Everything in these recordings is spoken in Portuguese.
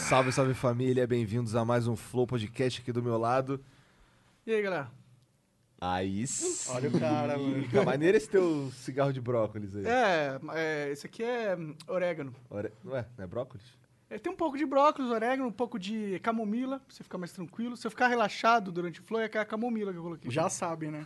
Salve, salve família, bem-vindos a mais um Flow Podcast aqui do meu lado. E aí, galera? Aí sim. Olha o cara, mano. Que maneiro esse teu cigarro de brócolis aí. Esse aqui é orégano. Ué, não é brócolis? Tem um pouco de brócolis, orégano, um pouco de camomila, pra você ficar mais tranquilo. Se eu ficar relaxado durante o flow, é a camomila que eu coloquei. Já sabe, né?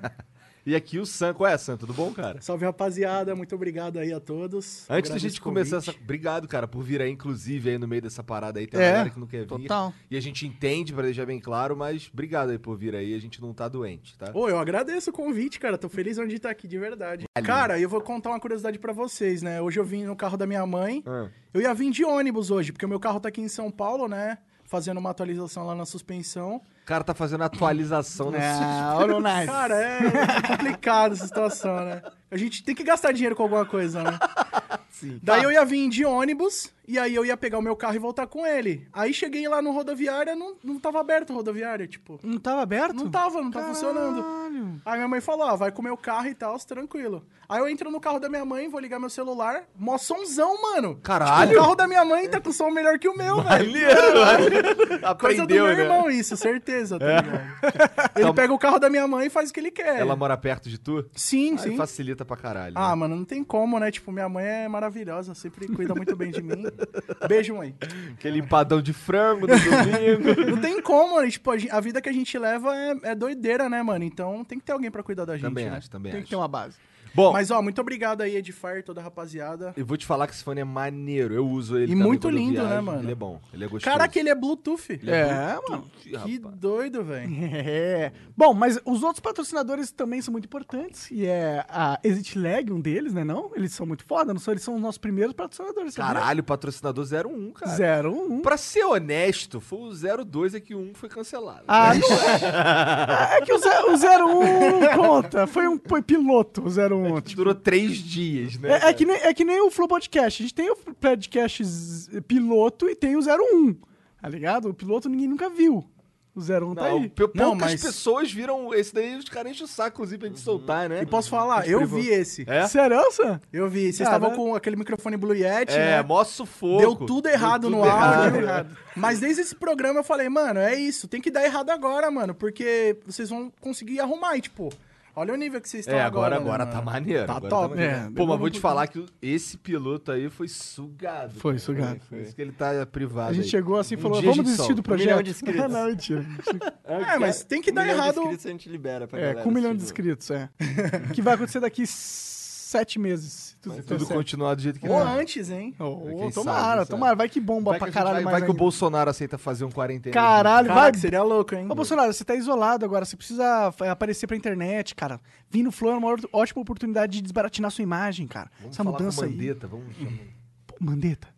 E aqui o Sam, qual é, Sam? Tudo bom, cara? Salve, rapaziada. Muito obrigado aí a todos. Antes da gente começar essa... Obrigado, cara, por vir aí, inclusive, aí no meio dessa parada aí. Tem uma galera que não quer vir. Total. E a gente entende, pra deixar bem claro, mas obrigado aí por vir aí. A gente não tá doente, tá? Ô, eu agradeço o convite, cara. Tô feliz onde tá aqui, de verdade. Cara, eu vou contar uma curiosidade pra vocês, né? Hoje eu vim no carro da minha mãe. Eu ia vir de ônibus hoje, porque o meu carro tá aqui em São Paulo, né? Fazendo uma atualização lá na suspensão. O cara tá fazendo atualização na Olha o nice. Cara, é complicado essa situação, né? A gente tem que gastar dinheiro com alguma coisa, né? Sim. Daí eu ia vir de ônibus, e aí eu ia pegar o meu carro e voltar com ele. Aí cheguei lá no rodoviária, não tava aberto a rodoviária, tipo... Não tava aberto? Não tava funcionando. Aí minha mãe falou, ó, vai com o meu carro e tal, tranquilo. Aí eu entro no carro da minha mãe, vou ligar meu celular, mó somzão, mano. Caralho! Tipo, o carro da minha mãe tá com som melhor que o meu, velho. Maneiro! Coisa do meu Aprendeu, né? irmão isso, certeza, tá ligado? Ele pega o carro da minha mãe e faz o que ele quer. Ela mora perto de tu? Sim, Aí sim. facilita pra caralho. Ah, né? mano, não tem como, né? Tipo, minha mãe é maravilhosa, sempre cuida muito bem de mim. Beijo, mãe. Aquele empadão de frango no domingo. Não tem como, né? Tipo, a vida que a gente leva é doideira, né, mano? Então tem que ter alguém pra cuidar da gente, Também né? acho, também Tem acho. que ter uma base. Bom, Mas, ó, muito obrigado aí, Edfire, toda a rapaziada. eu vou te falar que esse fone é maneiro. Eu uso ele E também muito quando eu lindo, né, viajo. mano? Ele é bom, ele é gostoso. Caraca, ele é Bluetooth. Ele é mano. Que rapaz. doido, velho. É. Bom, mas os outros patrocinadores também são muito importantes. E é a Exit Lag, um deles, né? Não? Eles são muito foda, não são? Eles são os nossos primeiros patrocinadores. sabia? Caralho, patrocinador 01, cara. 01. Pra ser honesto, foi o 02 é que o 1 foi cancelado. Ah, não é. É que o 01 não conta. Foi piloto, o 01. Tipo, Durou 3 dias, né? é que nem o Flow Podcast. A gente tem o podcast piloto e tem o 01. Tá ligado? O piloto ninguém nunca viu. O 01 tá aí. Poucas pessoas viram esse daí, os caras enchem o saco, inclusive, pra gente soltar, né? E posso falar, eu vi esse. É? Sério, Sam? Eu vi. Vocês Cara, estavam com aquele microfone Blue Yeti, É, né? mó sufoco. Deu tudo errado Deu no tudo áudio. errado. Mas desde esse programa eu falei, mano, é isso. Tem que dar errado agora, mano. Porque vocês vão conseguir arrumar. E, tipo, olha o nível que vocês estão agora agora. tá né, maneiro. Tá agora top. maneiro. É, Pô, mas vou te falar que esse piloto aí foi sugado. Foi cara. sugado. Por isso que ele tá privado A gente aí. chegou assim e Um falou, dia a vamos gente desistir do solta. 1 milhão projeto. de inscritos. Não, mentira. É, mas tem que 1 dar milhão errado. de inscritos a gente libera pra É, galera. com 1 milhão de assistir. inscritos, é. Que vai acontecer daqui 7 meses. se Se der tudo certo. continuar do jeito que Ou tá. antes, hein? Tomara, Quem sabe. tomara. Vai que bomba Vai pra que, caralho mais vai que o ainda. Bolsonaro aceita fazer um quarentena. Caralho, vai. Caraca, seria louco, hein? Ô, Bolsonaro, você tá isolado agora, você precisa aparecer pra internet, cara. Vir no Flow é uma ótima oportunidade de desbaratinar sua imagem, cara. Vamos Essa falar mudança com aí. Mandetta, vamos chamar. Pô, Mandetta.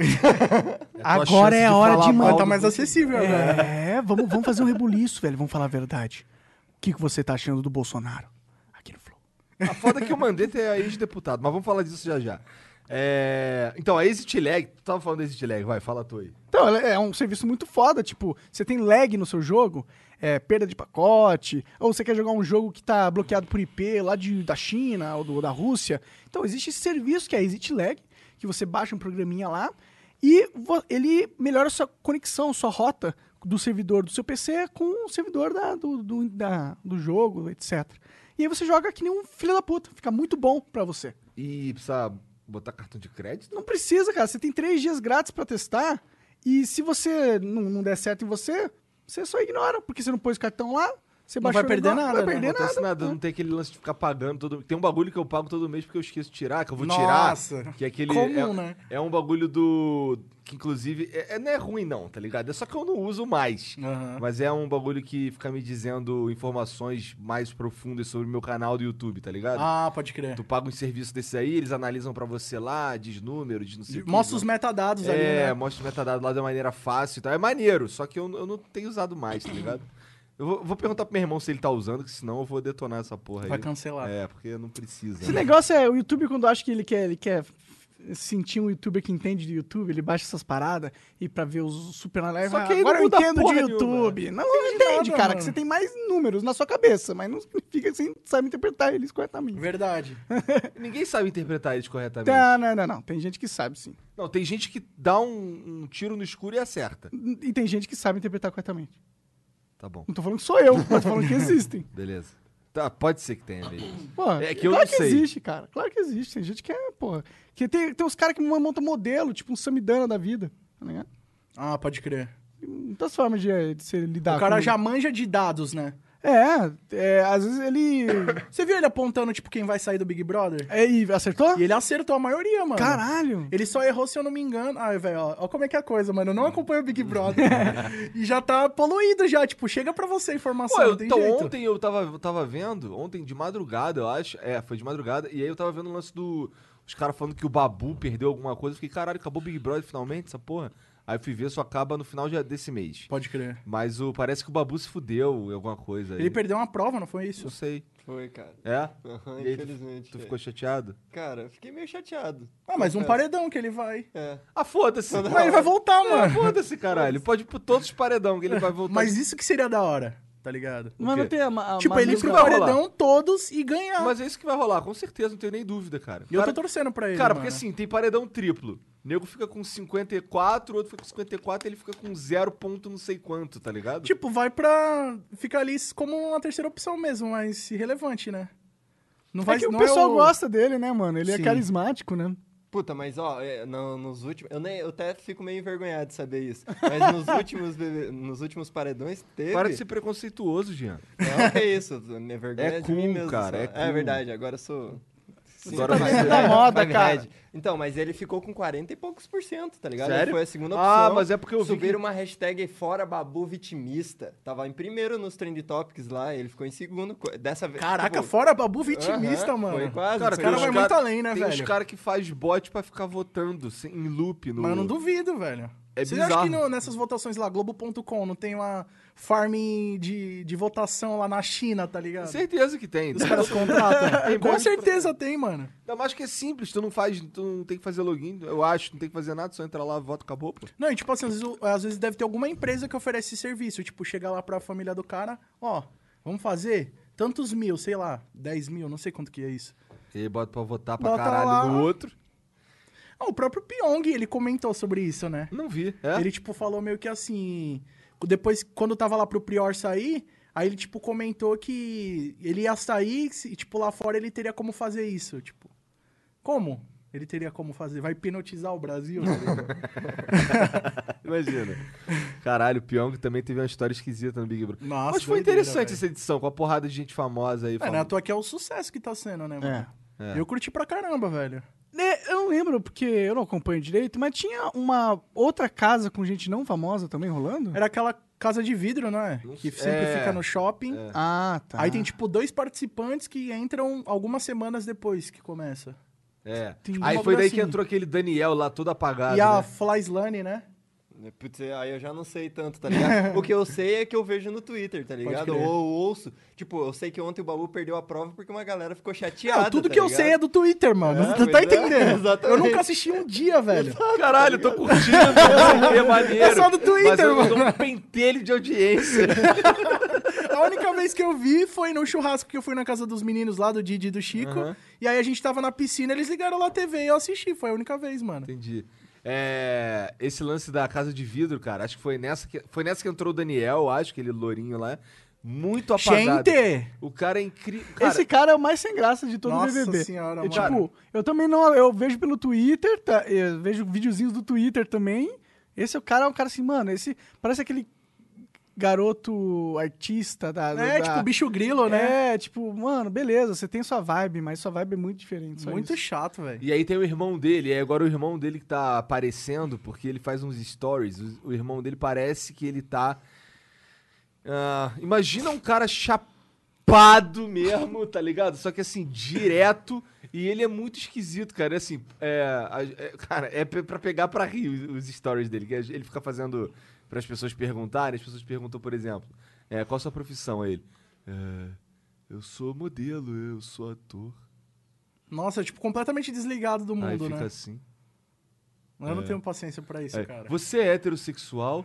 É a tua Agora chance é a hora falar de mal Mas do tá mais Bolsonaro. acessível agora. É, vamos fazer um rebuliço, velho. Vamos falar a verdade. O que você tá achando do Bolsonaro aqui no Flow? A foda é que o Mandetta é ex-deputado, mas vamos falar disso já já. Então, a Exit Lag, tu tava falando da Exit Lag, vai, fala tu aí. Então, é um serviço muito foda, tipo, você tem lag no seu jogo, perda de pacote, ou você quer jogar um jogo que tá bloqueado por IP lá da China ou da Rússia. Então, existe esse serviço que é a Exit Lag, que você baixa um programinha lá e ele melhora a sua conexão, sua rota do servidor do seu PC com o servidor do jogo, etc. E aí você joga que nem um filho da puta, fica muito bom pra você. E precisa botar cartão de crédito? Não precisa, cara. Você tem 3 dias grátis pra testar. E se você não der certo em você só ignora. Porque você não pôs cartão lá, você Não baixou vai perder o negócio, nada, não vai né? perder Não acontece nada. nada, não tem aquele lance de ficar pagando todo. Tem um bagulho que eu pago todo mês porque eu esqueço de tirar, que eu vou Nossa, tirar. Que é aquele. comum, né? É um bagulho do. Que inclusive. Não é ruim, não, tá ligado? É só que eu não uso mais. Aham. Mas é um bagulho que fica me dizendo informações mais profundas sobre o meu canal do YouTube, tá ligado? Ah, pode crer. Tu paga um serviço desse aí, eles analisam pra você lá, diz número, diz não sei o que. Mostra os metadados ali, né? Mostra os metadados lá de uma maneira fácil e tal. É maneiro, só que eu não tenho usado mais, tá ligado? Eu vou perguntar pro meu irmão se ele tá usando, que senão eu vou detonar essa porra aí. Vai cancelar. Porque não precisa. Esse né? negócio é, o YouTube quando acha que ele quer sentir um youtuber que entende de YouTube, ele baixa essas paradas e pra ver os super live. Só que aí Agora não eu muda entendo de porra YouTube. nenhuma. Não entende, nada, cara, mano. que você tem mais números na sua cabeça, mas não significa que você sabe interpretar eles corretamente. Verdade. Ninguém sabe interpretar eles corretamente. Não. Tem gente que sabe, sim. Não, tem gente que dá um tiro no escuro e acerta. E tem gente que sabe interpretar corretamente. Tá bom, Não tô falando que sou eu, mas tô falando que existem. beleza. Tá, pode ser que tenha mesmo. Pô, É que eu claro não que sei. existe, cara. Claro que existe. Tem gente que é, porra. Que tem uns caras que montam modelo, tipo um Samidana da vida. Tá ligado? Ah, pode crer. Tem muitas formas de se lidar O cara com... já manja de dados, né? Às vezes ele... Você viu ele apontando, tipo, quem vai sair do Big Brother? E acertou? E ele acertou a maioria, mano. Caralho! Ele só errou, se eu não me engano. Ai, velho, ó como é que é a coisa, mano. Eu não acompanho o Big Brother. E já tá poluído já. Tipo, chega pra você a informação, Pô, não tem então jeito. ontem eu tava vendo, ontem de madrugada, eu acho. Foi de madrugada, e aí eu tava vendo o lance os caras falando que o Babu perdeu alguma coisa. Eu fiquei, caralho, acabou o Big Brother finalmente, essa porra? Aí eu fui ver, só acaba no final desse mês. Pode crer. Mas parece que o Babu se fudeu em alguma coisa aí. Ele perdeu uma prova, não foi Não isso? sei. Foi, cara. É? Aham, E aí, infelizmente. Tu ficou chateado? Cara, eu fiquei meio chateado. Ah, mas um Confesso. paredão que ele vai. É. Ah, foda-se. Mas ele vai voltar, mano. Foda-se, caralho. Ele pode ir por todos os paredão que ele vai voltar. Mas isso que seria da hora, tá ligado? Mas não quê? tem a Tipo, ele ir isso pro vai rolar. paredão todos e ganhar. Mas é isso que vai rolar, com certeza, não tenho nem dúvida, cara. E eu tô torcendo pra ele, Cara, mano. porque assim, tem paredão triplo. O nego fica com 54, o outro fica com 54 e ele fica com 0 ponto não sei quanto, tá ligado? Tipo, vai pra ficar ali como uma terceira opção mesmo, mas irrelevante, né? Não É que o não pessoal o- gosta dele, né, mano? Ele é Sim. carismático, né? Puta, mas ó, nos últimos. Eu até fico meio envergonhado de saber isso. Mas nos últimos paredões teve. Para de ser preconceituoso, Jean. Não, que isso? Minha vergonha É é de mim cool, mesmo. cara, só. é cool. É verdade, agora eu sou. Sim, Agora five- você- da moda, five cara. head. Então, mas ele ficou com 40 e poucos por cento, tá ligado? Sério? Ele foi a segunda opção. Ah, mas é porque eu vi Subiram que- uma hashtag fora Babu vitimista. Tava em primeiro nos Trend Topics lá, ele ficou em segundo. Dessa vez. Caraca, tipo, fora Babu vitimista, aham, mano. Foi quase. Cara, foi cara vai quase. muito além, né, tem velho? uns caras que faz bot pra ficar votando em loop no... Mas eu não duvido, velho. É Você bizarro. acha que nessas votações lá, Globo.com, não tem uma farm de votação lá na China, tá ligado? Certeza que tem. Os caras contratam. Tem Com bot certeza tem, mano. Ainda mais que é simples, tu não tem que fazer login, eu acho, não tem que fazer nada, só entra lá, vota, acabou, pô. Não, e tipo assim, às vezes deve ter alguma empresa que oferece esse serviço. Tipo, chegar lá pra família do cara, ó, vamos fazer tantos mil, sei lá, 10 mil, não sei quanto que é isso. E aí bota pra votar pra Bota caralho lá. no outro. Ah, o próprio Pyong, ele comentou sobre isso, né? Não vi, é? Ele, tipo, falou meio que assim... Depois, quando tava lá pro Prior sair, aí ele, tipo, comentou que ele ia sair e, tipo, lá fora ele teria como fazer isso, tipo... Como? Ele teria como fazer? Vai hipnotizar o Brasil? tá ligado? Imagina. Caralho, o Pyong também teve uma história esquisita no Big Brother. Nossa, Mas foi doideira, interessante velho. essa edição, com a porrada de gente famosa aí. É, né? À toa que é o sucesso que tá sendo, né, mano? É. Eu curti pra caramba, velho. Eu não lembro, porque eu não acompanho direito, mas tinha uma outra casa com gente não famosa também rolando? Era aquela casa de vidro, não é? Não Que sei. sempre É. fica no shopping. É. Ah, tá. Aí tem, tipo, 2 participantes que entram algumas semanas depois que começa. É. Tem Aí um foi daí assim. que entrou aquele Daniel lá, todo apagado, E a né? Flyslane, né? Putz, aí eu já não sei tanto, tá ligado? O que eu sei é que eu vejo no Twitter, tá ligado? crer. Ou eu ouço. Tipo, eu sei que ontem o Babu perdeu a prova porque uma galera ficou chateada. Não, tudo tá que eu ligado? sei é do Twitter, mano. É, Você tá pois é, entendendo? exatamente. Eu nunca assisti um dia, velho. Caralho, tô curtindo, não sei o que, maneiro. É só do Twitter, Mas eu mano. dou um pentelho de audiência. A única vez que eu vi foi no churrasco que eu fui na casa dos meninos lá, do Didi e do Chico. Aham. E aí a gente tava na piscina, eles ligaram lá a TV e eu assisti. Foi a única vez, mano. Entendi. Esse lance da casa de vidro, cara, acho que foi nessa que entrou o Daniel, acho, aquele lourinho lá. Muito apagado. Gente! O cara é incrível. Esse cara é o mais sem graça de todo Nossa o BBB. senhora, Eu, mano. tipo, eu também não... Eu vejo pelo Twitter, tá? Eu vejo videozinhos do Twitter também. Esse é o cara assim, mano, esse... Parece aquele garoto artista Tipo, bicho grilo, né? É, tipo, mano, beleza, você tem sua vibe, mas sua vibe é muito diferente. só Muito isso. chato, velho. E aí tem o irmão dele, e agora o irmão dele que tá aparecendo, porque ele faz uns stories. O irmão dele parece que ele tá. Imagina um cara chapado mesmo, tá ligado? Só que assim, direto. E ele é muito esquisito, cara. Assim, cara, é pra pegar pra rir os stories dele. Que ele fica fazendo para as pessoas perguntarem. As pessoas perguntam, por exemplo, qual a sua profissão? Aí ele, eu sou modelo, eu sou ator. Nossa, tipo, completamente desligado do Aí mundo, fica né? assim. Eu não tenho paciência pra isso, cara. Você é heterossexual?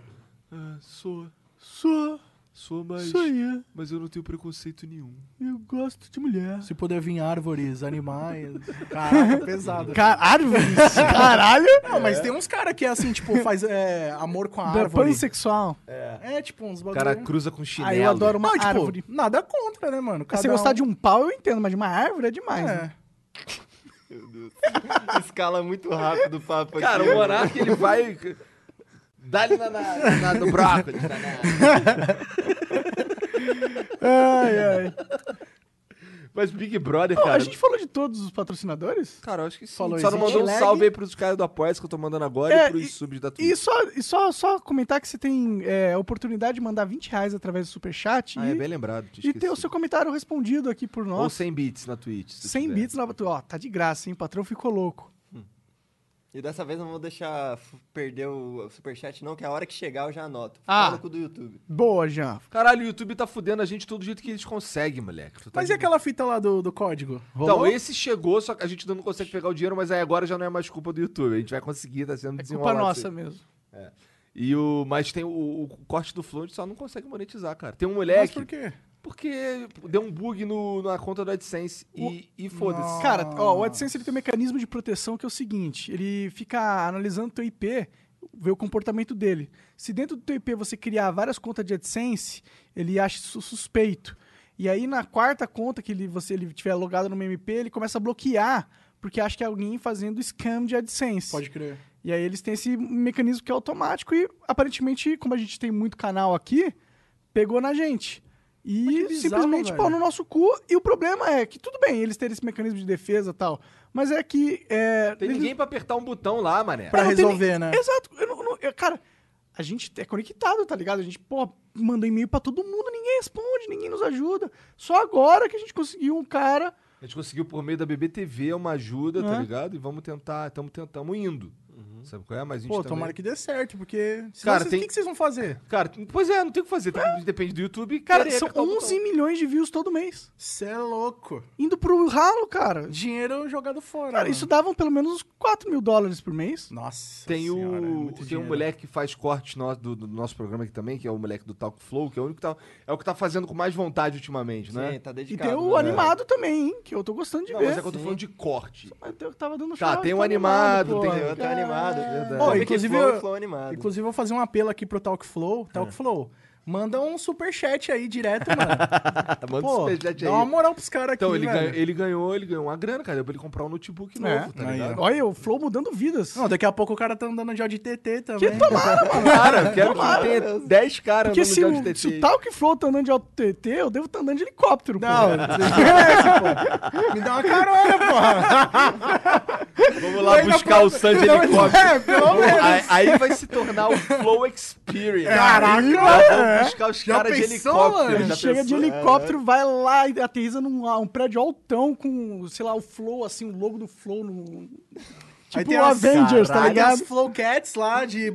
Sou, mas eu não tenho preconceito nenhum. Eu gosto de mulher. Se puder vir árvores, animais... Caraca, pesado. Árvores? Caralho! Não, mas tem uns caras que é assim, tipo, faz amor com a árvore. Pansexual. Tipo, uns O bagulho... cara cruza com chinelo. Aí eu adoro uma Não, tipo, árvore. nada contra, né, mano? Se você gostar de um pau, eu entendo, mas de uma árvore é demais, né? Meu Deus. Escala muito rápido o papo Cara, aqui. o Monark, ele vai... Dá-lhe no brócolis. Ai. Mas Big Brother, Não, cara... a gente falou de todos os patrocinadores? Cara, eu acho que sim. Falou Só não isso. mandou um Lag. salve aí pros caras do Apoia-se que eu tô mandando agora e pros subs da Twitch. E só comentar que você tem a oportunidade de mandar R$20 através do Superchat É bem lembrado. e ter o seu comentário respondido aqui por nós. Ou 100 bits na Twitch. 100 bits na Ó, tá de graça, hein? O patrão ficou louco. E dessa vez não vou deixar perder o superchat, não, que a hora que chegar eu já anoto. Ah. Fala com o do YouTube. Boa, Jean. Caralho, o YouTube tá fudendo a gente todo jeito que eles conseguem, moleque. Tu tá Mas de- e aquela fita lá do código? Então, Rolou? esse chegou, só que a gente ainda não consegue pegar o dinheiro, mas aí agora já não é mais culpa do YouTube. A gente vai conseguir, tá sendo É culpa desenrolado. nossa isso mesmo. aí. Mas tem o corte do Flow, a gente só não consegue monetizar, cara. Tem um Mas moleque... por quê? Porque deu um bug na conta do AdSense e foda-se. Nossa. Cara, o AdSense ele tem um mecanismo de proteção que é o seguinte, ele fica analisando o teu IP, vê o comportamento dele. Se dentro do teu IP você criar várias contas de AdSense, ele acha isso suspeito. E aí na quarta conta que ele tiver logado no meu IP, ele começa a bloquear, porque acha que é alguém fazendo scam de AdSense. Pode crer. E aí eles têm esse mecanismo que é automático e aparentemente, como a gente tem muito canal aqui, pegou na gente. E que bizarro, simplesmente velho. pau no nosso cu. E o problema é que tudo bem eles terem esse mecanismo de defesa e tal, mas é que... Tem ninguém pra apertar um botão lá, mané. Pra não tem resolver, né? Exato. Cara, a gente é conectado, tá ligado? A gente, manda e-mail pra todo mundo, ninguém responde, ninguém nos ajuda. Só agora que a gente conseguiu um cara... A gente conseguiu por meio da BBTV uma ajuda, tá É. ligado? E vamos tentar, estamos indo. Sabe qual é? Mas a gente Pô, também... tomara que dê certo, porque... Cara, Senão tem- o que vocês vão fazer? Cara, pois é, não tem o que fazer. Depende do YouTube. Cara, querer são apertar o 11 botão. milhões de views todo mês. Cê é louco. Indo pro ralo, cara. Dinheiro jogado fora. Cara, mano. isso dava pelo menos uns $4.000 por mês. Nossa Tem senhora, é muito tem um dinheiro. moleque que faz corte do nosso programa aqui também, que é o moleque do Talk Flow, que é o único que é o que tá fazendo com mais vontade ultimamente, né? Sim, tá E dedicado. tem o né? animado também, hein? Que eu tô gostando de Não, ver. mas é que eu tô falando de corte. Mas eu tava dando Tá, chave tem o pro animado, pô. tem Tem outro animado, verdade. Ó, Sabe que inclusive, Flow eu- e Flow animado. Inclusive, eu vou fazer um apelo aqui pro Talk Flow. Talk Flow, manda um superchat aí direto, mano. Manda Pô, um superchat dá aí. uma moral pros caras aqui, Então, velho. ele ganhou uma grana, cara. Deu pra ele comprar um notebook novo, tá aí, ligado? Olha, o Flow mudando vidas. Não, daqui a pouco o cara tá andando de de TT também. Que tomara, mano. Cara, eu quero que tenha 10 caras Porque andando se de o, auto se o Talk Flow tá andando de auto TT, eu devo estar andando de helicóptero, pô. Não, vocês merecem, pô. Me dá uma carona, porra. Vamos lá buscar o Sun de helicóptero. É, pelo menos. Aí vai se tornar o Flow Experience. Caraca, Vamos buscar os Já caras de pensou, helicóptero. mano? já Chega de pensou? helicóptero, vai lá e aterriza num prédio altão com, sei lá, o Flow, assim, o logo do Flow no... Aí Tipo tem o as- Avengers, tá Aí tem ligado? as Flowcats lá de...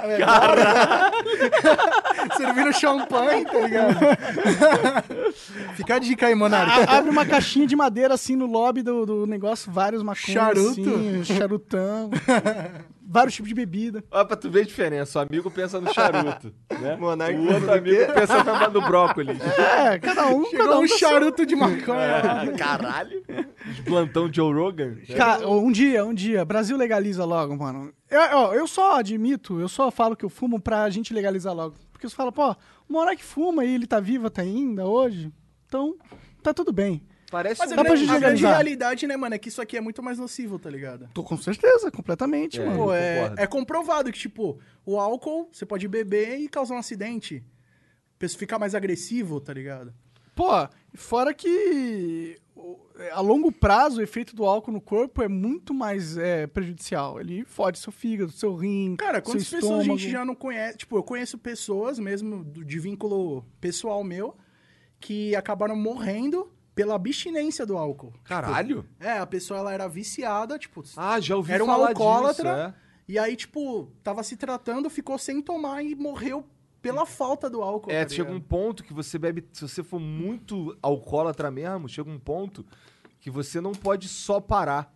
Servindo champanhe, tá ligado? Fica a dica aí, Monark. Abre uma caixinha de madeira, assim, no lobby do negócio, vários maconhas, Charuto. assim, charutão, vários tipos de bebida. Olha pra tu ver a diferença. O amigo pensa no charuto, né? Monark O outro amigo pensa no brócolis. É, cada um Chegou um com a sua- charuto de maconha. Caralho. Os plantão de Joe Rogan. Cara, um dia, Brasil legaliza logo, mano. Eu só admito, eu só falo que eu fumo pra gente legalizar logo. Porque você fala, pô, o Monark fuma e ele tá vivo até ainda hoje, então tá tudo bem. Parece Mas um... a Dá pra grande, gente a grande legalizar. realidade, né, mano, é que isso aqui é muito mais nocivo, tá ligado? Tô com certeza, completamente, É. mano. Pô, concordo. é comprovado que, tipo, o álcool, você pode beber e causar um acidente. Ficar mais agressivo, tá ligado? Pô, fora que a longo prazo o efeito do álcool no corpo é muito mais prejudicial. Ele fode seu fígado, seu rim, Cara, seu quantas pessoas a estômago. gente já não conhece? Tipo, eu conheço pessoas mesmo de vínculo pessoal meu que acabaram morrendo pela abstinência do álcool. Caralho. A pessoa ela era viciada, tipo, Ah, já ouvi era um falar alcoólatra. disso, é. E aí, tipo, tava se tratando, ficou sem tomar e morreu pela falta do álcool. É, tá chega um ligado? ponto que você bebe... Se você for muito alcoólatra mesmo, chega um ponto que você não pode só parar.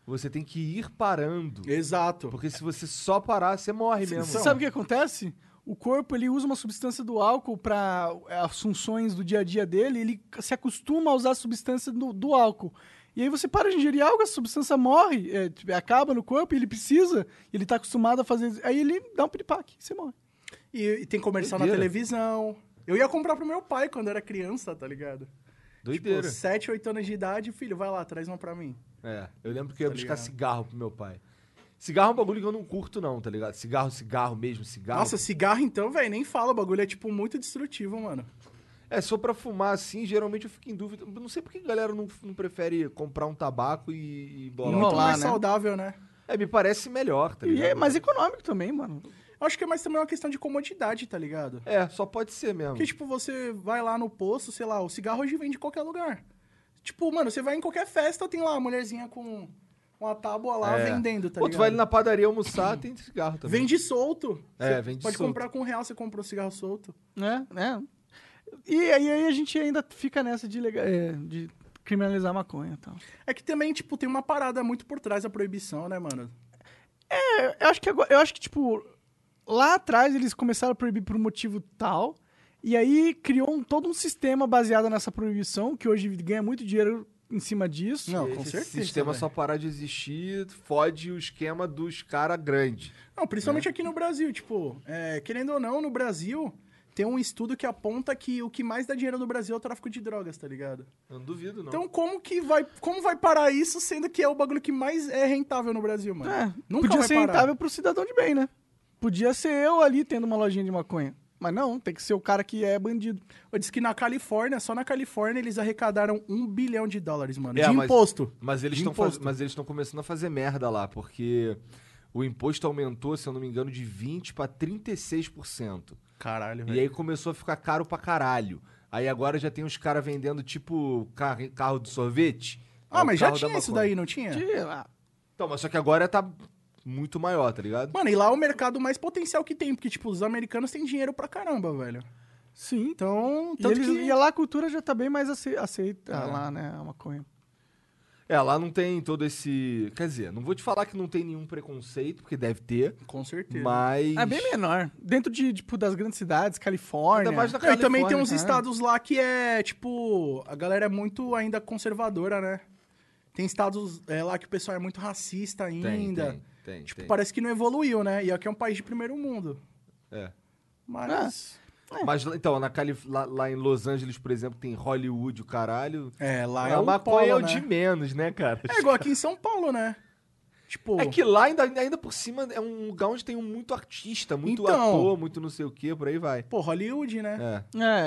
você tem que ir parando. Exato. Porque se você só parar, você morre mesmo. Você sabe o que acontece? O corpo, ele usa uma substância do álcool para as funções do dia a dia dele, ele se acostuma a usar a substância do álcool. E aí você para de ingerir algo, a substância morre, acaba no corpo, e ele precisa, ele tá acostumado a fazer... Aí ele dá um piripaque, você morre. E tem comercial na televisão. Eu ia comprar pro meu pai quando era criança, tá ligado? Doideira. Tipo, 7, 8 anos de idade, filho, vai lá, traz uma pra mim. Eu lembro que eu ia buscar ligado? cigarro pro meu pai. Cigarro é um bagulho que eu não curto não, tá ligado? Cigarro mesmo, cigarro. Nossa, cigarro então, velho, nem fala, o bagulho é, tipo, muito destrutivo, mano. Se for pra fumar assim, geralmente eu fico em dúvida. Eu não sei por que a galera não prefere comprar um tabaco e bolar. Muito Enrolar, mais né? saudável, né? Me parece melhor, tá E ligado? é mais econômico também, mano. Eu acho que é mais também uma questão de comodidade, tá ligado? Só pode ser mesmo. Porque, tipo, você vai lá no posto, sei lá, o cigarro hoje vende em qualquer lugar. Tipo, mano, você vai em qualquer festa, tem lá a mulherzinha com uma tábua lá vendendo, tá Pô, ligado? tu vai ali na padaria almoçar, tem cigarro também. Vende solto. Você vende pode solto. comprar com R$1, você compra um cigarro solto. E aí a gente ainda fica nessa de criminalizar a maconha e tal. É que também, tipo, tem uma parada muito por trás da proibição, né, mano? Eu acho que, tipo, lá atrás eles começaram a proibir por um motivo tal, e aí criou todo um sistema baseado nessa proibição, que hoje ganha muito dinheiro em cima disso. Não, E com esse certeza, sistema velho. só parar de existir, fode o esquema dos caras grandes. Não, principalmente aqui no Brasil, tipo, querendo ou não, no Brasil, tem um estudo que aponta que o que mais dá dinheiro no Brasil é o tráfico de drogas, tá ligado? Eu não duvido, não. Então, como vai parar isso, sendo que é o bagulho que mais é rentável no Brasil, mano? Nunca Podia vai ser parar. rentável pro cidadão de bem, né? Podia ser eu ali tendo uma lojinha de maconha. Mas não, tem que ser o cara que é bandido. Eu disse que na Califórnia, só na Califórnia, eles arrecadaram $1 bilhão, mano, de mas- imposto. Mas eles De imposto. estão começando a fazer merda lá, porque o imposto aumentou, se eu não me engano, de 20% pra 36%. Caralho, E aí começou a ficar caro pra caralho. Aí agora já tem os caras vendendo tipo carro de sorvete. É o mas já carro da tinha isso maconha. daí, não tinha? Então, mas só que agora tá muito maior, tá ligado? Mano, e lá é o mercado mais potencial que tem, porque, tipo, os americanos têm dinheiro pra caramba, velho. Sim. Então, E, tanto que... e lá a cultura já tá bem mais aceita lá, né, a maconha. Lá não tem todo esse... Quer dizer, não vou te falar que não tem nenhum preconceito, porque deve ter, Com certeza. mas... É bem menor. Dentro tipo, das grandes cidades, Califórnia. Ainda mais na Não, e também tem uns Califórnia, estados lá que é, tipo, a galera é muito ainda conservadora, né? Tem estados lá que o pessoal é muito racista ainda. Tem. Tipo, parece que não evoluiu, né? E aqui é um país de primeiro mundo. É. Mas... Mas, então, lá em Los Angeles, por exemplo, tem Hollywood, o caralho. lá é A um maconha é polo, o de né? menos, né, cara? É igual aqui em São Paulo, né? Tipo... É que lá, ainda por cima, é um lugar onde tem muito artista, muito Então. ator, muito não sei o que, por aí vai. Pô, Hollywood, né?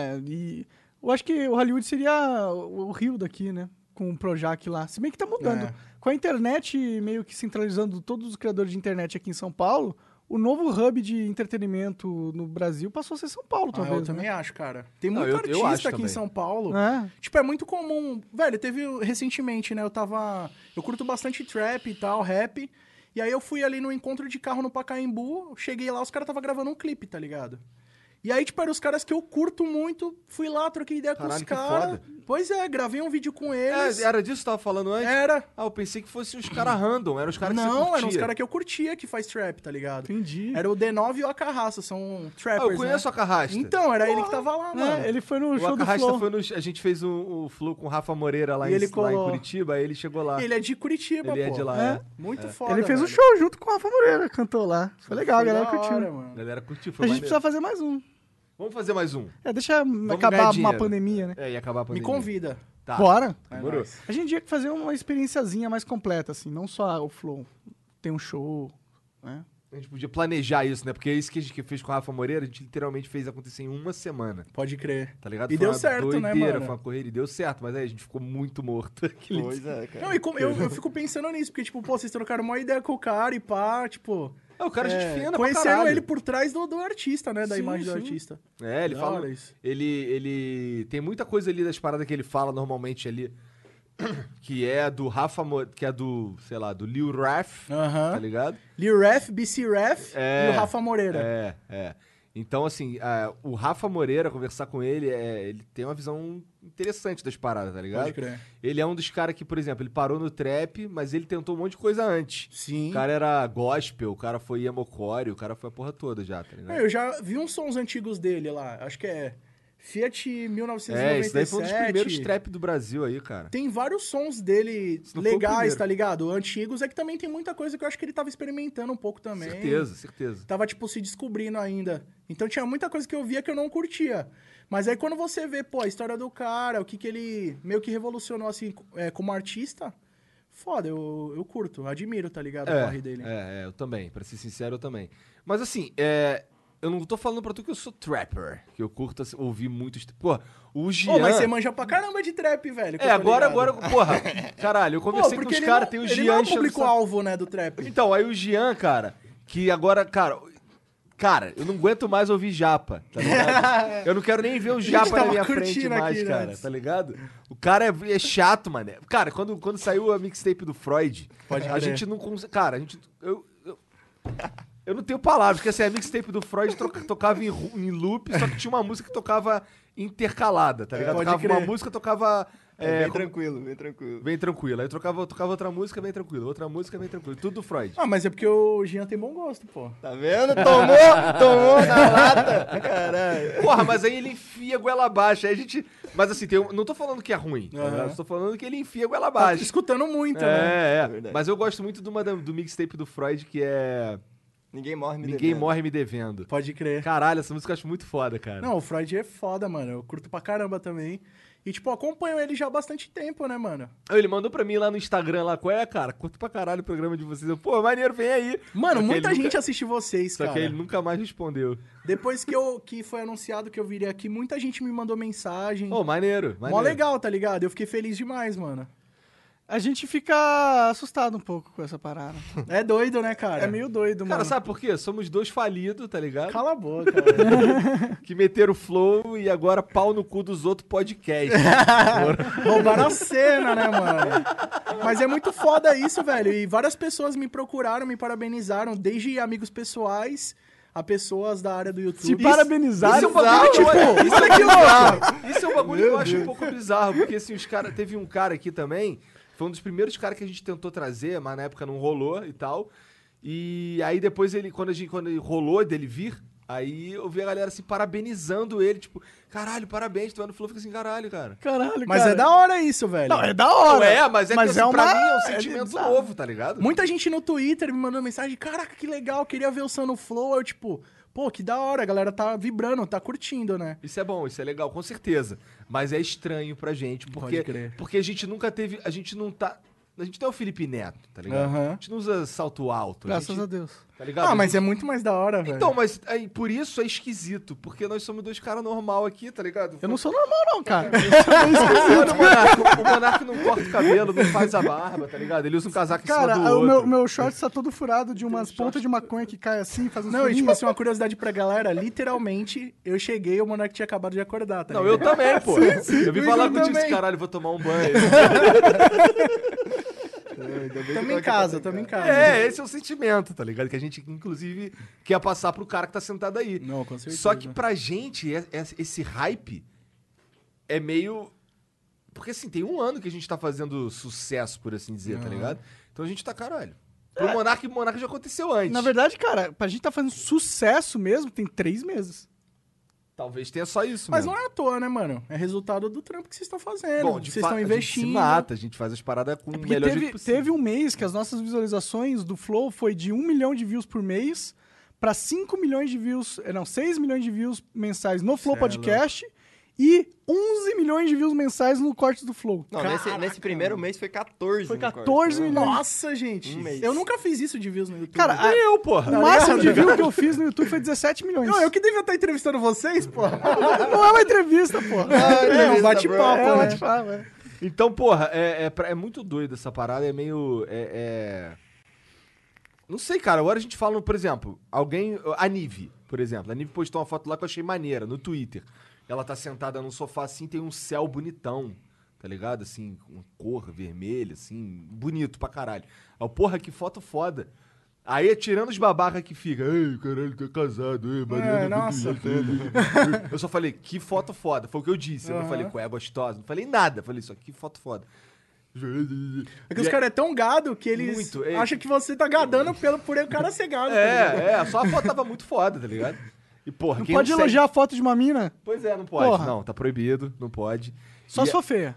E eu acho que o Hollywood seria o Rio daqui, né? Com o Projac lá. Se bem que tá mudando. É. Com a internet meio que centralizando todos os criadores de internet aqui em São Paulo, o novo hub de entretenimento no Brasil passou a ser São Paulo, talvez. Eu também acho, cara. Tem Não, muito eu acho artista aqui em também. São Paulo. Né? Tipo, é muito comum. Velho, teve recentemente, né? Eu curto bastante trap e tal, rap. E aí eu fui ali no encontro de carro no Pacaembu, cheguei lá, os caras estavam gravando um clipe, tá ligado? E aí, tipo, eram os caras que eu curto muito, fui lá, troquei ideia com Caralho, os que caras. foda. Pois é, gravei um vídeo com eles. Era disso que você tava falando antes? Era. Eu pensei que fossem os caras random, eram os caras que você Não, curtia. eram os caras que eu curtia que faz trap, tá ligado? Entendi. Era o D9 e o Acarraça, são trappers, eu conheço né? o Acarrasta. Então, era ele que tava lá, mano. Ele foi no O show do Acarrasta Flow. foi no... A gente fez o Flow com o Rafa Moreira lá, E ele lá em colou. Curitiba, aí ele chegou lá. Ele é de Curitiba, Ele pô. é de lá, é. Muito foda, Ele fez um velho. show junto com o Rafa Moreira, cantou lá. Foi legal, a Foi galera da curtiu. hora, mano. A galera curtiu, A foi gente maneiro. precisa fazer mais um. Vamos fazer mais um. Deixa ganhar acabar uma dinheiro. pandemia, né? E acabar a Me pandemia. convida. Tá. Bora. Demorou. nóis. A gente tinha que fazer uma experienciazinha mais completa, assim. Não só o Flow. Tem um show, né? A gente podia planejar isso, né? Porque é isso que a gente fez com o Rafa Moreira, a gente literalmente fez acontecer em uma semana. Pode crer. Tá ligado? E Foi deu uma certo, né, doideira, mano? Foi uma correria, e deu certo, mas aí a gente ficou muito morto. Pois é, cara. Não, e eu fico pensando nisso, porque, tipo, pô, vocês trocaram uma ideia com o cara e pá, tipo... O cara é gente fina pra conheceram caralho. ele por trás do artista, né? Da Sim, imagem do sim. artista. É, ele Da fala. hora isso. Ele tem muita coisa ali das paradas que ele fala normalmente ali. Que é do Rafa, que é do, sei lá, do Lil Raf, Aham. tá ligado? Lil Ref, BC Ref É, e o Rafa Moreira. É. Então, assim, o Rafa Moreira, conversar com ele, ele tem uma visão interessante das paradas, tá ligado? Pode crer. Ele é um dos caras que, por exemplo, ele parou no trap, mas ele tentou um monte de coisa antes. Sim. O cara era gospel, o cara foi emocore, o cara foi a porra toda já, tá ligado? Eu já vi uns sons antigos dele lá. Acho que é Fiat 1997. Esse daí foi um dos primeiros trap do Brasil aí, cara. Tem vários sons dele Se não for o legais, primeiro. tá ligado? Antigos. É que também tem muita coisa que eu acho que ele tava experimentando um pouco também. Certeza. Tava, tipo, se descobrindo ainda. Então tinha muita coisa que eu via que eu não curtia. Mas aí quando você vê, pô, a história do cara, o que ele meio que revolucionou, assim, como artista, foda, eu curto, admiro, tá ligado? O corre dele. Eu também, pra ser sincero, eu também. Mas assim, eu não tô falando pra tu que eu sou trapper, que eu curto assim, ouvir muitos... Pô, o Jean... Mas você manja pra caramba de trap, velho. Agora, porra, caralho, eu conversei com os caras, tem o Ele Jean... não é o público-alvo, né, do trap. Então, aí o Jean, cara, que agora, Cara, eu não aguento mais ouvir japa, tá ligado? Eu não quero nem ver o japa na minha frente mais, aqui, cara, né? tá ligado? O cara é chato, mané. Cara, quando saiu a mixtape do Freud, a gente não consegue... Cara, a gente... Eu não tenho palavras, porque assim, a mixtape do Freud tocava em loop, só que tinha uma música que tocava intercalada, tá ligado? Tocava uma música, tocava... bem tranquilo, bem tranquilo. Bem tranquilo. Aí eu tocava outra música, bem tranquilo. Outra música, bem tranquilo. Tudo do Freud. Ah, mas é porque o Jean tem bom gosto, pô. Tá vendo? Tomou na lata. Caralho. Porra, mas aí ele enfia a goela abaixo. Aí a gente... Mas assim, não tô falando que é ruim, tá ligado? Tô falando que ele enfia a goela Tá abaixo. escutando muito, né? Verdade. Mas eu gosto muito do mixtape do Freud, que é... Ninguém morre me devendo. Pode crer. Caralho, essa música eu acho muito foda, cara. Não, o Freud é foda, mano. Eu curto pra caramba também. E, tipo, acompanho ele já há bastante tempo, né, mano? Ele mandou pra mim lá no Instagram, lá, qual é, cara? Curto pra caralho o programa de vocês. Pô, maneiro, vem aí. Mano, Só que muita ele gente nunca- assiste vocês, Só cara. que ele nunca mais respondeu. Depois que foi anunciado que eu viria aqui, muita gente me mandou mensagem. Ô, maneiro. Mó legal, tá ligado? Eu fiquei feliz demais, mano. A gente fica assustado um pouco com essa parada. É doido, né, cara? É meio doido, Cara, mano. sabe por quê? Somos dois falidos, tá ligado? Cala a boca, cara. Que meteram o flow e agora pau no cu dos outros podcasts. Roubaram a cena, né, mano? Mas é muito foda isso, velho. E várias pessoas me procuraram, me parabenizaram, desde amigos pessoais a pessoas da área do YouTube. Se parabenizaram, Isso é um bagulho, tipo, olha que louco! Isso é um bagulho que eu acho um pouco bizarro, porque assim, teve um cara aqui também, foi um dos primeiros caras que a gente tentou trazer, mas na época não rolou e tal. E aí depois quando ele rolou dele vir, aí eu vi a galera assim parabenizando ele, tipo, caralho, parabéns, tu vai no Flow, fica assim, caralho, cara. Caralho, Mas cara. é da hora isso, velho. Não, é da hora. Não é, mas que, assim, pra mim é um sentimento bizarro. novo, tá ligado? Muita gente no Twitter me mandou mensagem, caraca, que legal, queria ver o Sam no Flow. Eu, tipo, pô, que da hora, a galera tá vibrando, tá curtindo, né? Isso é bom, isso é legal, com certeza. Mas é estranho pra gente, Pode crer. porque a gente nunca teve, a gente não é o Felipe Neto, tá ligado? Aham. A gente não usa salto alto. Graças a Deus. Tá ligado? Ah, mas é muito mais da hora, velho. Então, mas aí, por isso é esquisito, porque nós somos dois caras normal aqui, tá ligado? Eu não sou normal, não, cara. Olha o Monark não corta o cabelo, não faz a barba, tá ligado? Ele usa um casaco em Cara, cima do o outro. meu short tá todo furado de umas pontas de maconha que cai assim, faz um Não, e tipo assim, uma curiosidade pra galera, literalmente, eu cheguei e o Monark tinha acabado de acordar, tá Não, ligado? eu também, pô. Eu vim o falar Igor contigo, também. esse caralho, vou tomar um banho. Tamo em casa, tamo em casa. Esse é o sentimento, tá ligado? Que a gente, inclusive, quer passar pro cara que tá sentado aí. Não, com certeza. Só que pra gente, esse hype é meio... Porque, assim, tem um ano que a gente tá fazendo sucesso, por assim dizer, tá ligado? Então a gente tá, caralho. Pro Monark, o Monark já aconteceu antes. Na verdade, cara, pra gente tá fazendo sucesso mesmo, tem 3 meses. Talvez tenha só isso Mas mesmo. não é à toa, né, mano? É resultado do trampo que vocês estão fazendo. Bom, vocês estão investindo. A gente se mata, a gente faz as paradas com o Porque melhor jeito possível. teve um mês que as nossas visualizações do Flow foi de 1 milhão de views por mês pra 5 milhões de views, 6 milhões de views mensais no Flow Podcast e 11 milhões de views mensais no corte do Flow. Não, nesse primeiro mês foi 14. Foi no 14 corte, né? milhões. Nossa, gente. Um mês. Eu nunca fiz isso de views no YouTube. Cara, Eu, porra. o máximo de view que eu fiz no YouTube foi 17 milhões. Não, eu que devia estar entrevistando vocês, pô. Não é uma entrevista, pô. É um bate-papo, É um né? bate-papo, é. Então, porra, é muito doido essa parada, é meio... Não sei, cara, agora a gente fala, por exemplo, a Nive, por exemplo. A Nive postou uma foto lá que eu achei maneira, no Twitter. Ela tá sentada num sofá assim, tem um céu bonitão, tá ligado? Assim, com cor vermelha, assim, bonito pra caralho. Aí, porra, que foto foda. Aí, tirando os babaca que fica, ei, caralho, tu é casado, ei, Mariana, nossa. eu só falei, que foto foda. Foi o que eu disse. Eu não falei, qual é gostosa. Não falei nada. Falei só, que foto foda. É que os caras é tão gado que eles Muito, acham que você tá gadando por o cara ser gado. Só a foto tava muito foda, tá ligado? E, porra, Não quem pode segue- elogiar a foto de uma mina? Pois é, não pode. Porra. Não, tá proibido, não pode. Só E se for feia.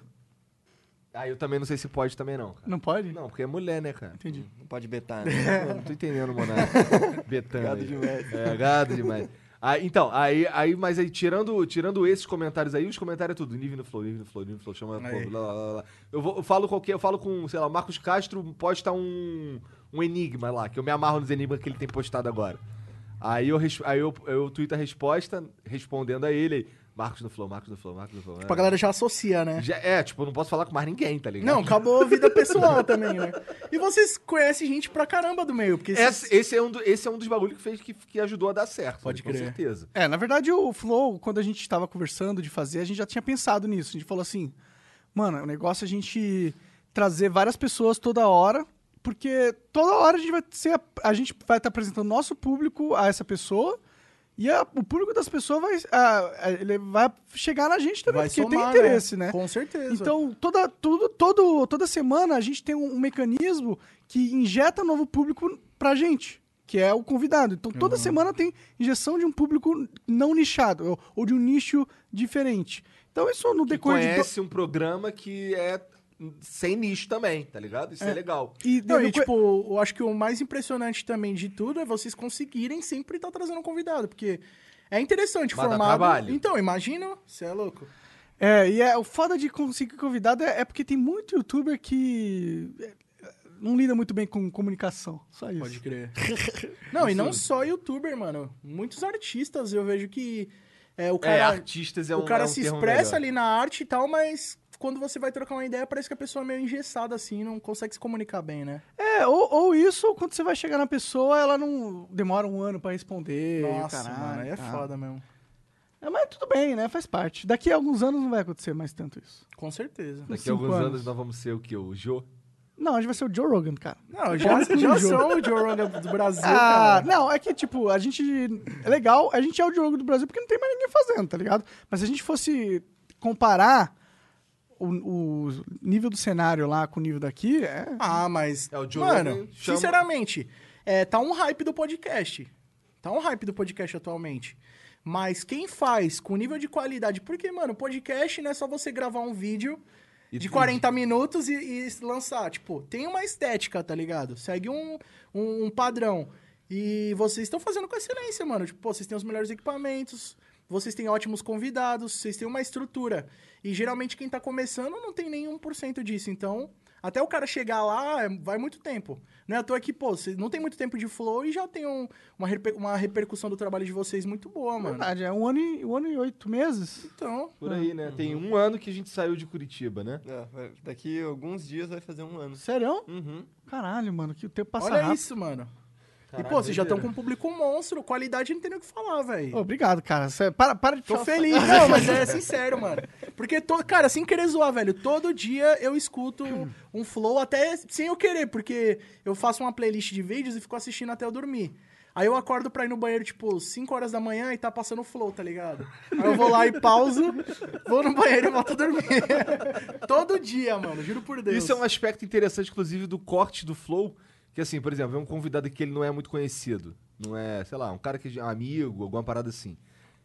Ah, eu também não sei se pode também não, cara. Não pode? Não, porque é mulher, né, cara? Entendi. Não pode betar, né? Pô, não tô entendendo, mano. Betando. Gado aí. demais. É, gado demais. Então, mas aí, tirando esses comentários aí, os comentários é tudo. Nível no Flow, chama, pô, Aí. blá, blá, blá, blá. Eu falo com, sei lá, o Marcos Castro posta um enigma lá, que eu me amarro nos enigmas que ele tem postado agora. Aí eu tweeto a resposta, respondendo a ele, aí, Marcos no Flow. Tipo, a galera já associa, né? Tipo, eu não posso falar com mais ninguém, tá ligado? Não, acabou a vida pessoal também, né? E vocês conhecem gente pra caramba do meio, porque... Esse é um dos bagulhos que fez que ajudou a dar certo. Pode com crer. certeza. Na verdade, o Flow, quando a gente tava conversando de fazer, a gente já tinha pensado nisso. A gente falou assim, mano, o negócio é a gente trazer várias pessoas toda hora, porque toda hora a gente vai estar apresentando nosso público a essa pessoa, e o público das pessoas ele vai chegar na gente também, vai porque somar, tem interesse, né? Com certeza. Então, toda semana a gente tem um mecanismo que injeta novo público pra gente, que é o convidado. Então, toda semana tem injeção de um público não nichado, ou de um nicho diferente. Então, isso no Que decorrer conhece um programa que é sem nicho também, tá ligado? Isso é legal. Não, e tipo, eu acho que o mais impressionante também de tudo é vocês conseguirem sempre estar trazendo um convidado, porque é interessante o Mas dá formato. trabalho. Então, imagina, você é louco. o foda de conseguir convidado é porque tem muito youtuber que não lida muito bem com comunicação. Só isso. Pode crer. Não, e não só youtuber, mano. Muitos artistas eu vejo que o cara, artistas o cara é um se termo expressa melhor. ali na arte e tal, mas quando você vai trocar uma ideia, parece que a pessoa é meio engessada assim, não consegue se comunicar bem, né? Ou isso, ou quando você vai chegar na pessoa, ela não demora um ano pra responder. Nossa, caralho, mano, aí é tá. foda mesmo. Mas tudo bem, né? Faz parte. Daqui a alguns anos não vai acontecer mais tanto isso. Com certeza. Daqui a 5 alguns anos. anos nós vamos ser o quê? O Jô? Não, a gente vai ser o Joe Rogan, cara. Não, já são o Joe Rogan do Brasil, cara. Não, é que, tipo, a gente... É legal, a gente é o Joe Rogan do Brasil porque não tem mais ninguém fazendo, tá ligado? Mas se a gente fosse comparar o nível do cenário lá com o nível daqui, Ah, mas, É, o Joe mano, Rogan chama- sinceramente, tá um hype do podcast. Tá um hype do podcast atualmente. Mas quem faz com nível de qualidade... Porque, mano, podcast não é só você gravar um vídeo de 40 minutos e lançar. Tipo, tem uma estética, tá ligado? Segue um padrão. E vocês estão fazendo com excelência, mano. Tipo, pô, vocês têm os melhores equipamentos, vocês têm ótimos convidados, vocês têm uma estrutura. E geralmente quem tá começando não tem nem 1% disso. Então, até o cara chegar lá, vai muito tempo. Não é à toa que, pô, você não tem muito tempo de flow e já tem uma repercussão do trabalho de vocês muito boa, mano. verdade, é 1 ano e 8 meses. Então, Por aí, né? Tem um ano que a gente saiu de Curitiba, né? Daqui a alguns dias vai fazer um ano. Sério? Uhum. Caralho, mano, que o tempo passa olha rápido. isso, mano. Caralho, e, pô, vocês já estão doideira. com um público monstro. Qualidade não tem nem o que falar, velho. Obrigado, cara. Para de Tô falar- feliz. Não, mas é sincero, mano. Porque, cara, sem querer zoar, velho, todo dia eu escuto um flow, até sem eu querer, porque eu faço uma playlist de vídeos e fico assistindo até eu dormir. Aí eu acordo pra ir no banheiro, tipo, 5 horas da manhã e tá passando flow, tá ligado? Aí eu vou lá e pauso, vou no banheiro e volto a dormir. Todo dia, mano, juro por Deus. Isso é um aspecto interessante, inclusive, do corte do Flow. Que assim, por exemplo, é um convidado que ele não é muito conhecido. Não é, sei lá, um cara que é um amigo, alguma parada assim.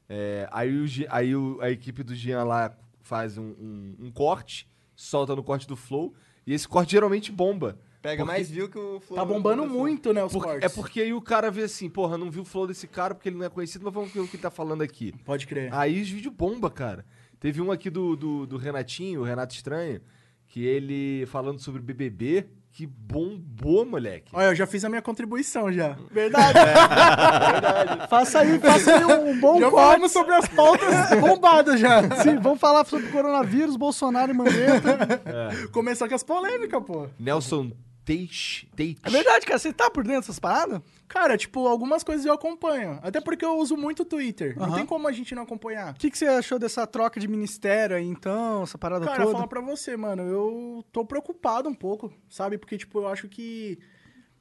A equipe do Jean lá faz um corte, solta no corte do Flow, e esse corte geralmente bomba. Pega mais view que o Flow. Tá bombando muito, né, os cortes. É porque aí o cara vê assim, porra, não viu o Flow desse cara porque ele não é conhecido, mas vamos ver o que ele tá falando aqui. Pode crer. Aí os vídeos bomba, cara. Teve um aqui do Renatinho, o Renato Estranho, que ele falando sobre BBB, que bombou, moleque. Olha, eu já fiz a minha contribuição já. Verdade. Faça aí um bom Já corte. falamos sobre as pautas bombadas já. Sim, vamos falar sobre coronavírus, Bolsonaro e Mandetta. Começar com as polêmicas, pô. Nelson Tate. É verdade, cara. Você tá por dentro dessas paradas? Cara, tipo, algumas coisas eu acompanho. Até porque eu uso muito o Twitter. Não Aham. tem como a gente não acompanhar. O que você achou dessa troca de ministério aí, então? Essa parada Cara, toda? falar pra você, mano, eu tô preocupado um pouco, sabe? Porque, tipo, eu acho que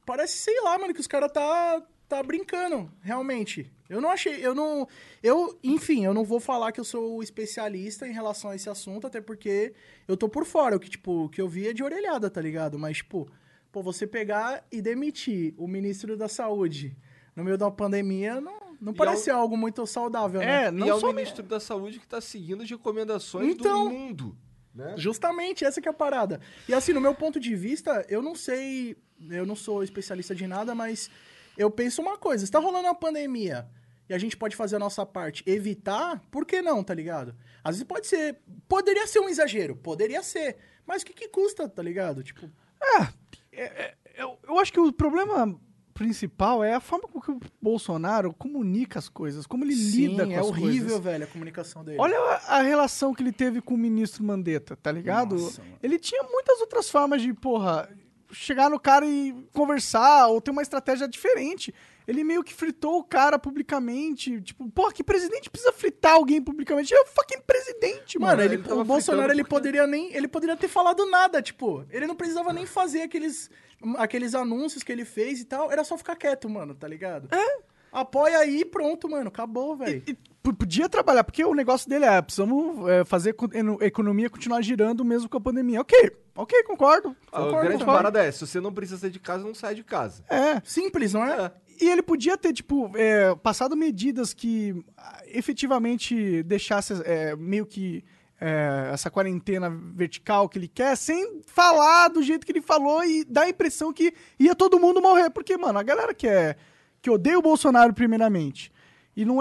parece, sei lá, mano, que os caras tá brincando, realmente. Eu não achei, enfim, eu não vou falar que eu sou especialista em relação a esse assunto, até porque eu tô por fora, o que, tipo, o que eu vi é de orelhada, tá ligado? Mas, tipo, pô, você pegar e demitir o ministro da Saúde no meio de uma pandemia, não parece ser algo muito saudável, né? E é o ministro da Saúde que tá seguindo as recomendações do mundo, né? Justamente, essa que é a parada. E assim, no meu ponto de vista, eu não sei, eu não sou especialista de nada, mas eu penso uma coisa, se tá rolando uma pandemia e a gente pode fazer a nossa parte, evitar, por que não, tá ligado? Às vezes poderia ser um exagero, poderia ser, mas o que custa, tá ligado? Tipo... Eu acho que o problema principal é a forma com que o Bolsonaro comunica as coisas, como ele lida com as coisas. É horrível, velho, a comunicação dele. Olha a relação que ele teve com o ministro Mandetta, tá ligado? Nossa, ele tinha muitas outras formas de, chegar no cara e conversar, ou ter uma estratégia diferente. Ele meio que fritou o cara publicamente. Tipo, que presidente precisa fritar alguém publicamente? Ele é o fucking presidente, mano. O Bolsonaro, ele poderia ter falado nada, tipo, ele não precisava nem fazer aqueles anúncios que ele fez e tal, era só ficar quieto, mano, tá ligado? Apoia aí, pronto, mano, acabou, velho. Podia trabalhar, porque o negócio dele precisamos fazer a economia continuar girando mesmo com a pandemia. Ok, concordo. A grande parada é, se você não precisa sair de casa, não sai de casa. Simples, não é? E ele podia ter, passado medidas que efetivamente deixasse meio que essa quarentena vertical que ele quer, sem falar do jeito que ele falou e dar a impressão que ia todo mundo morrer. Porque, mano, a galera que odeia o Bolsonaro primeiramente e não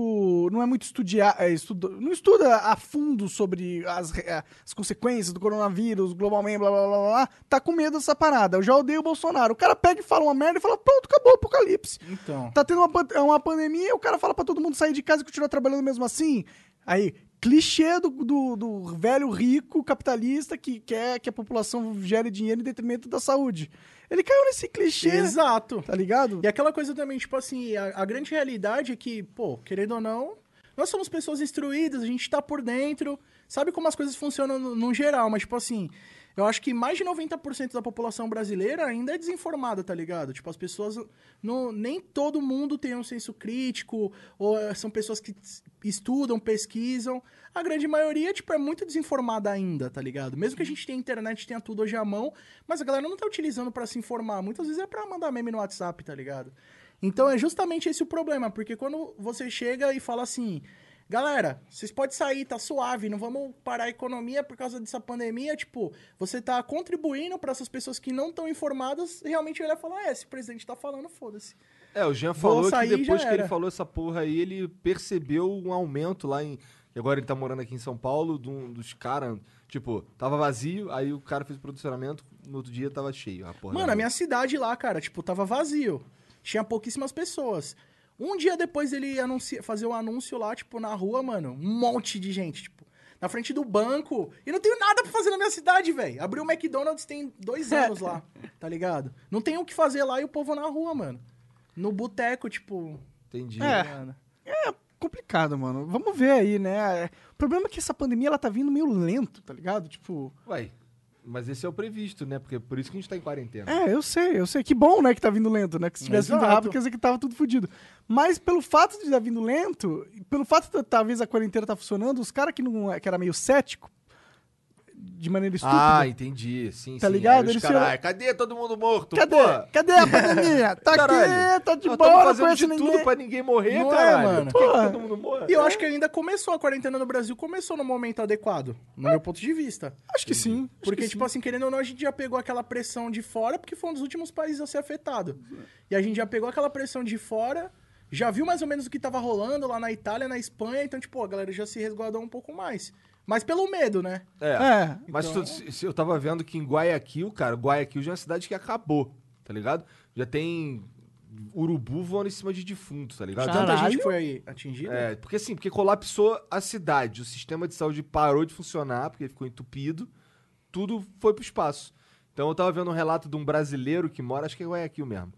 estuda a fundo sobre as consequências do coronavírus, globalmente, blá, blá, blá, blá, tá com medo dessa parada. Eu já odeio o Bolsonaro. O cara pega e fala uma merda e fala, pronto, acabou o apocalipse. Então. Tá tendo uma pandemia, o cara fala pra todo mundo sair de casa e continuar trabalhando mesmo assim. Aí, clichê do velho rico capitalista que quer que a população gere dinheiro em detrimento da saúde. Ele caiu nesse clichê. Exato. Tá ligado? E aquela coisa também, tipo assim, a grande realidade é que, querendo ou não, nós somos pessoas instruídas, a gente tá por dentro, sabe como as coisas funcionam no geral, mas, tipo assim, eu acho que mais de 90% da população brasileira ainda é desinformada, tá ligado? Tipo, as pessoas... nem todo mundo tem um senso crítico, ou são pessoas que estudam, pesquisam. A grande maioria, tipo, é muito desinformada ainda, tá ligado? Mesmo que a gente tenha internet, tenha tudo hoje à mão, mas a galera não tá utilizando pra se informar. Muitas vezes é pra mandar meme no WhatsApp, tá ligado? Então é justamente esse o problema, porque quando você chega e fala assim... Galera, vocês podem sair, tá suave, não vamos parar a economia por causa dessa pandemia, tipo, você tá contribuindo pra essas pessoas que não estão informadas realmente olhar e falar, se o presidente tá falando, foda-se. O Jean falou que depois que ele falou essa porra aí, ele percebeu um aumento lá em... Agora ele tá morando aqui em São Paulo, dos caras, tipo, tava vazio, aí o cara fez o producionamento, no outro dia tava cheio. Mano, a minha cidade lá, cara, tipo, tava vazio, tinha pouquíssimas pessoas. Um dia depois ele fazer um anúncio lá, tipo, na rua, mano, um monte de gente, tipo, na frente do banco. E não tenho nada pra fazer na minha cidade, velho. Abriu o McDonald's tem 2 anos lá, tá ligado? Não tem o que fazer lá e o povo na rua, mano. No boteco, tipo... Entendi. É complicado, mano. Vamos ver aí, né? O problema é que essa pandemia, ela tá vindo meio lento, tá ligado? Tipo... Mas esse é o previsto, né? Porque por isso que a gente tá em quarentena. Eu sei. Que bom, né, que tá vindo lento, né? Que se tivesse vindo rápido, quer dizer que tava tudo fodido. Mas pelo fato de estar vindo lento, pelo fato de talvez a quarentena tá funcionando, os caras que era meio cético, de maneira estúpida. Entendi. Sim, tá ligado? Eles cadê todo mundo morto? Cadê a pandemia? Tá aqui, tá de boa, não conhece ninguém. Tudo pra ninguém morrer, não caralho. Mano. Que todo mundo morre? E eu acho que ainda começou a quarentena no Brasil, começou no momento adequado, no meu ponto de vista. Acho que sim. Porque, tipo assim, querendo ou não, a gente já pegou aquela pressão de fora, porque foi um dos últimos países a ser afetado. E a gente já pegou aquela pressão de fora, já viu mais ou menos o que tava rolando lá na Itália, na Espanha, então, tipo, a galera já se resguardou um pouco mais. Mas pelo medo, né? Mas eu tava vendo que em Guayaquil, cara, Guayaquil já é uma cidade que acabou, tá ligado? Já tem urubu voando em cima de defunto, tá ligado? Tanta gente foi aí atingida? Porque colapsou a cidade, o sistema de saúde parou de funcionar, porque ficou entupido, tudo foi pro espaço. Então eu tava vendo um relato de um brasileiro que mora, acho que é Guayaquil mesmo,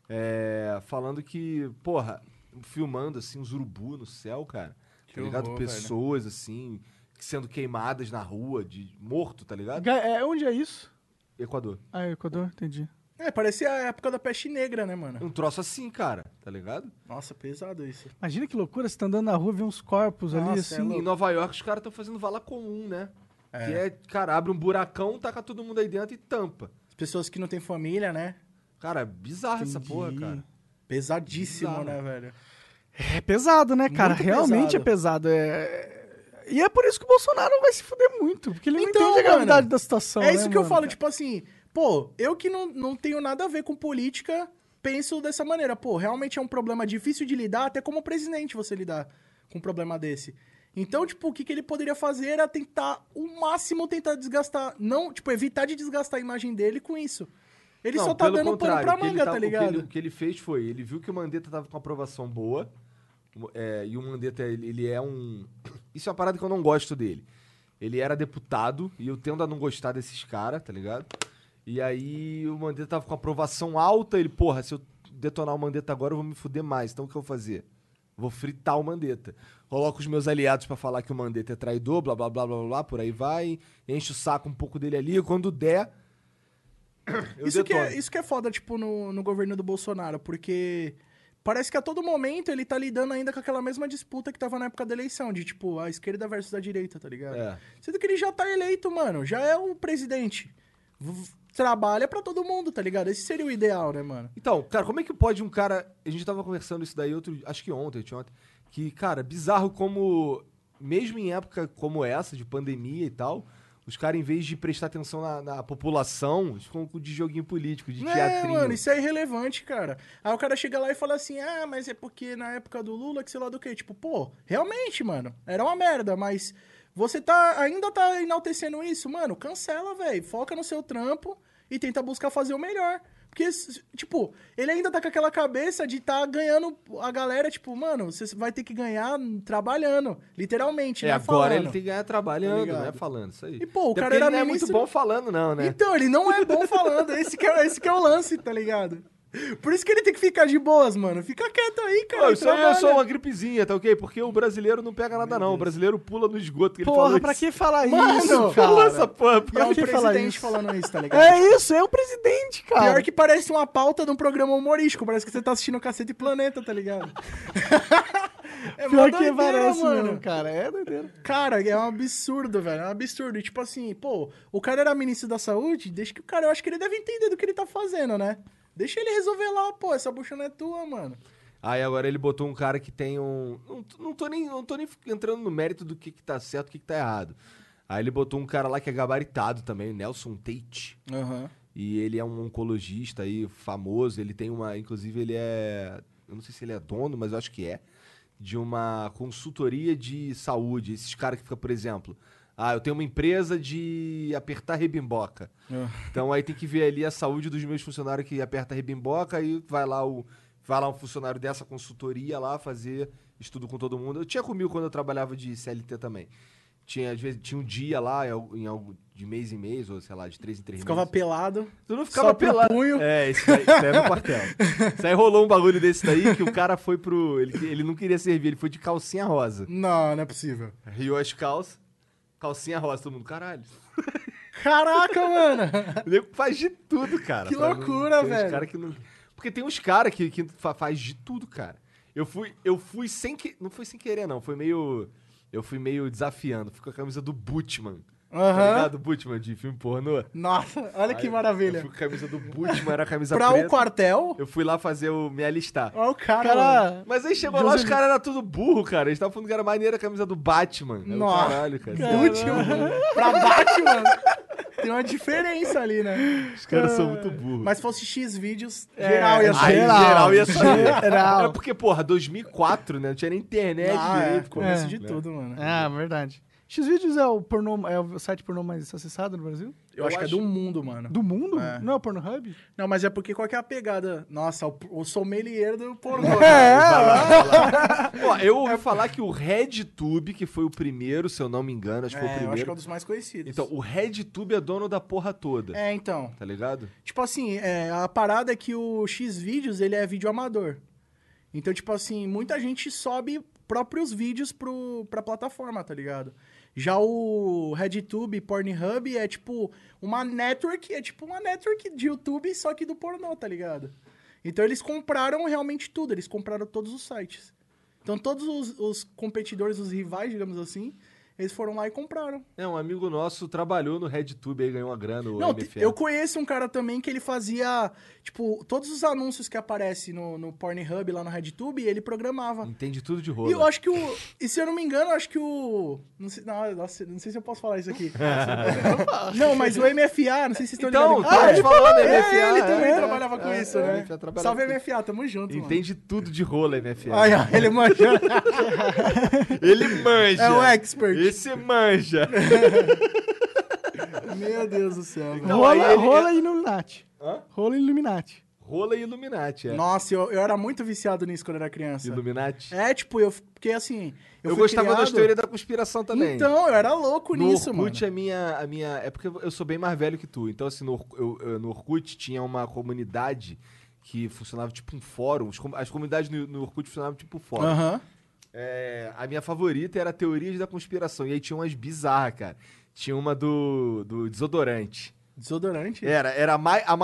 falando que, filmando, assim, uns urubu no céu, cara, tá ligado? Pessoas, velho, assim... sendo queimadas na rua, morto, tá ligado? Onde é isso? Equador. Equador, entendi. Parecia a época da peste negra, né, mano? Um troço assim, cara, tá ligado? Nossa, pesado isso. Imagina que loucura, você tá andando na rua e vê uns corpos ali, Nossa, assim. Em Nova York, os caras estão fazendo vala comum, né? Que é, cara, abre um buracão, taca todo mundo aí dentro e tampa. As pessoas que não têm família, né? Cara, bizarra essa Entendi. porra, cara. Pesadíssimo, Bizarro. né, velho? É pesado, né, cara? Muito Realmente pesado. é pesado. E é por isso que o Bolsonaro vai se fuder muito, porque ele não Então, entende a gravidade mano, da situação, É isso né, que eu mano? falo, tipo assim, pô, eu que não tenho nada a ver com política, penso dessa maneira. Pô, realmente é um problema difícil de lidar, até como presidente você lidar com um problema desse. Então, tipo, o que ele poderia fazer era tentar, o máximo, tentar desgastar, não, tipo, evitar de desgastar a imagem dele com isso. Ele Não, só tá pelo dando pano pra contrário, o que ele manga, tá ligado? O que ele fez foi, ele viu que o Mandetta tava com aprovação boa, e o Mandetta, ele é um... Isso é uma parada que eu não gosto dele. Ele era deputado, e eu tendo a não gostar desses caras, tá ligado? E aí o Mandetta tava com aprovação alta, ele, porra, se eu detonar o Mandetta agora, eu vou me fuder mais, então o que eu vou fazer? Vou fritar o Mandetta. Coloco os meus aliados pra falar que o Mandetta é traidor, blá, blá, blá, blá, blá, por aí vai, enche o saco um pouco dele ali, e quando der... Isso que é foda, tipo, no governo do Bolsonaro, porque parece que a todo momento ele tá lidando ainda com aquela mesma disputa que tava na época da eleição, de tipo, a esquerda versus a direita, tá ligado? É. Sendo que ele já tá eleito, mano, já é o presidente. Trabalha pra todo mundo, tá ligado? Esse seria o ideal, né, mano? Então, cara, como é que pode um cara... A gente tava conversando isso daí acho que ontem, que, cara, bizarro como, mesmo em época como essa, de pandemia e tal, os caras, em vez de prestar atenção na população, eles ficam de joguinho político, de teatrinho. Mano, isso é irrelevante, cara. Aí o cara chega lá e fala assim, mas é porque na época do Lula, que sei lá do quê. Tipo, pô, realmente, mano, era uma merda, mas você ainda tá enaltecendo isso? Mano, cancela, velho. Foca no seu trampo e tenta buscar fazer o melhor. Porque, tipo, ele ainda tá com aquela cabeça de tá ganhando a galera, tipo, mano, você vai ter que ganhar trabalhando, literalmente, né? Agora falando. ele tem que ganhar trabalhando, Tá ligado? né? Falando isso aí. E, pô, o Até cara porque era ele não é ministro... muito bom falando, não, né? Então, ele não é bom falando, esse que é o lance, tá ligado? Por isso que ele tem que ficar de boas, mano. Fica quieto aí, cara. Pô, isso aí é trabalha. só uma gripezinha, tá ok? Porque o brasileiro não pega nada, não. O brasileiro pula no esgoto que ele falou Porra, pra isso. que falar Mano, isso, Falou cara? essa porra. E é um que falar presidente isso? falando isso, tá ligado? É isso, é o presidente, cara. Pior que parece uma pauta de um programa humorístico. Parece que você tá assistindo o Cacete Planeta, tá ligado? É Pior mó que doideira, parece, mano, cara. É doideira. Cara, é um absurdo, velho. É um absurdo. E tipo assim, pô, o cara era ministro da saúde, deixa que o cara, eu acho que ele deve entender do que ele tá fazendo, né? Deixa ele resolver lá, pô. Essa bucha não é tua, mano. Aí agora ele botou um cara que tem um... Não tô nem entrando no mérito do que tá certo e o que tá errado. Aí ele botou um cara lá que é gabaritado também, Nelson Tate. Aham. E ele é um oncologista aí, famoso. Ele tem uma... Inclusive ele é... Eu não sei se ele é dono, mas eu acho que é. De uma consultoria de saúde. Esses caras que ficam, por exemplo... eu tenho uma empresa de apertar rebimboca. Então aí tem que ver ali a saúde dos meus funcionários que aperta rebimboca. Aí vai lá um funcionário dessa consultoria lá fazer estudo com todo mundo. Eu tinha comigo quando eu trabalhava de CLT também. Às vezes, tinha um dia lá, de mês em mês, ou sei lá, de 3 em 3 Ficava meses. pelado. Tu não ficava só pro pelado. punho. Isso aí é no quartel. Isso aí rolou um bagulho desse daí que o cara foi ele não queria servir, ele foi de calcinha rosa. Não é possível. Riu as calças, calcinha rosa, todo mundo, caralho. Caraca, mano. O nego faz de tudo, cara. Que pra loucura, tem uns velho. cara que não... Porque tem uns caras que faz de tudo, cara. Eu fui sem que... Não foi sem querer, não. Eu fui meio desafiando. Fui com a camisa do Butchman. Tá Aham. ligado? Butchman, de filme pornô. Nossa, olha que Aí maravilha. Eu fui com a camisa do Butchman, era a camisa Pra preta. o quartel, Eu fui lá fazer me alistar. olha o cara, mano. Cara, Mas aí chegou lá, os caras eram tudo burro, cara. Eles estavam falando que era maneira a camisa do Batman. Aí eu, Nossa. caralho, cara. Último. Pra Batman. Tem uma diferença ali, né? Os caras são muito burros. Mas se fosse X vídeos, geral ia Aí, ser. geral ia saber. Geral. É porque, porra, 2004, né? Não tinha nem internet direito. Começo É. de tudo, mano. verdade. Xvideos é o site pornô mais acessado no Brasil? Eu acho que é do mundo, mano. Do mundo? É. Não é o Pornhub? Não, mas é porque qual que é a pegada? Nossa, o sommelier do pornô. Ó, eu ouvi falar que o RedTube, que foi o primeiro, se eu não me engano, acho que foi o Eu acho que é primeiro. um dos mais conhecidos. Então, o RedTube é dono da porra toda. Então. Tá ligado? Tipo assim, a parada é que o Xvideos, ele é vídeo amador. Então, tipo assim, muita gente sobe próprios vídeos pra plataforma, tá ligado? Já o RedTube, Pornhub é tipo uma network de YouTube, só que do pornô, tá ligado? Então eles compraram realmente tudo, eles compraram todos os sites. Então todos os competidores, os rivais, digamos assim, eles foram lá e compraram. Um amigo nosso trabalhou no RedTube aí, ganhou uma grana, o Não, MFA. eu conheço um cara também que ele fazia, tipo, todos os anúncios que aparecem no Pornhub, lá no RedTube, ele programava. Entende tudo de E rola. eu acho que e se eu não me engano, eu acho que não sei, não sei se eu posso falar isso aqui. Não, mas o MFA, não sei se vocês estão Então, ligados. tá te falando, MFA. Ele também trabalhava com isso, né? MFA trabalhava Salve com isso. MFA, tamo junto, mano. Entende tudo de rola, MFA. Ai, ele manja. Ele manja. É o expert. Esse manja. Meu Deus do céu. Não, rola, aí ele- rola e Illuminati. Hã? Rola e Illuminati. Rola e Illuminati, Nossa, eu era muito viciado nisso quando era criança. Illuminati. Tipo, porque assim... Eu fui gostava das criado- teorias da conspiração também. Então, eu era louco No nisso, Orkut, mano. a minha... É porque eu sou bem mais velho que tu. Então, assim, no Orkut tinha uma comunidade que funcionava tipo um fórum. As comunidades no Orkut funcionavam tipo um fórum. Aham. A minha favorita era Teorias da Conspiração. E aí tinha umas bizarras, cara. Tinha uma do desodorante. Desodorante? Era o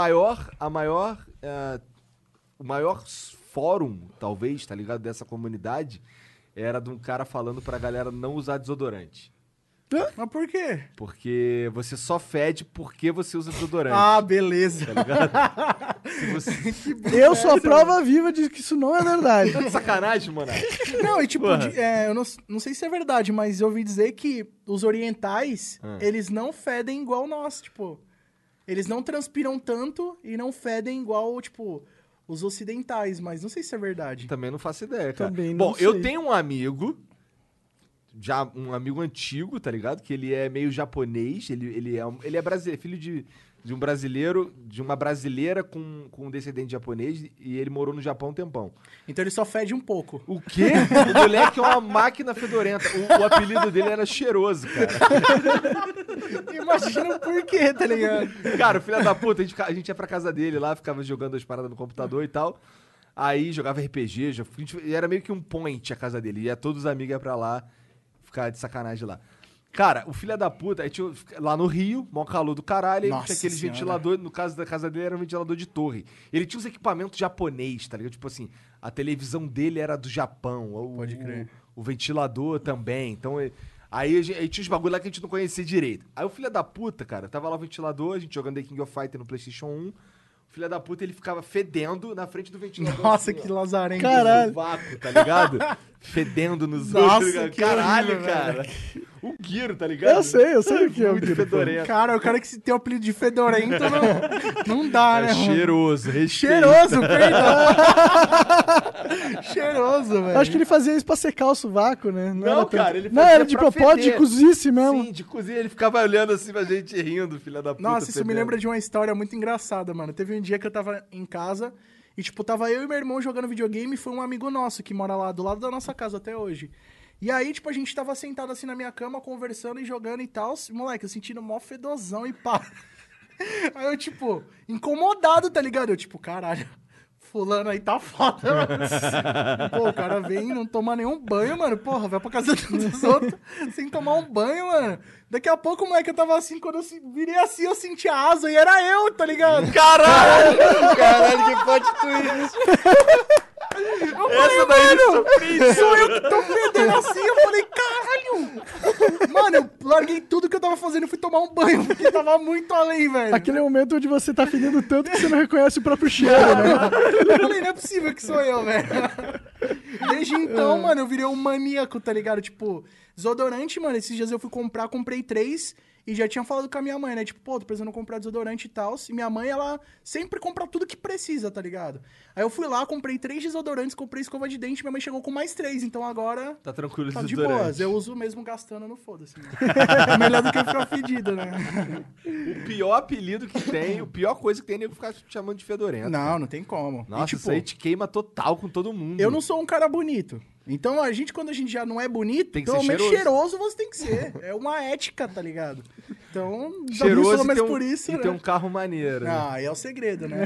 maior fórum, talvez, tá ligado? Dessa comunidade. Era de um cara falando pra galera não usar desodorante. Mas por quê? Porque você só fede porque você usa desodorante. Ah, beleza. Tá ligado? Se você... Eu sou a prova viva de que isso não é verdade. Tá de sacanagem, mano. Não, e tipo, Porra. eu não sei se é verdade, mas eu ouvi dizer que os orientais, eles não fedem igual nós, tipo... Eles não transpiram tanto e não fedem igual, tipo, os ocidentais, mas não sei se é verdade. Também não faço ideia, cara. Também não Bom, eu sei. tenho um amigo, já um amigo antigo, tá ligado? Que ele é meio japonês, ele é brasileiro, filho de um brasileiro, de uma brasileira com um descendente japonês, e ele morou no Japão um tempão. Então ele só fede um pouco. O quê? O moleque é uma máquina fedorenta. O apelido dele era Cheiroso, cara. Imagina o porquê, tá ligado? Cara, o filho da puta, a gente ia pra casa dele lá, ficava jogando as paradas no computador e tal. Aí jogava RPG, era meio que um point a casa dele. Ia todos os amigos ia pra lá, ficar de sacanagem lá. Cara, o filho da puta, aí tinha, lá no Rio, mó calor do caralho, aí Nossa tinha aqueles Senhora. ventiladores, no caso da casa dele era um ventilador de torre. Ele tinha uns equipamentos japonês, tá ligado? Tipo assim, a televisão dele era do Japão. Pode crer. O ventilador também, então... Aí tinha uns bagulho lá que a gente não conhecia direito. Aí o filho da puta, cara, tava lá o ventilador, a gente jogando The King of Fighters no PlayStation 1. O filho da puta, ele ficava fedendo na frente do ventilador. Nossa, assim, que ó, lazarento. Caralho. no vácuo, tá ligado? Fedendo nos Nossa, outros. Cara. que Caralho, horrível, cara. O Guiro, tá ligado? Eu sei o que é o Muito Guiro. fedorento. Cara, o cara que se tem o apelido de fedorento não dá, né, É mano? cheiroso, respeito. Cheiroso, perdão. Cheiroso, velho. Eu acho que ele fazia isso pra secar o sovaco, né? Não, era tanto- cara, ele Não, fazia era de pra propósito, de feder. cozice mesmo. Sim, de cozinha, ele ficava olhando assim pra gente rindo, filha da puta. Nossa, isso me fedendo. lembra de uma história muito engraçada, mano. Teve um dia que eu tava em casa e, tipo, tava eu e meu irmão jogando videogame e foi um amigo nosso que mora lá do lado da nossa casa até hoje. E aí, tipo, a gente tava sentado assim na minha cama, conversando e jogando e tal. Moleque, eu sentindo mó fedozão e pá. Aí eu, tipo, incomodado, tá ligado? Eu, tipo, caralho, fulano aí tá foda, mano. Pô, o cara vem e não toma nenhum banho, mano. Porra, vai pra casa dos outros sem tomar um banho, mano. Daqui a pouco, moleque, eu tava assim, quando eu virei assim, eu senti a asa e era eu, tá ligado? Caralho! Caralho, que plot twist. Essa daí me surpreende. Sou eu que tô fedendo assim, eu falei, caralho! Mano, eu larguei tudo que eu tava fazendo e fui tomar um banho, porque tava muito além, velho. Aquele momento onde você tá fedendo tanto que você não reconhece o próprio cheiro, né? Eu falei, não é possível que sou eu, velho. Desde então, mano, eu virei um maníaco, tá ligado? Tipo, desodorante, mano, esses dias eu fui comprar, comprei 3 e já tinha falado com a minha mãe, né? Tipo, pô, tô precisando comprar desodorante e tal. E minha mãe, ela sempre compra tudo que precisa, tá ligado? Aí eu fui lá, comprei 3 desodorantes, comprei escova de dente, minha mãe chegou com mais 3, então agora Tá tranquilo, tá de desodorante. boas. Eu uso mesmo gastando no foda-se. Né? É melhor do que ficar fedido, né? O pior apelido que tem, a pior coisa que tem é ficar te chamando de fedorento. Não, não tem como. Nossa, E, tipo, isso aí te queima total com todo mundo. eu não sou um cara bonito. Então, quando a gente já não é bonito, Tem que pelo ser menos cheiroso. cheiroso você tem que ser. É uma ética, tá ligado? Então, Cheiroso pelo menos e por isso, e né? tem um carro maneiro. Né? Ah, é o segredo, né?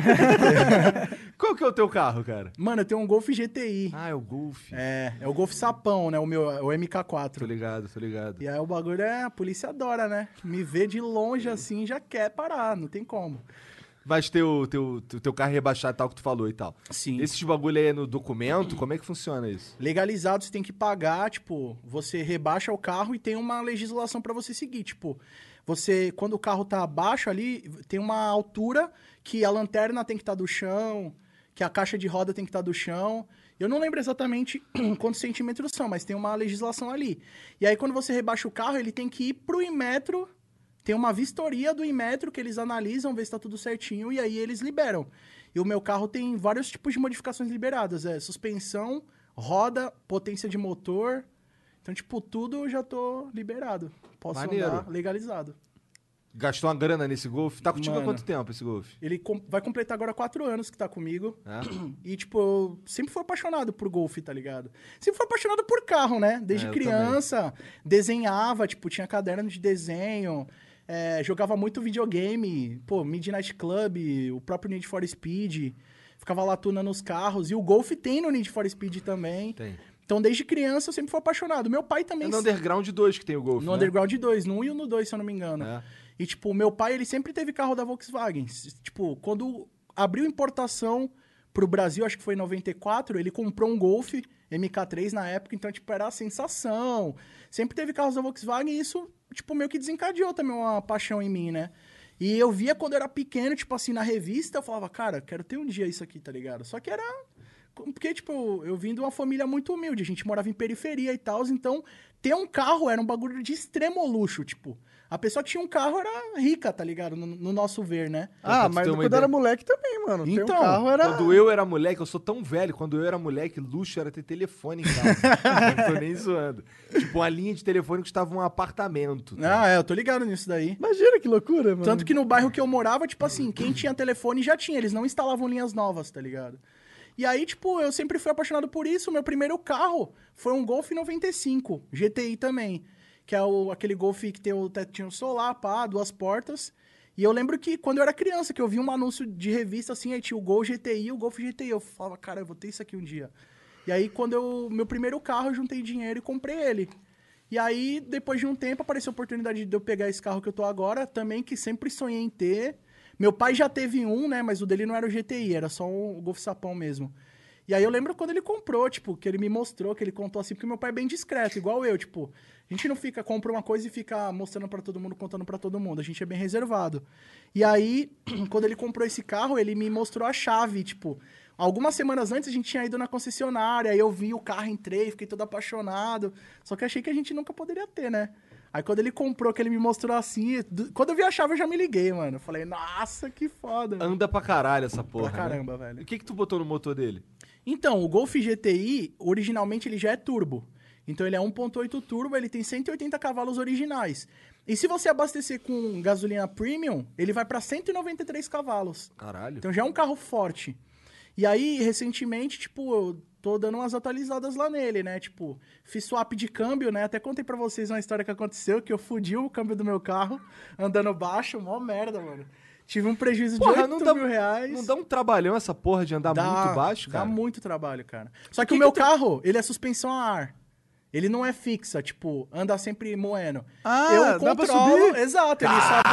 Qual que é o teu carro, cara? Mano, eu tenho um Golf GTI. Ah, é o Golf. É o Golf Sapão, né? O meu, o Tô MK4. ligado, tô ligado. E aí o bagulho a polícia adora, né? Me vê de longe assim, já quer parar, não tem como. Mas teu carro rebaixado tal que tu falou e tal. Sim. Esses bagulho aí é no documento? Como é que funciona isso? Legalizado, você tem que pagar, tipo, você rebaixa o carro e tem uma legislação pra você seguir, tipo, você, quando o carro tá abaixo ali, tem uma altura que a lanterna tem que estar do chão, que a caixa de roda tem que estar do chão. Eu não lembro exatamente quantos centímetros são, mas tem uma legislação ali. E aí, quando você rebaixa o carro, ele tem que ir pro Inmetro, tem uma vistoria do Inmetro que eles analisam, vê se tá tudo certinho, e aí eles liberam. E o meu carro tem vários tipos de modificações liberadas, suspensão, roda, potência de motor. Então, tipo, tudo eu já tô liberado. Posso Maneiro. andar legalizado. Gastou uma grana nesse Golf? Tá contigo há Mano. quanto tempo esse Golf? Ele vai completar agora 4 anos que tá comigo. É? E, tipo, eu sempre fui apaixonado por Golf, tá ligado? Sempre fui apaixonado por carro, né? Desde eu criança, desenhava, tipo, tinha caderno de desenho, jogava muito videogame, pô, Midnight Club, o próprio Need for Speed, ficava lá tunando os carros. E o Golf tem no Need for Speed também. Tem. Então, desde criança, eu sempre fui apaixonado. Meu pai também... É no Underground 2 que tem o Golf, No né? Underground 2, no 1 e no 2, se eu não me engano. É. E, tipo, meu pai, ele sempre teve carro da Volkswagen. Tipo, quando abriu importação pro Brasil, acho que foi em 94, ele comprou um Golf MK3 na época, então, tipo, era a sensação. Sempre teve carros da Volkswagen e isso, tipo, meio que desencadeou também uma paixão em mim, né? E eu via quando eu era pequeno, tipo assim, na revista, eu falava, cara, quero ter um dia isso aqui, tá ligado? Só que era... Porque, tipo, eu vim de uma família muito humilde, a gente morava em periferia e tal, então ter um carro era um bagulho de extremo luxo, tipo. A pessoa que tinha um carro era rica, tá ligado? No nosso ver, né? Ah, pra tu mas ter quando uma eu ideia. era moleque também, mano. Ter um Então, carro era... Quando eu era moleque, eu sou tão velho, quando eu era moleque, luxo era ter telefone em casa. Não tô nem zoando. Tipo, uma linha de telefone custava um apartamento. Tá? Ah, eu tô ligado nisso daí. Imagina que loucura, mano. Tanto que no bairro que eu morava, tipo assim, quem tinha telefone já tinha, eles não instalavam linhas novas, tá ligado? E aí, tipo, eu sempre fui apaixonado por isso. Meu primeiro carro foi um Golf 95, GTI também. Que é aquele Golf que tem o tetinho solar, pá, 2 portas. E eu lembro que quando eu era criança, que eu vi um anúncio de revista assim, aí tinha o Gol GTI e o Golf GTI. Eu falava, cara, eu vou ter isso aqui um dia. E aí, meu primeiro carro, eu juntei dinheiro e comprei ele. E aí, depois de um tempo, apareceu a oportunidade de eu pegar esse carro que eu tô agora, também que sempre sonhei em ter. Meu pai já teve um, né, mas o dele não era o GTI, era só o Golf Sapão mesmo. E aí eu lembro quando ele comprou, tipo, que ele me mostrou, que ele contou assim, porque meu pai é bem discreto, igual eu, tipo, a gente não compra uma coisa e fica mostrando pra todo mundo, contando pra todo mundo, a gente é bem reservado. E aí, quando ele comprou esse carro, ele me mostrou a chave, tipo, algumas semanas antes a gente tinha ido na concessionária, aí eu vi o carro, entrei, fiquei todo apaixonado, só que achei que a gente nunca poderia ter, né? Aí quando ele comprou, que ele me mostrou assim, quando eu vi a chave eu já me liguei, mano. Eu falei, nossa, que foda. Anda pra caralho essa porra. Pra caramba, né? velho. E o que tu botou no motor dele? Então, o Golf GTI, originalmente ele já é turbo. Então ele é 1.8 turbo, ele tem 180 cavalos originais. E se você abastecer com gasolina premium, ele vai pra 193 cavalos. Caralho. Então já é um carro forte. E aí, recentemente, tipo, eu tô dando umas atualizadas lá nele, né? Tipo, fiz swap de câmbio, né? Até contei pra vocês uma história que aconteceu, que eu fudi o câmbio do meu carro, andando baixo, mó merda, mano. Tive um prejuízo de 8 mil reais. Não dá um trabalhão essa porra de andar muito baixo, cara? Dá muito trabalho, cara. Só que o meu carro, ele é suspensão a ar. Ele não é fixa, tipo, anda sempre moendo. Ah, eu dá pra controlo, subir? exato, ele sobe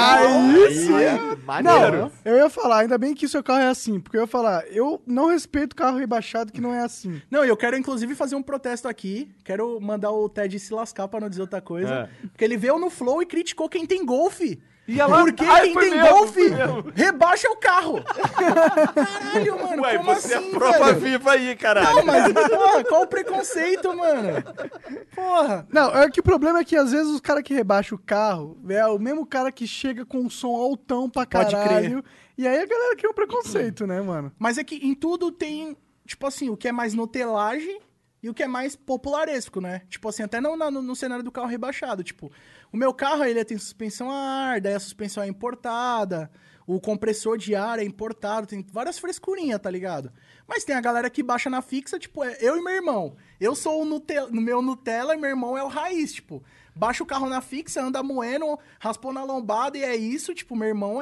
Aí original. sim. Maneiro. Não, eu ia falar, ainda bem que o seu carro é assim, porque eu ia falar, eu não respeito carro rebaixado que não é assim. Não, eu quero inclusive fazer um protesto aqui. Quero mandar o Ted se lascar pra não dizer outra coisa. Porque ele veio no Flow e criticou quem tem Golf. Ia lá, Porque quem tem Golf rebaixa o carro. Caralho, mano. Ué, como você assim, é prova velho? viva aí, caralho. Não, mas porra, qual o preconceito, mano? Porra. Não, é que o problema é que às vezes os caras que rebaixam o carro é o mesmo cara que chega com um som altão pra Pode caralho. E aí a galera cria um preconceito, né, mano? Mas é que em tudo tem, tipo assim, o que é mais nutelagem e o que é mais popularesco, né? Tipo assim, até no cenário do carro rebaixado. Tipo, o meu carro, ele tem suspensão a ar, daí a suspensão é importada, o compressor de ar é importado, tem várias frescurinhas, tá ligado? Mas tem a galera que baixa na fixa, tipo, é eu e meu irmão. Eu sou no meu Nutella e meu irmão é o raiz, tipo... Baixa o carro na fixa, anda moendo, raspou na lombada e é isso. Tipo, meu irmão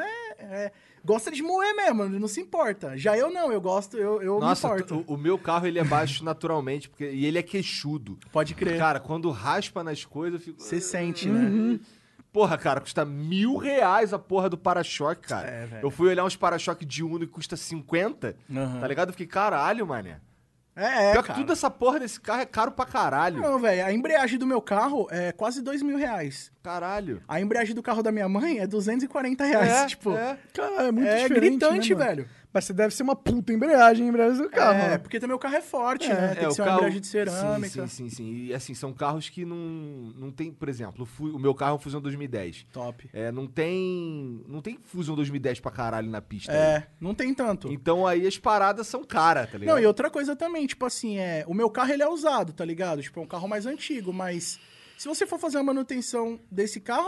gosta de moer mesmo, ele não se importa. Já eu não, eu gosto, eu Nossa, me importo. o meu carro, ele é baixo naturalmente, e ele é queixudo. Pode crer. Cara, quando raspa nas coisas, eu fico... Você sente, né? Porra, cara, custa R$1.000 a porra do para-choque, cara. É, velho. Eu fui olhar uns para-choque de Uno que custa 50, tá ligado? Eu fiquei, caralho, mané. Pior que cara. tudo essa porra desse carro é caro pra caralho. Não, velho, a embreagem do meu carro é quase R$2.000. Caralho. A embreagem do carro da minha mãe é R$240. Tipo, Cara, é muito é diferente, gritante, né, mano? velho. Mas você deve ser uma puta embreagem do carro. É, né? porque também o carro é forte, né? Tem que o ser uma carro- embreagem de cerâmica. Sim. E assim, são carros que não tem, por exemplo, o meu carro é um Fusion 2010. Top. Não tem Fusion 2010 pra caralho na pista. É, não tem tanto. Então aí as paradas são caras, tá ligado? Não, e outra coisa também, tipo assim, o meu carro ele é usado, tá ligado? Tipo, é um carro mais antigo, mas se você for fazer a manutenção desse carro,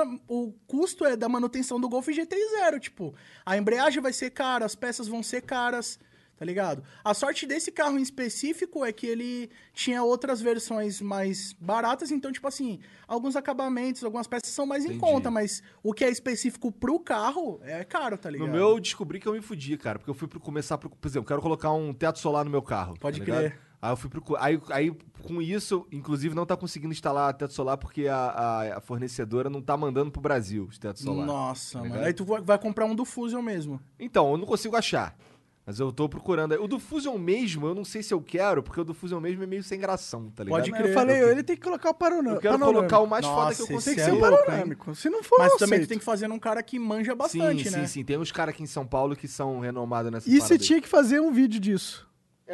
o custo é da manutenção do Golf GTI Zero, tipo, a embreagem vai ser cara, as peças vão ser caras, tá ligado? A sorte desse carro em específico é que ele tinha outras versões mais baratas, então, tipo assim, alguns acabamentos, algumas peças são mais em conta, mas o que é específico pro carro é caro, tá ligado? No meu, eu descobri que eu me fudi, cara, porque eu fui começar, por exemplo, eu quero colocar um teto solar no meu carro. Pode tá ligado? crer. Aí eu fui aí com isso, inclusive, não tá conseguindo instalar teto solar porque a fornecedora não tá mandando pro Brasil os tetos solar. Nossa, tá mano. ligado? Aí tu vai comprar um do Fusion mesmo. Então, eu não consigo achar. Mas eu tô procurando. O do Fusion mesmo, eu não sei se eu quero, porque o do Fusion mesmo é meio sem gração, tá ligado? Pode Mas crer. eu falei, ele tem que colocar o panorâmico. Eu quero colocar o mais foda que eu Nossa, consigo. Tem que esse ser é um louco, panorâmico. Se não for, Mas eu também tu aceito. tem que fazer num cara que manja bastante, né? Sim. Tem uns caras aqui em São Paulo que são renomados nessa E parada você aí. tinha que fazer um vídeo disso.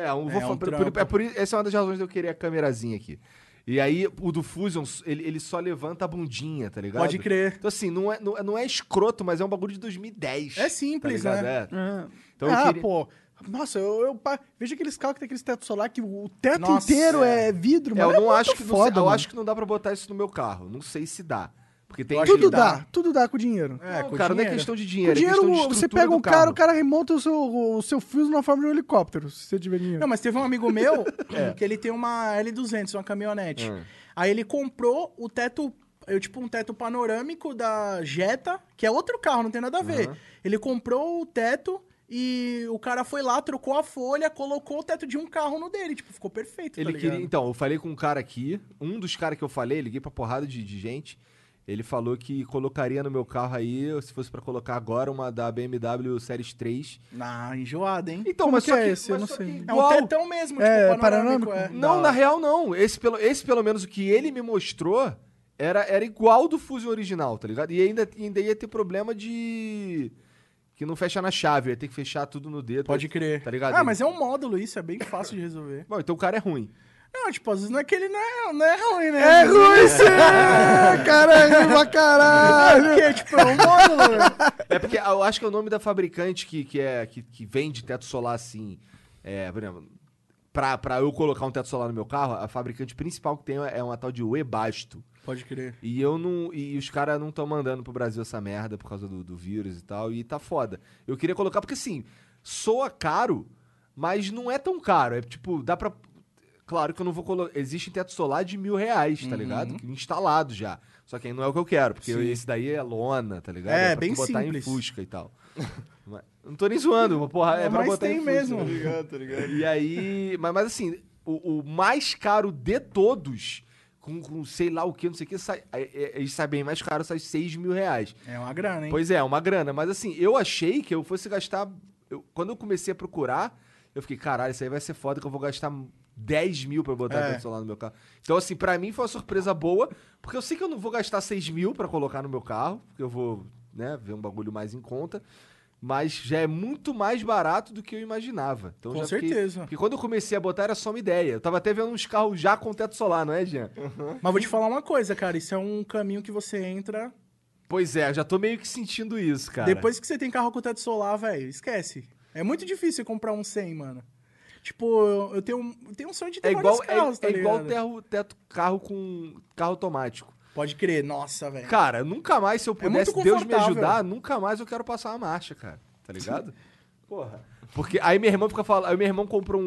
trampo. Essa é uma das razões de eu querer a câmerazinha aqui. E aí, o do Fusion, ele só levanta a bundinha, tá ligado? Pode crer. Então, assim, não é escroto, mas é um bagulho de 2010. É simples, tá ligado? né? É. Então eu queria... Pô. Nossa, veja aqueles carros que tem aquele teto solar que o teto Nossa, inteiro é vidro, mano. eu não é acho muito que foda, eu mano. acho que não dá pra botar isso no meu carro. Não sei se dá. Porque tem acho Tudo que tudo dá com dinheiro. Não, com cara, não é dinheiro. questão de Com dinheiro, é dinheiro, questão de você estrutura pega um do cara, carro. o cara remonta o seu fuso na forma de um helicóptero, se você tiver dinheiro. Não, mas teve um amigo meu que ele tem uma L200, uma caminhonete. Aí ele comprou o teto, um teto panorâmico da Jetta, que é outro carro, não tem nada a ver. Ele comprou o teto e o cara foi lá, trocou a folha, colocou o teto de um carro no dele. Tipo, ficou perfeito, Ele tá queria. ligado? Então, eu falei com um cara aqui, um dos caras que eu falei, liguei pra porrada de gente. Ele falou que colocaria no meu carro aí, se fosse pra colocar agora, uma da BMW Series 3. Ah, enjoado, hein? Então, Como mas que só é que, esse? Eu mas não só sei. que É igual. um tetão mesmo, É, tipo, panorâmico. panorâmico? Não, na real não. Esse pelo menos o que ele me mostrou era igual do Fusion original, tá ligado? E ainda ia ter problema de... que não fecha na chave, ia ter que fechar tudo no dedo. Pode crer. Tá ligado? Ah, mas é um módulo isso, é bem fácil de resolver. Bom, então o cara é ruim. Não, tipo, às vezes não é que ele não é ruim, né? É ruim sim! Caralho, pra caralho! Porque, tipo, é um módulo, né? É porque eu acho que é o nome da fabricante que vende teto solar assim. Por exemplo, pra eu colocar um teto solar no meu carro, a fabricante principal que tem é uma tal de Webasto. Pode crer. E eu não. E os caras não estão mandando pro Brasil essa merda por causa do vírus e tal. E tá foda. Eu queria colocar, porque assim, soa caro, mas não é tão caro. É tipo, dá pra. Claro que eu não vou colocar. Existe teto solar de R$1.000, tá ligado? Instalado já. Só que aí não é o que eu quero, porque esse daí é lona, tá ligado? É, pra bem tu botar simples. em Fusca e tal. Não tô nem zoando, porra, é pra Mas botar tem em Fusca. mesmo. Tá ligado, tá ligado? E aí. Mas assim, o mais caro de todos, com sei lá o que, não sei o que, eles sabem mais caro, sai R$6.000. É uma grana, hein? Pois é uma grana. Mas assim, eu achei que eu fosse gastar. Quando eu comecei a procurar, eu fiquei, caralho, isso aí vai ser foda que eu vou gastar 10 mil pra botar teto solar no meu carro. Então, assim, pra mim foi uma surpresa boa, porque eu sei que eu não vou gastar 6 mil pra colocar no meu carro, porque eu vou, né, ver um bagulho mais em conta. Mas já é muito mais barato do que eu imaginava. Então, Com já fiquei- certeza. Porque quando eu comecei a botar era só uma ideia. Eu tava até vendo uns carros já com teto solar, não é, Jean? Mas vou te falar uma coisa, cara. Isso é um caminho que você entra... Pois é, eu já tô meio que sentindo isso, cara. Depois que você tem carro com teto solar, velho, esquece. É muito difícil você comprar um 100, mano. Tipo, eu tenho um sonho de ter vários carros, tá igual ligado? carro com carro automático. Pode crer, nossa, velho. Cara, nunca mais, se eu pudesse, muito Deus me confortável. ajudar, nunca mais eu quero passar uma marcha, cara. Tá ligado? Porra. Porque aí minha irmã fica falando. Aí meu irmão comprou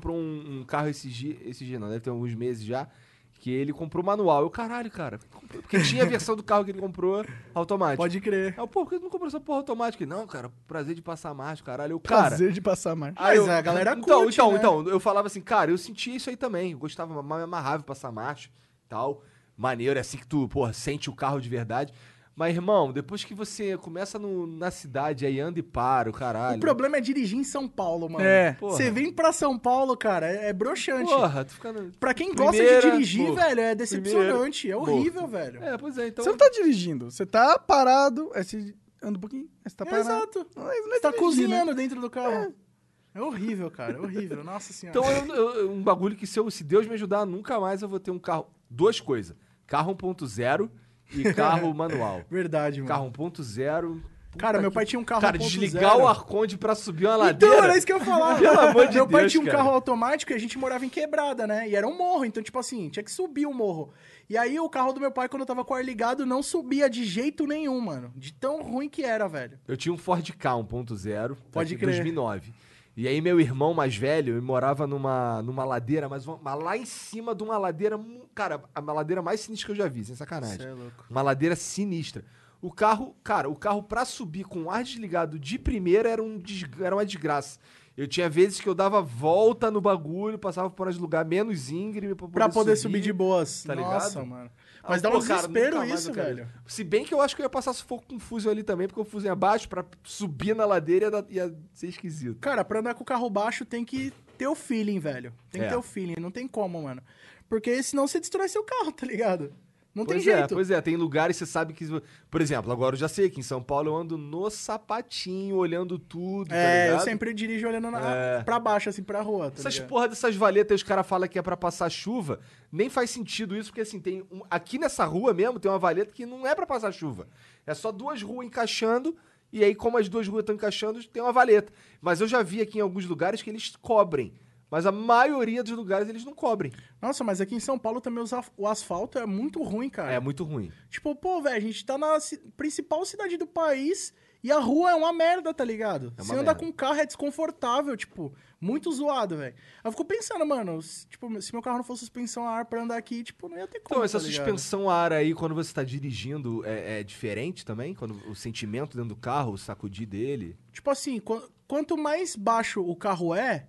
um carro esse dia, não, deve ter alguns meses já. Que ele comprou manual. Eu, caralho, cara. Porque tinha a versão do carro que ele comprou automático. Pode crer. Aí eu, pô, por que tu não comprou essa porra automática? Ele, não, cara, prazer de passar marcha, caralho. Eu, cara. Prazer de passar marcha. Aí Mas a galera então, curte, né? então, eu falava assim, cara, eu sentia isso aí também. Eu gostava, me amarrava em passar marcha e tal. Maneiro, é assim que tu, porra, sente o carro de verdade. Mas, irmão, depois que você começa na cidade, aí anda e para, o caralho. O problema é dirigir em São Paulo, mano. É. Porra. Você vem pra São Paulo, cara, é broxante. Porra, tu fica... Pra quem gosta Primeira, de dirigir, pô, velho, é decepcionante. É morto. horrível, velho. É, pois é, então... Você não tá dirigindo, você tá parado, aí você anda um pouquinho, aí você tá parado. Exato. Não é Você tá dirigir, né? cozinhando dentro do carro. É horrível, cara, é horrível. Nossa senhora. Então, um bagulho que se Deus me ajudar, nunca mais eu vou ter um carro... Duas coisas. Carro 1.0 e carro manual. Verdade, mano. Carro 1.0... Cara, meu pai tinha um carro Cara, 1.0. desligar o Arconde pra subir uma ladeira... Então, era isso que eu ia falar. Pelo amor de Meu pai Deus, tinha um cara. carro automático e a gente morava em quebrada, né? E era um morro, então, tipo assim, tinha que subir o morro. E aí, o carro do meu pai, quando eu tava com o ar ligado, não subia de jeito nenhum, mano. De tão ruim que era, velho. Eu tinha um Ford K 1.0, Pode em crer. 2009. E aí meu irmão mais velho, ele morava numa ladeira, mas lá em cima de uma ladeira, cara, a ladeira mais sinistra que eu já vi, sem sacanagem. Cê é louco. Uma ladeira sinistra. O carro pra subir com o ar desligado de primeira era uma desgraça. Eu tinha vezes que eu dava volta no bagulho, passava por uns lugares menos íngreme Pra poder subir de boas. Tá Nossa, ligado? mano. Mas dá um desespero isso, velho. Se bem que eu acho que eu ia passar sufoco com o fuzil ali também, porque o fuzil abaixo, pra subir na ladeira ia ser esquisito. Cara, pra andar com o carro baixo tem que ter o feeling, velho. Tem que É. ter o feeling, não tem como, mano. Porque senão você destrói seu carro, tá ligado? Não tem Pois é, jeito. pois é, tem lugares que você sabe que... Por exemplo, agora eu já sei que em São Paulo eu ando no sapatinho, olhando tudo, tá É, eu ligado? sempre dirijo olhando É. pra baixo, assim, pra rua, tá Essas ligado? porra dessas valetas, os caras falam que é pra passar chuva, nem faz sentido isso, porque assim, aqui nessa rua mesmo tem uma valeta que não é pra passar chuva. É só duas ruas encaixando, e aí como as duas ruas estão encaixando, tem uma valeta. Mas eu já vi aqui em alguns lugares que eles cobrem. Mas a maioria dos lugares eles não cobrem. Nossa, mas aqui em São Paulo também o asfalto é muito ruim, cara. É muito ruim. Tipo, pô, velho, a gente tá na principal cidade do país e a rua é uma merda, tá ligado? É uma Se andar merda. com carro é desconfortável, tipo, muito zoado, velho. Eu fico pensando, mano, se meu carro não fosse suspensão a ar pra andar aqui, tipo, não ia ter como, Então, essa tá ligado? suspensão a ar aí, quando você tá dirigindo, é diferente também? Quando o sentimento dentro do carro, o sacudir dele? Tipo assim, quanto mais baixo o carro é,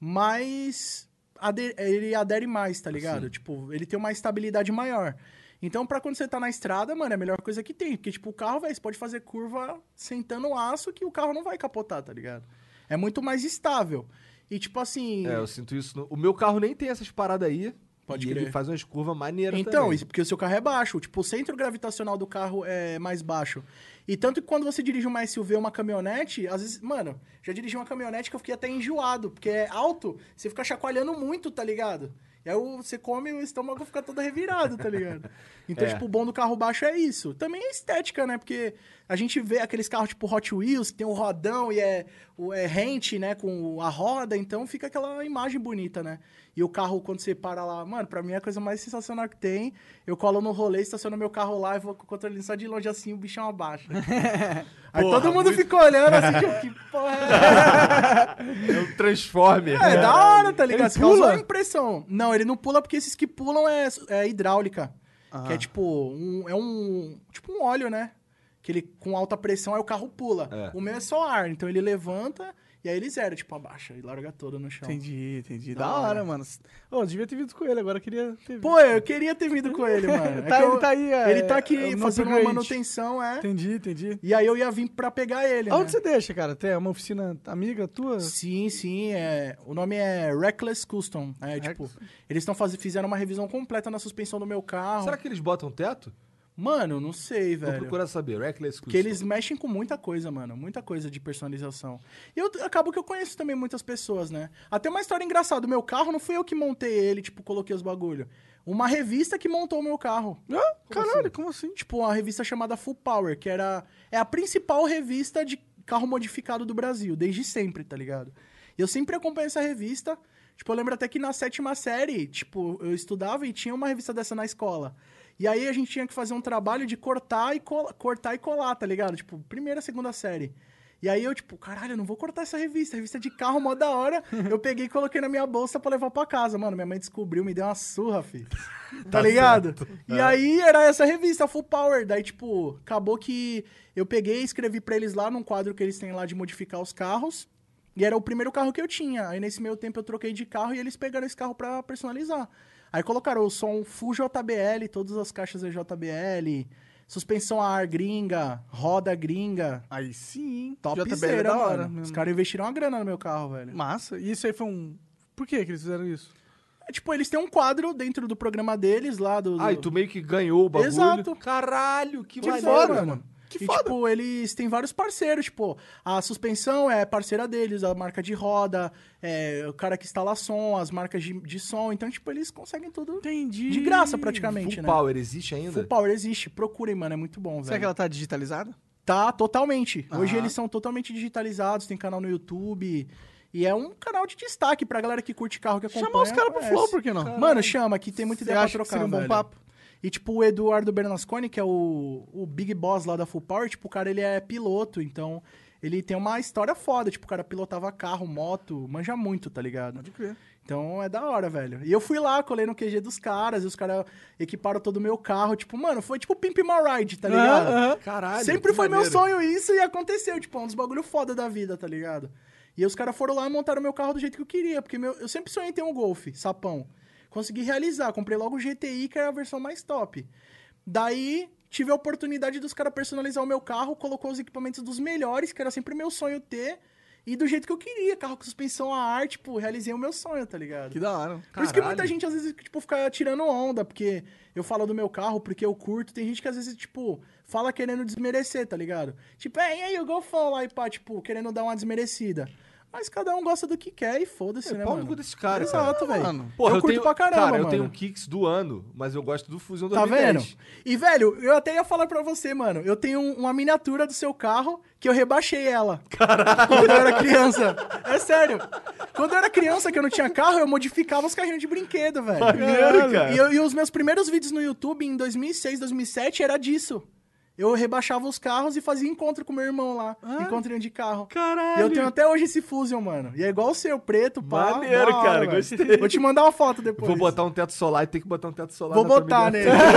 mais ele adere mais, tá ligado? Sim. Tipo, ele tem uma estabilidade maior. Então, pra quando você tá na estrada, mano, é a melhor coisa que tem. Porque, tipo, o carro, velho, você pode fazer curva sentando o aço que o carro não vai capotar, tá ligado? É muito mais estável. E, tipo assim... É, eu sinto isso. O meu carro nem tem essas paradas aí. Pode e ele crer. faz umas curvas maneiras Então, também. isso porque o seu carro é baixo. Tipo, o centro gravitacional do carro é mais baixo. E tanto que quando você dirige uma SUV ou uma caminhonete, às vezes, mano, já dirigi uma caminhonete que eu fiquei até enjoado, porque é alto, você fica chacoalhando muito, tá ligado? E aí você come e o estômago fica todo revirado, tá ligado? Então, É. tipo, o bom do carro baixo é isso. Também é estética, né? Porque a gente vê aqueles carros tipo Hot Wheels, que tem o rodão e é rente, né? Com a roda, então fica aquela imagem bonita, né? E o carro, quando você para lá, mano, pra mim é a coisa mais sensacional que tem. Eu colo no rolê, estaciono meu carro lá e vou com o controle só de longe assim, o bichão abaixa. Aí Porra, todo mundo muito- fica olhando assim, tipo, que porra é? É um Transformer. É da hora, tá ligado? Ele Você causou pula? a impressão. Não, ele não pula porque esses que pulam é hidráulica. Ah. Que é tipo tipo um óleo, né? Que ele com alta pressão aí o carro pula. É. O meu é só ar, então ele levanta e aí ele zera, tipo, abaixa e larga todo no chão. Entendi. Da Da hora. hora, mano. Ô, devia ter vindo com ele, agora eu queria ter vindo. Pô, eu queria ter vindo com ele, mano. Tá, que ele tá aí, Ele tá aqui no fazendo uma upgrade. manutenção, Entendi. E aí eu ia vir pra pegar ele, Aonde né? você deixa, cara? Tem uma oficina amiga tua? Sim, o nome é Reckless Custom. É, tipo, eles fizeram uma revisão completa na suspensão do meu carro. Será que eles botam teto? Mano, não sei, Vou velho. procurar saber. Reckless Porque Custom. eles mexem com muita coisa, mano. Muita coisa de personalização. E acabo que eu conheço também muitas pessoas, né? Até uma história engraçada. O meu carro não fui eu que montei ele, tipo, coloquei os bagulho. Uma revista que montou o meu carro. Ah, caralho, como assim? Tipo, uma revista chamada Full Power, que é a principal revista de carro modificado do Brasil, desde sempre, tá ligado? E eu sempre acompanho essa revista. Tipo, eu lembro até que na 7ª série, tipo, eu estudava e tinha uma revista dessa na escola. E aí a gente tinha que fazer um trabalho de cortar e colar, tá ligado? Tipo, 1ª, 2ª série. E aí eu, tipo, caralho, eu não vou cortar essa revista de carro, mó da hora. Eu peguei e coloquei na minha bolsa pra levar pra casa. Mano, minha mãe descobriu, me deu uma surra, filho. Tá ligado? E aí era essa revista, Full Power. Daí, tipo, acabou que eu peguei e escrevi pra eles lá num quadro que eles têm lá de modificar os carros. E era o primeiro carro que eu tinha. Aí nesse meio tempo eu troquei de carro e eles pegaram esse carro pra personalizar. Aí colocaram o som Full JBL, todas as caixas é JBL, suspensão a ar gringa, roda gringa. Aí sim. Topzera, da hora. mano. Mesmo. Os caras investiram uma grana no meu carro, velho. Massa. E isso aí foi um... Por que eles fizeram isso? É, tipo, eles têm um quadro dentro do programa deles lá do... Ah, e tu meio que ganhou o bagulho? Exato. Caralho, que Que maneiro, foda, mano. Que e, foda. tipo, eles têm vários parceiros, tipo, a suspensão é parceira deles, a marca de roda, o cara que instala som, as marcas de som. Então, tipo, eles conseguem tudo Entendi. de graça, praticamente, Full né? Power existe ainda? Full Power existe. Procurem, mano, é muito bom, velho. Será que ela tá digitalizada? Tá, totalmente. Hoje Ah. eles são totalmente digitalizados, tem canal no YouTube. E é um canal de destaque pra galera que curte carro, que acompanha. Chamar os caras pro conhece. Flow, por que não? Mano, chama, que tem muita Você ideia pra acha que trocar, seria um bom velho. papo? E, tipo, o Eduardo Bernasconi, que é o Big Boss lá da Full Power, tipo, o cara, ele é piloto, então ele tem uma história foda. Tipo, o cara pilotava carro, moto, manja muito, tá ligado? Pode crer. Então é da hora, velho. E eu fui lá, colei no QG dos caras, e os caras equiparam todo o meu carro. Tipo, mano, foi tipo Pimp My Ride, tá ligado? Caralho, Sempre que foi meu maneiro. sonho isso e aconteceu. Tipo, é um dos bagulho foda da vida, tá ligado? E aí os caras foram lá e montaram meu carro do jeito que eu queria. Porque eu sempre sonhei em ter um Golf, sapão. Consegui realizar. Comprei logo o GTI, que era a versão mais top. Daí, tive a oportunidade dos caras personalizar o meu carro, colocou os equipamentos dos melhores, que era sempre meu sonho ter, e do jeito que eu queria, carro com suspensão a ar, tipo, realizei o meu sonho, tá ligado? Que da hora. Por isso que Caralho. muita gente, às vezes, tipo, fica tirando onda, porque eu falo do meu carro, porque eu curto, tem gente que, às vezes, tipo, fala querendo desmerecer, tá ligado? Tipo, e aí, o Golfão lá, e pá, tipo, querendo dar uma desmerecida. Mas cada um gosta do que quer e foda-se, né, Pau no mano? cu desse cara, Exato, cara. velho. Mano. Porra, eu curto tenho, pra caramba, cara, mano. eu tenho um Kicks do ano, mas eu gosto do Fusion Tá 2010. vendo? E, velho, eu até ia falar pra você, mano. Eu tenho uma miniatura do seu carro que eu rebaixei ela. Caralho. Quando eu era criança. É sério. Quando eu era criança, que eu não tinha carro, eu modificava os carrinhos de brinquedo, velho. Maneiro, cara. E os meus primeiros vídeos no YouTube, em 2006, 2007, era disso. Eu rebaixava os carros e fazia encontro com meu irmão lá. Encontrinho de carro. Caralho. E eu tenho até hoje esse Fusion, mano. E é igual o seu, preto, pá. Maneiro, da hora, cara, velho. gostei. Vou te mandar uma foto depois. Vou botar um teto solar e tem que botar um teto solar Vou na tua botar miniatura.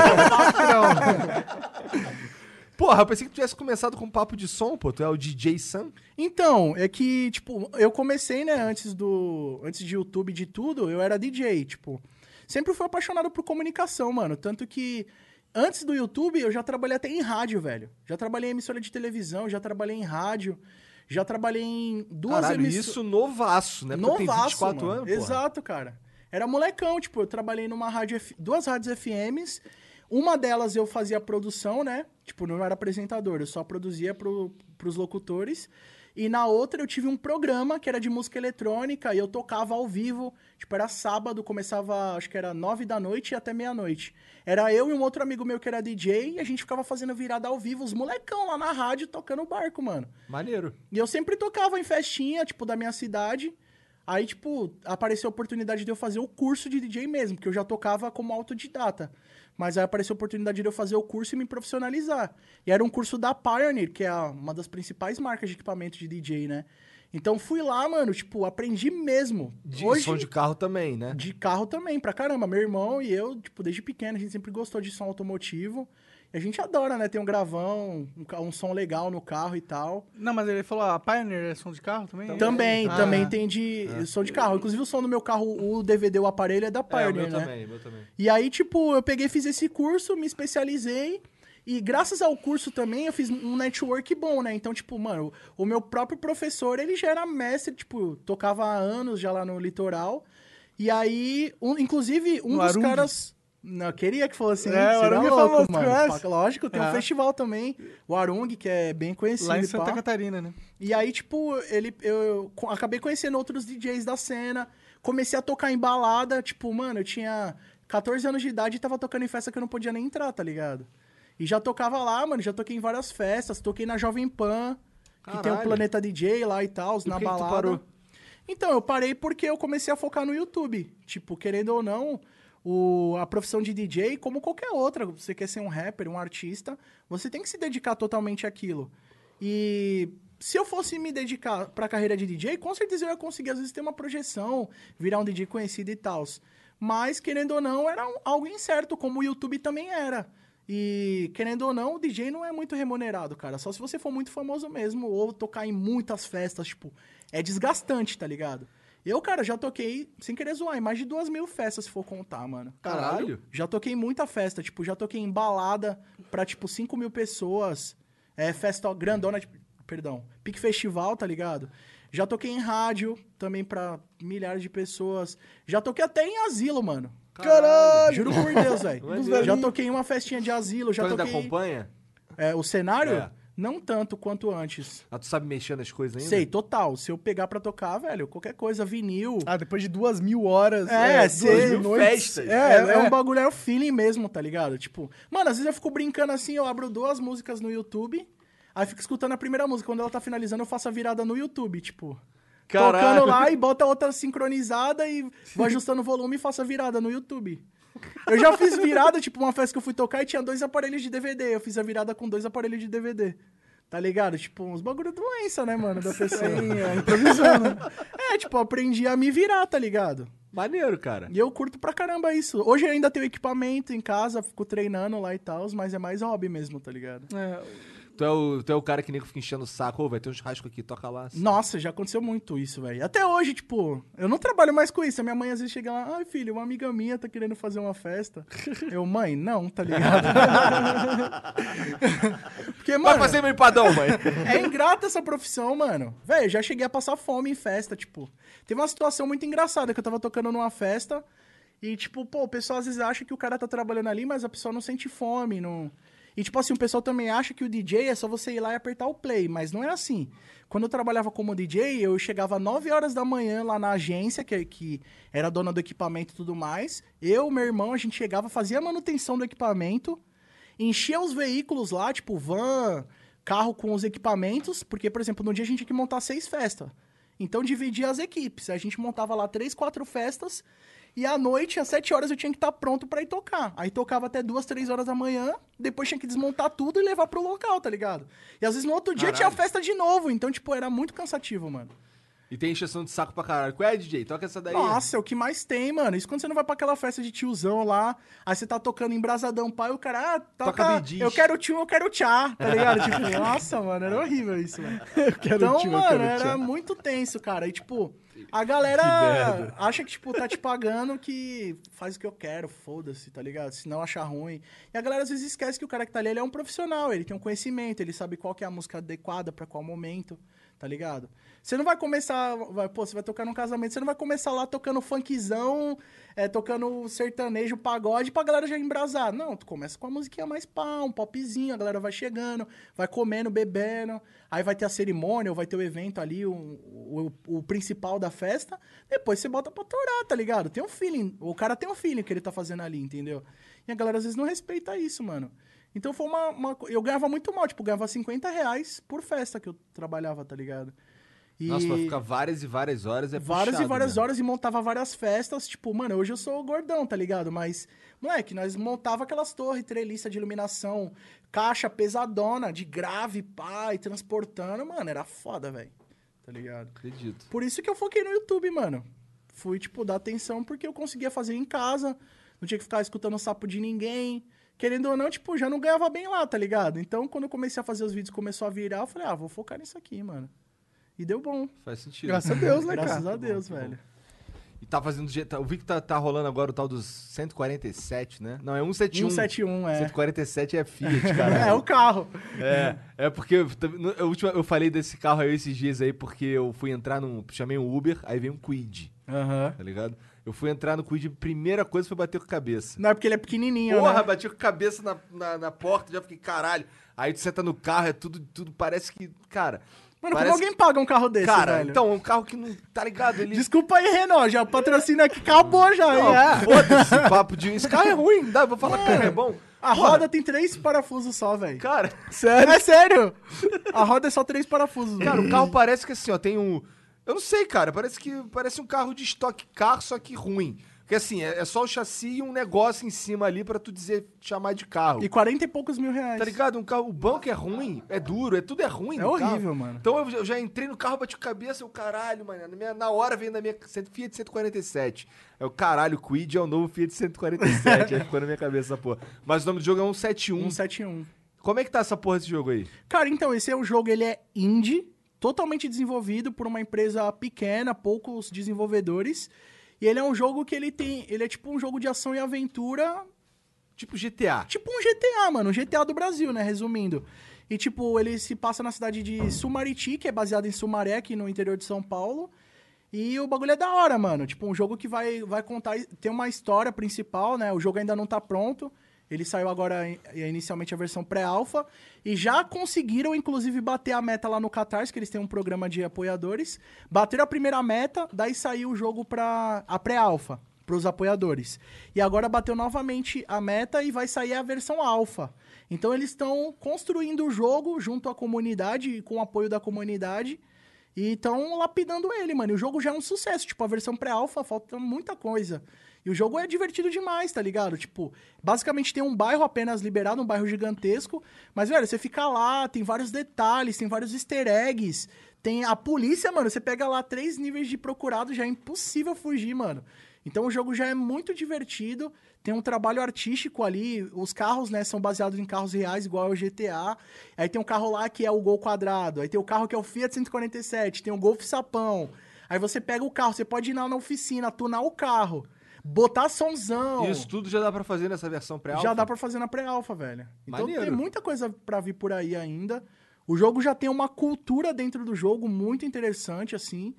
nele. Porra, eu pensei que tu tivesse começado com papo de som, pô. Tu é o DJ Sam? Então, é que, tipo, eu comecei, né, antes de YouTube, de tudo, eu era DJ, tipo. Sempre fui apaixonado por comunicação, mano. Tanto que, antes do YouTube, eu já trabalhei até em rádio, velho. Já trabalhei em emissora de televisão, já trabalhei em rádio, já trabalhei em duas Caralho, emissoras. isso novaço, né? Porque tem 24 mano. anos, pô. Exato, cara. Era molecão, tipo, eu trabalhei numa rádio, duas rádios FMs. Uma delas eu fazia produção, né? Tipo, não era apresentador, eu só produzia pros locutores. E na outra eu tive um programa que era de música eletrônica e eu tocava ao vivo. Tipo, era sábado, começava, acho que era 9 da noite e até meia-noite. Era eu e um outro amigo meu que era DJ e a gente ficava fazendo virada ao vivo, os molecão lá na rádio tocando o barco, mano. Maneiro. E eu sempre tocava em festinha, tipo, da minha cidade. Aí, tipo, apareceu a oportunidade de eu fazer o curso de DJ mesmo, porque eu já tocava como autodidata. Mas aí apareceu a oportunidade de eu fazer o curso e me profissionalizar. E era um curso da Pioneer, que é uma das principais marcas de equipamento de DJ, né? Então fui lá, mano, tipo, aprendi mesmo. De som de carro também, né? De carro também, pra caramba. Meu irmão e eu, tipo, desde pequeno, a gente sempre gostou de som automotivo. E a gente adora, né? Ter um gravão, um som legal no carro e tal. Não, mas ele falou, a Pioneer é som de carro também? Também tem de som de carro. Inclusive o som do meu carro, o DVD, o aparelho é da Pioneer, né? meu também. E aí, tipo, eu peguei, fiz esse curso, me especializei. E graças ao curso também, eu fiz um network bom, né? Então, tipo, mano, o meu próprio professor, ele já era mestre, tipo, tocava há anos já lá no litoral. E aí, inclusive, um No dos Arung? caras... Não, queria que fosse, hein? É, o Seria Arung é louco, famoso, tu mano. conhece? Lógico, tem um É. festival também, o Arung, que é bem conhecido. Lá em e Santa pá. Catarina, né? E aí, tipo, eu acabei conhecendo outros DJs da cena, comecei a tocar em balada, tipo, mano, eu tinha 14 anos de idade e tava tocando em festa que eu não podia nem entrar, tá ligado? E já tocava lá, mano, já toquei em várias festas, toquei na Jovem Pan, que tem o Caralho. Planeta DJ lá e tal, E na por que que tu balada. parou? Então, eu parei porque eu comecei a focar no YouTube. Tipo, querendo ou não, a profissão de DJ, como qualquer outra, você quer ser um rapper, um artista, você tem que se dedicar totalmente àquilo. E se eu fosse me dedicar pra carreira de DJ, com certeza eu ia conseguir, às vezes, ter uma projeção, virar um DJ conhecido e tal. Mas, querendo ou não, era algo incerto, como o YouTube também era. E, querendo ou não, o DJ não é muito remunerado, cara. Só se você for muito famoso mesmo, ou tocar em muitas festas, tipo... É desgastante, tá ligado? Eu, cara, já toquei, sem querer zoar, em mais de 2.000 festas, se for contar, mano. Caralho. Já toquei em muita festa, tipo, já toquei em balada pra, tipo, 5.000 pessoas. Festa grandona, tipo, perdão, Pique Festival, tá ligado? Já toquei em rádio, também pra milhares de pessoas. Já toquei até em asilo, mano. Caralho! Juro por Deus, velho. Maneiro. Já toquei em uma festinha de asilo, já Tu ainda toquei... acompanha? O cenário? É. Não tanto quanto antes. Ah, tu sabe mexer nas coisas ainda? Sei, total. Se eu pegar pra tocar, velho, qualquer coisa, vinil... Depois de 2.000 horas. 2.000 festas. É um bagulho, é o feeling mesmo, tá ligado? Tipo, mano, às vezes eu fico brincando assim, eu abro 2 músicas no YouTube, aí fico escutando a primeira música. Quando ela tá finalizando, eu faço a virada no YouTube, tipo... Caralho. Tocando lá e bota outra sincronizada e vou ajustando o volume e faço a virada no YouTube. Eu já fiz virada, tipo, uma festa que eu fui tocar e tinha 2 aparelhos de DVD. Eu fiz a virada com 2 aparelhos de DVD. Tá ligado? Tipo, uns bagulho doença, né, mano? Da pessoa improvisando. Tipo, eu aprendi a me virar, tá ligado? Maneiro, cara. E eu curto pra caramba isso. Hoje eu ainda tenho equipamento em casa, fico treinando lá e tal, mas é mais hobby mesmo, tá ligado? Tu é o cara que nem fica enchendo o saco. Ô, vai ter um churrasco aqui, toca lá. Assim. Nossa, já aconteceu muito isso, velho. Até hoje, tipo, eu não trabalho mais com isso. A minha mãe às vezes chega lá, ai, filho, uma amiga minha tá querendo fazer uma festa. Eu, mãe, não, tá ligado? Porque, mano... Vai fazer meu empadão, mãe. É ingrata essa profissão, mano. Velho, já cheguei a passar fome em festa, tipo. Teve uma situação muito engraçada que eu tava tocando numa festa e, tipo, pô, o pessoal às vezes acha que o cara tá trabalhando ali, mas a pessoa não sente fome, não... E, tipo assim, o pessoal também acha que o DJ é só você ir lá e apertar o play, mas não é assim. Quando eu trabalhava como DJ, eu chegava 9 horas da manhã lá na agência, que era dona do equipamento e tudo mais. Eu, meu irmão, a gente chegava, fazia a manutenção do equipamento, enchia os veículos lá, tipo van, carro com os equipamentos, porque, por exemplo, no dia a gente tinha que montar 6 festas. Então, dividia as equipes. A gente montava lá 3, 4 festas... E à noite, às 7 horas, eu tinha que estar pronto pra ir tocar. Aí tocava até 2, 3 horas da manhã, depois tinha que desmontar tudo e levar pro local, tá ligado? E às vezes no outro dia tinha festa de novo, então, tipo, era muito cansativo, mano. E tem encheção de saco pra caralho. Qual é, DJ? Toca essa daí. Nossa, é o que mais tem, mano. Isso quando você não vai pra aquela festa de tiozão lá, aí você tá tocando embrasadão, pai, o cara, toca Bidiz. eu quero tchum, eu quero tchá, tá ligado? Tipo, nossa, mano, era horrível isso, mano. Então, mano, era muito tenso, cara. E, tipo, a galera acha que, tipo, tá te pagando que faz o que eu quero, foda-se, tá ligado? Se não achar ruim. E a galera às vezes esquece que o cara que tá ali, ele é um profissional, ele tem um conhecimento, ele sabe qual que é a música adequada pra qual momento, tá ligado? Você não vai começar, você vai tocar num casamento, você não vai começar lá tocando funkzão, tocando sertanejo, pagode, pra galera já embrasar. Não, tu começa com a musiquinha mais pá, um popzinho, a galera vai chegando, vai comendo, bebendo, aí vai ter a cerimônia, ou vai ter o evento ali, o principal da festa, depois você bota pra torar, tá ligado? Tem um feeling, o cara tem um feeling que ele tá fazendo ali, entendeu? E a galera às vezes não respeita isso, mano. Então foi eu ganhava muito mal, tipo, ganhava R$50 por festa que eu trabalhava, tá ligado? E nossa, pra ficar várias e várias horas é várias puxado, e várias né? horas e montava várias festas. Tipo, mano, hoje eu sou gordão, tá ligado? Mas, moleque, nós montava aquelas torres, treliça de iluminação, caixa pesadona, de grave, pá, e transportando. Mano, era foda, velho. Tá ligado? Acredito. Por isso que eu foquei no YouTube, mano. Fui, tipo, dar atenção porque eu conseguia fazer em casa, não tinha que ficar escutando o sapo de ninguém. Querendo ou não, tipo, já não ganhava bem lá, tá ligado? Então, quando eu comecei a fazer os vídeos, começou a virar, eu falei, vou focar nisso aqui, mano. E deu bom. Faz sentido. Graças a Deus, né, Graças cara? a Deus, velho. E tá fazendo... Eu vi que tá rolando agora o tal dos 147, né? Não, é 171. 171, 147 é Fiat, cara. É o carro. É porque eu falei desse carro aí esses dias aí porque eu fui entrar chamei um Uber, aí veio um Kwid, tá ligado? Eu fui entrar no Kwid, primeira coisa foi bater com a cabeça. Não é porque ele é pequenininho, Porra, né? bati com a cabeça na porta, já fiquei, caralho. Aí tu senta no carro, é tudo parece que, cara... Mano, parece como alguém paga um carro desse, cara, velho? então, um carro que não, tá ligado? Ele... Desculpa aí, Renault, já patrocina aqui, acabou já, Não, hein? foda-se, papo de... Esse carro é ruim, vou falar que o carro é bom. A Porra, roda tem 3 parafusos só, velho. cara... Sério? É sério. A roda é só 3 parafusos. Cara, o carro parece que assim, ó, tem um... Eu não sei, cara. Parece um carro de Stock Car, só que ruim. Porque assim, é só o chassi e um negócio em cima ali pra tu chamar de carro. E 40 e poucos mil reais. Tá ligado? O banco é ruim, é duro, tudo é ruim. É no horrível, carro. mano. Então eu já entrei no carro, bati a cabeça, caralho, mano. Na hora veio na minha Fiat 147. O caralho, o Kwid é o novo Fiat 147. Aí ficou na minha cabeça essa porra. Mas o nome do jogo é 171. 171. Como é que tá essa porra desse jogo aí? Cara, então, esse é um jogo, ele é indie, totalmente desenvolvido por uma empresa pequena, poucos desenvolvedores. E ele é um jogo que ele é tipo um jogo de ação e aventura. Tipo GTA. Tipo um GTA, mano. Um GTA do Brasil, né? Resumindo. E, tipo, ele se passa na cidade de Sumariti, que é baseado em Sumaré, aqui no interior de São Paulo. E o bagulho é da hora, mano. Tipo, um jogo que vai contar... Tem uma história principal, né? O jogo ainda não tá pronto. Ele saiu agora, inicialmente, a versão pré-alpha. E já conseguiram, inclusive, bater a meta lá no Catarse, que eles têm um programa de apoiadores. Bateram a primeira meta, daí saiu o jogo pra a pré-alpha, pros apoiadores. E agora bateu novamente a meta e vai sair a versão alpha. Então, eles estão construindo o jogo junto à comunidade, com o apoio da comunidade. E estão lapidando ele, mano. E o jogo já é um sucesso. Tipo, a versão pré-alpha falta muita coisa. E o jogo é divertido demais, tá ligado? Tipo, basicamente tem um bairro apenas liberado, um bairro gigantesco. Mas, velho, você fica lá, tem vários detalhes, tem vários easter eggs. Tem a polícia, mano, você pega lá 3 níveis de procurado, já é impossível fugir, mano. Então o jogo já é muito divertido, tem um trabalho artístico ali, os carros, né, são baseados em carros reais, igual ao GTA. Aí tem um carro lá que é o Gol quadrado, aí tem o carro que é o Fiat 147, tem o Golf Sapão. Aí você pega o carro, você pode ir lá na oficina, tunar o carro, botar somzão. Isso tudo já dá pra fazer nessa versão pré-alpha? Já dá pra fazer na pré-alpha, velho. Então Maneiro. tem muita coisa pra vir por aí ainda. O jogo já tem uma cultura dentro do jogo muito interessante, assim.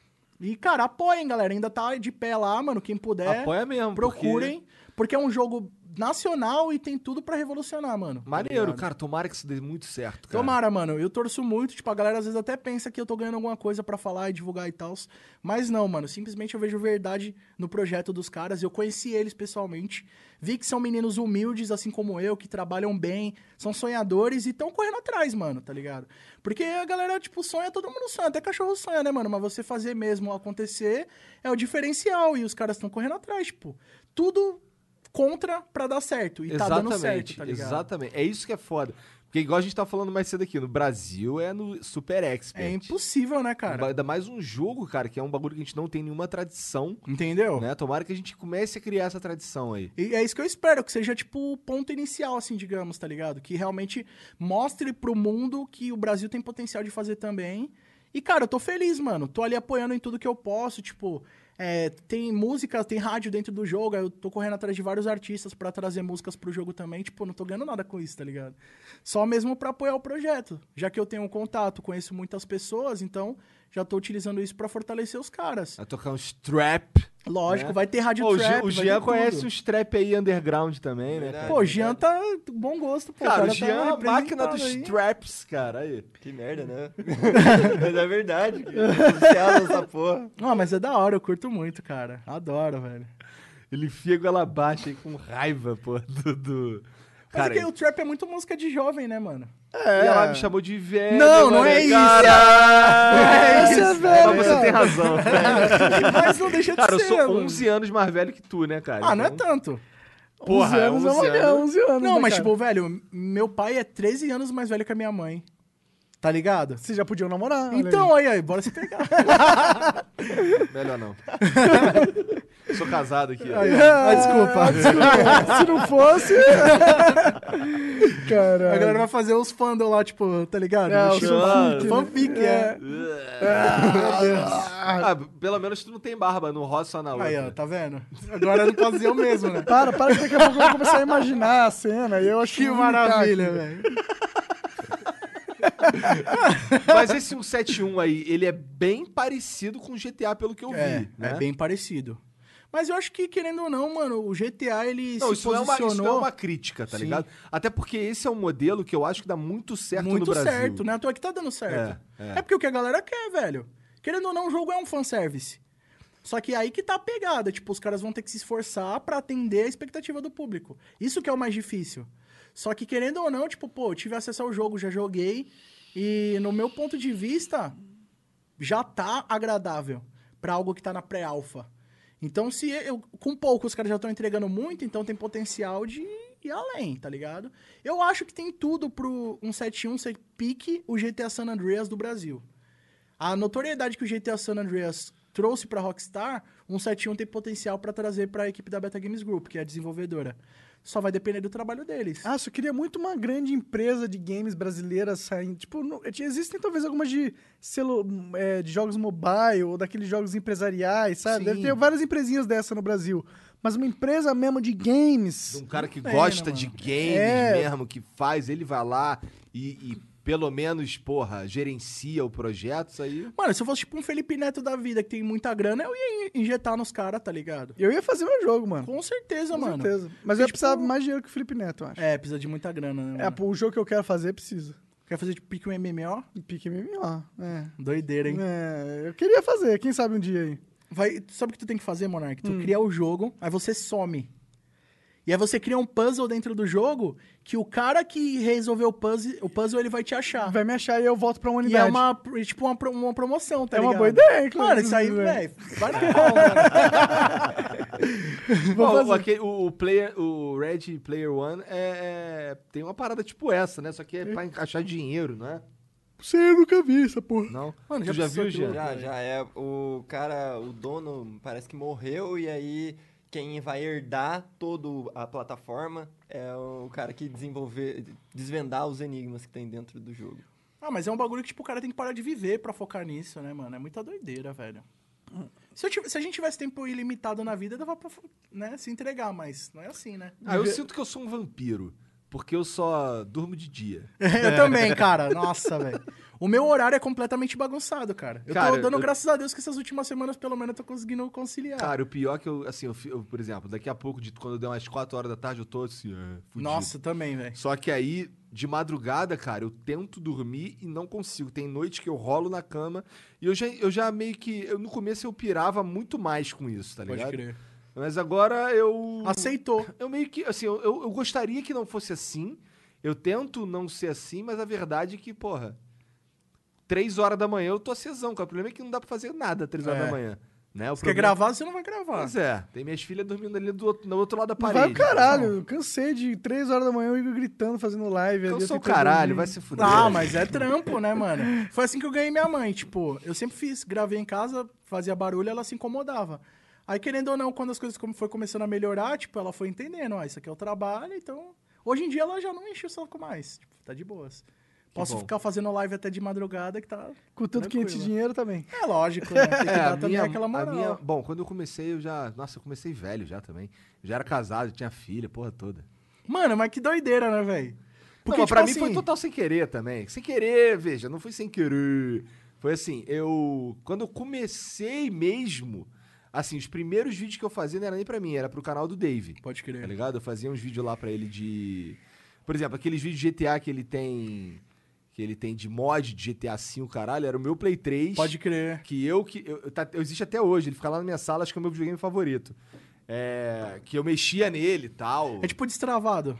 E, cara, apoiem, galera. Ainda tá de pé lá, mano. Quem puder, apoia mesmo, procurem. Porque é um jogo nacional e tem tudo pra revolucionar, mano. Maneiro, Tá cara. Tomara que isso dê muito certo, cara. Tomara, mano. Eu torço muito. Tipo, a galera às vezes até pensa que eu tô ganhando alguma coisa pra falar e divulgar e tal. Mas não, mano. Simplesmente eu vejo verdade no projeto dos caras. Eu conheci eles pessoalmente. Vi que são meninos humildes, assim como eu, que trabalham bem, são sonhadores e estão correndo atrás, mano, tá ligado? Porque a galera, tipo, sonha, todo mundo sonha. Até cachorro sonha, né, mano? Mas você fazer mesmo acontecer é o diferencial. E os caras estão correndo atrás, tipo. Tudo contra pra dar certo. E tá dando certo, tá ligado? Exatamente. É isso que é foda. Porque igual a gente tá falando mais cedo aqui, no Brasil é no Super Expert. É impossível, né, cara? Ainda mais um jogo, cara, que é um bagulho que a gente não tem nenhuma tradição, Entendeu? né? Tomara que a gente comece a criar essa tradição aí. E é isso que eu espero, que seja, tipo, o ponto inicial, assim, digamos, tá ligado? Que realmente mostre pro mundo que o Brasil tem potencial de fazer também. E, cara, eu tô feliz, mano. Tô ali apoiando em tudo que eu posso, tipo... tem música, tem rádio dentro do jogo, eu tô correndo atrás de vários artistas pra trazer músicas pro jogo também, tipo, não tô ganhando nada com isso, tá ligado? Só mesmo pra apoiar o projeto, já que eu tenho um contato, conheço muitas pessoas, então já tô utilizando isso pra fortalecer os caras. Vai tocar um strap. Lógico, né? vai ter rádio Pô, trap, o vai Jean ter conhece tudo. um strap aí underground também, né? Verdade. Pô, o Jean tá bom gosto, pô. Cara, o cara Jean é tá a máquina dos representado aí. straps, cara. Aí. Que merda, né? Mas é verdade. Que viciado essa porra. Não, mas é da hora, eu curto muito, cara. Adoro, velho. Ele enfia com ela baixa aí com raiva, pô, do... Mas Cara, é que o trap é muito música de jovem, né, mano? e ela me chamou de velho. Não, não mano, é isso. Caralho! Não é isso, isso, velho. Mas você tem razão. Mas não deixa de Cara, eu ser, sou mano. 11 anos mais velho que tu, né, cara? Ah, não é Então, tanto. Porra, 11 anos é 11 uma 11 anos, Não, né, mas cara? tipo, velho, meu pai é 13 anos mais velho que a minha mãe. Tá ligado? Vocês já podiam namorar. olha Então, aí, bora se pegar. Melhor não. Sou casado aqui. ó. Aí, Ah, desculpa. Se não fosse... A Caralho. galera vai fazer os fandom lá, tipo, tá ligado? É, No os estilo fanfic, fanfic, é. Ah, pelo menos tu não tem barba, não roça só na outra. Aí, ó, tá vendo? Agora eu não posso dizer o mesmo, né? Para que daqui a pouco eu vou começar a imaginar a cena e eu acho Que maravilha, velho. Mas esse 171 aí, ele é bem parecido com o GTA, pelo que eu vi, É né? bem parecido. Mas eu acho que, querendo ou não, mano, o GTA, ele Não, se isso não posicionou... é uma crítica, tá Sim. ligado? Até porque esse é um modelo que eu acho que dá muito certo muito no Brasil. certo, né? À toa que tá dando certo. É. É porque o que a galera quer, velho. Querendo ou não, o jogo é um fanservice. Só que aí que tá a pegada. Tipo, os caras vão ter que se esforçar pra atender a expectativa do público. Isso que é o mais difícil. Só que, querendo ou não, tipo, pô, eu tive acesso ao jogo, já joguei. E no meu ponto de vista, já tá agradável pra algo que tá na pré-alpha. Então, com pouco os caras já estão entregando muito, então tem potencial de ir além, tá ligado? Eu acho que tem tudo pro 171 ser pique o GTA San Andreas do Brasil. A notoriedade que o GTA San Andreas trouxe pra Rockstar, 171 tem potencial pra trazer pra equipe da Beta Games Group, que é a desenvolvedora. Só vai depender do trabalho deles. Ah, só queria muito uma grande empresa de games brasileira saindo. Tipo, existem talvez algumas de jogos mobile ou daqueles jogos empresariais, sabe? Sim. Deve ter várias empresinhas dessa no Brasil. Mas uma empresa mesmo de games. Um cara que Não gosta mano. de games mesmo, que faz, ele vai lá e pelo menos, porra, gerencia o projeto, isso aí. Mano, se eu fosse tipo um Felipe Neto da vida, que tem muita grana, eu ia injetar nos caras, tá ligado? Eu ia fazer meu jogo, mano. Com certeza, Com mano. certeza. Mas Porque, eu ia precisar tipo, mais dinheiro que o Felipe Neto, eu acho. Precisa de muita grana, né, É, mano? o jogo que eu quero fazer precisa. Quer fazer tipo pique um MMO? Pique MMO. Doideira, hein? Eu queria fazer, quem sabe um dia aí. Sabe o que tu tem que fazer, Monark? Tu cria o jogo, aí você some. E aí você cria um puzzle dentro do jogo que o cara que resolveu o puzzle ele vai te achar. Vai me achar e eu volto pra E unidade. é tipo uma promoção, tá É ligado? uma boa ideia, inclusive. Mano, isso aí, velho, vai na pau, mano. O Red Player One tem uma parada tipo essa, né? Só que é pra encaixar dinheiro, não é? Você nunca vi essa porra. Não? Mano, Tu já viu, pensou Jean? Já é. O cara, o dono, parece que morreu e aí quem vai herdar toda a plataforma é o cara que desvendar os enigmas que tem dentro do jogo. Ah, mas é um bagulho que, tipo, o cara tem que parar de viver pra focar nisso, né, mano? É muita doideira, velho. Se a gente tivesse tempo ilimitado na vida, dava pra, né, se entregar, mas não é assim, né? Eu sinto que eu sou um vampiro, porque eu só durmo de dia. Eu também, cara. Nossa, velho. O meu horário é completamente bagunçado, cara. Eu tô dando graças a Deus que essas últimas semanas, pelo menos, eu tô conseguindo conciliar. Cara, o pior é que eu, por exemplo, daqui a pouco, quando der umas 4 horas da tarde, eu tô assim, fudido. Nossa, também, velho. Só que aí, de madrugada, cara, eu tento dormir e não consigo. Tem noite que eu rolo na cama e eu já meio que... no começo eu pirava muito mais com isso, tá ligado? Pode crer. Mas agora eu... Aceitou. Eu meio que, assim, eu gostaria que não fosse assim. Eu tento não ser assim, mas a verdade é que, porra, 3 horas da manhã eu tô acesão, cara. O problema é que não dá pra fazer nada 3 horas da manhã. Né? Se quer gravar, você não vai gravar. Pois é. Tem minhas filhas dormindo ali do outro lado da Não parede. vai pro caralho. Eu cansei de 3 horas da manhã eu ir gritando, fazendo live. Eu ali, sou o tentando caralho, dormir. vai se fuder. Ah, mas é trampo, né, mano? Foi assim que eu ganhei minha mãe, tipo, eu sempre gravei em casa, fazia barulho, ela se incomodava. Aí, querendo ou não, quando as coisas foi começando a melhorar, tipo, ela foi entendendo, isso aqui é o trabalho, então... Hoje em dia ela já não enche o saco mais, tipo, tá de boas. Posso ficar fazendo live até de madrugada que tá... Com tudo que enche dinheiro também. É lógico, né? Tem que dar também aquela moral. Bom, quando eu comecei, eu comecei velho já também. Eu já era casado, tinha filha, porra toda. Mano, mas que doideira, né, velho? Porque, não, mas pra mim foi total sem querer também. Sem querer, veja, não foi sem querer. Foi assim, quando eu comecei mesmo, assim, os primeiros vídeos que eu fazia não era nem pra mim, era pro canal do Dave. Pode crer. Tá ligado? Eu fazia uns vídeos lá pra ele de... Por exemplo, aqueles vídeos de GTA que ele tem de mod de GTA V, caralho, era o meu Play 3. Pode crer. Existe até hoje, ele fica lá na minha sala, acho que é o meu videogame favorito. Que eu mexia nele e tal. É tipo destravado.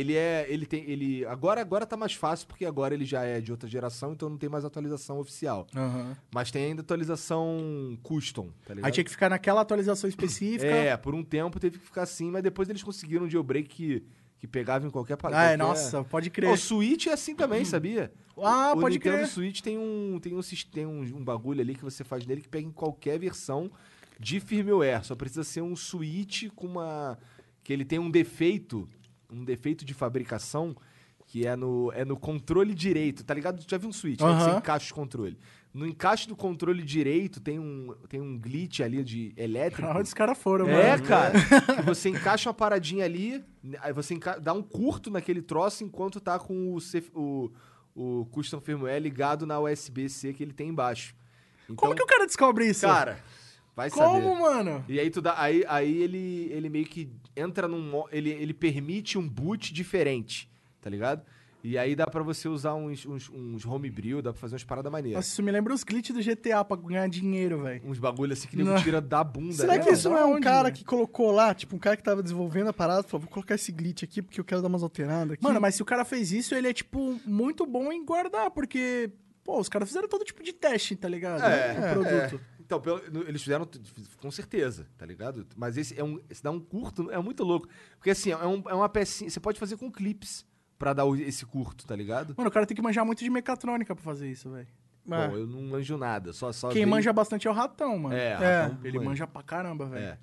Agora tá mais fácil, porque agora ele já é de outra geração, então não tem mais atualização oficial. Uhum. Mas tem ainda atualização custom, tá ligado? Aí tinha que ficar naquela atualização específica. Por um tempo teve que ficar assim, mas depois eles conseguiram um jailbreak que pegava em qualquer parada. Nossa, pode crer. O Switch é assim também, sabia? Ah, pode crer. O Nintendo Switch tem um bagulho ali que você faz nele que pega em qualquer versão de firmware. Só precisa ser um Switch que ele tem um defeito de fabricação que é no controle direito, tá ligado? Tu já viu um Switch, né, que você encaixa o controle. No encaixe do controle direito tem um glitch ali de elétrico. Onde os caras foram, mano? Cara. Que você encaixa uma paradinha ali, aí você dá um curto naquele troço enquanto tá com o custom firmware ligado na USB-C que ele tem embaixo. Então, Como que o cara descobre isso? Cara, vai saber. Como, mano? E aí aí ele meio que entra ele permite um boot diferente, tá ligado? E aí dá pra você usar uns homebrew, dá pra fazer umas paradas maneiras. Nossa, isso me lembra os glitches do GTA pra ganhar dinheiro, velho. Uns bagulho assim que nego tira da bunda. Será né? que isso não é um Onde, cara velho? que colocou lá, tipo, um cara que tava desenvolvendo a parada, falou, vou colocar esse glitch aqui porque eu quero dar umas alteradas aqui? Mano, mas se o cara fez isso, ele é, tipo, muito bom em guardar, porque Pô, os caras fizeram todo tipo de teste, tá ligado? O produto. Então, eles fizeram com certeza, tá ligado? Mas esse dá um curto, é muito louco. Porque assim, é uma pecinha. Você pode fazer com clips pra dar esse curto, tá ligado? Mano, o cara tem que manjar muito de mecatrônica pra fazer isso, velho. Bom, eu não manjo nada, só Quem manja bastante é o Ratão, mano. Ratão Ele manja pra caramba, velho.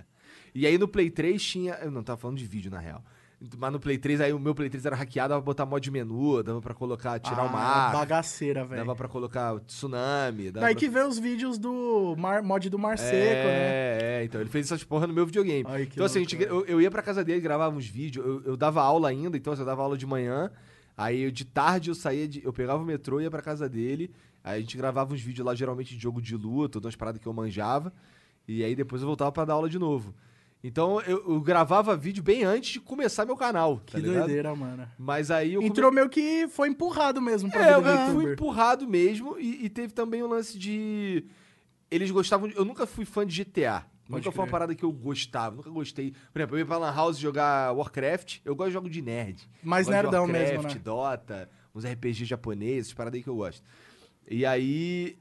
E aí no Play 3 tinha... Eu não tava falando de vídeo, na real. Mas no Play 3, aí o meu Play 3 era hackeado, dava pra botar mod de menu, dava pra colocar, tirar o mar. Bagaceira, velho. Dava pra colocar tsunami. Daí que vê os vídeos do mod do Mar Seco, né? Então ele fez essas porra no meu videogame. Ai, que então assim, louco, eu ia pra casa dele, gravava uns vídeos, eu dava aula ainda, então assim, eu dava aula de manhã, aí de tarde eu saía, eu pegava o metrô, ia pra casa dele, aí a gente gravava uns vídeos lá, geralmente de jogo de luta, todas umas paradas que eu manjava, e aí depois eu voltava pra dar aula de novo. Então eu gravava vídeo bem antes de começar meu canal, tá Que ligado? doideira, mano. Mas aí eu Entrou meio que foi empurrado mesmo pra vida do eu youtuber. fui empurrado mesmo e teve também o lance de... Eles gostavam eu nunca fui fã de GTA. Nunca foi uma parada que eu gostava, nunca gostei. Por exemplo, eu ia pra Lan House jogar Warcraft, eu gosto de jogo de nerd. Mais Gosto de nerdão Warcraft, mesmo, né? Dota, uns RPG japoneses, paradas aí que eu gosto. E aí...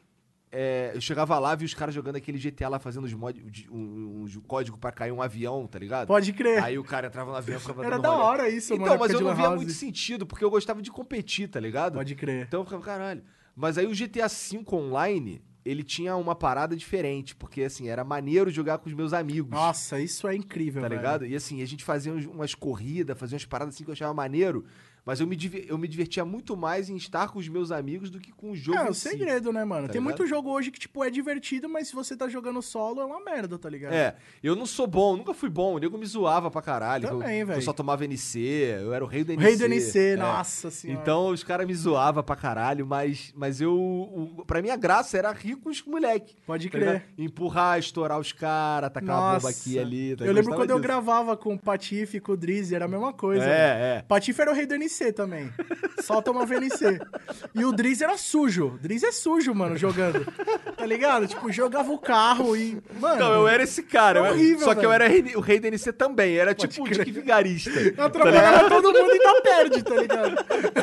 eu chegava lá, vi os caras jogando aquele GTA lá, fazendo os mods, um código pra cair um avião, tá ligado? Pode crer. Aí o cara entrava no avião e ficava Era dando da rolê. hora isso, mano. Então, mas época eu de não Lan via House. muito sentido, porque eu gostava de competir, tá ligado? Pode crer. Então eu ficava, caralho. Mas aí o GTA V Online, ele tinha uma parada diferente, porque assim, era maneiro jogar com os meus amigos. Nossa, isso é incrível, Tá velho. ligado? E assim, a gente fazia umas corridas, fazia umas paradas assim que eu achava maneiro, mas eu me divertia muito mais em estar com os meus amigos do que com o jogo É em o si. segredo, né, mano? tá Tem ligado? muito jogo hoje que, tipo, é divertido, mas se você tá jogando solo, é uma merda, tá ligado? Eu não sou bom, nunca fui bom. O nego me zoava pra caralho. Também, eu velho. só tomava NC, eu era o rei do O NC. rei do NC, nossa senhora. Então os caras me zoavam pra caralho, mas pra mim a graça era rir com os moleque. Pode tá crer. ligado? Empurrar, estourar os caras, tacar uma bomba aqui e ali. Tá? Eu lembro gostava quando eu disso. gravava com o Patife e com o Drizzy, era a mesma coisa. É. Patife era o rei do NC também. Só tomava NC. E o Drizzy era sujo. O Drizzy é sujo, mano, jogando. Tá ligado? Tipo, jogava o carro e... Mano... Não, eu era esse cara. horrível, só que eu velho. era o rei do NC também. Era tipo o Dick Vigarista. Eu atropelava todo mundo e ainda perde, tá ligado?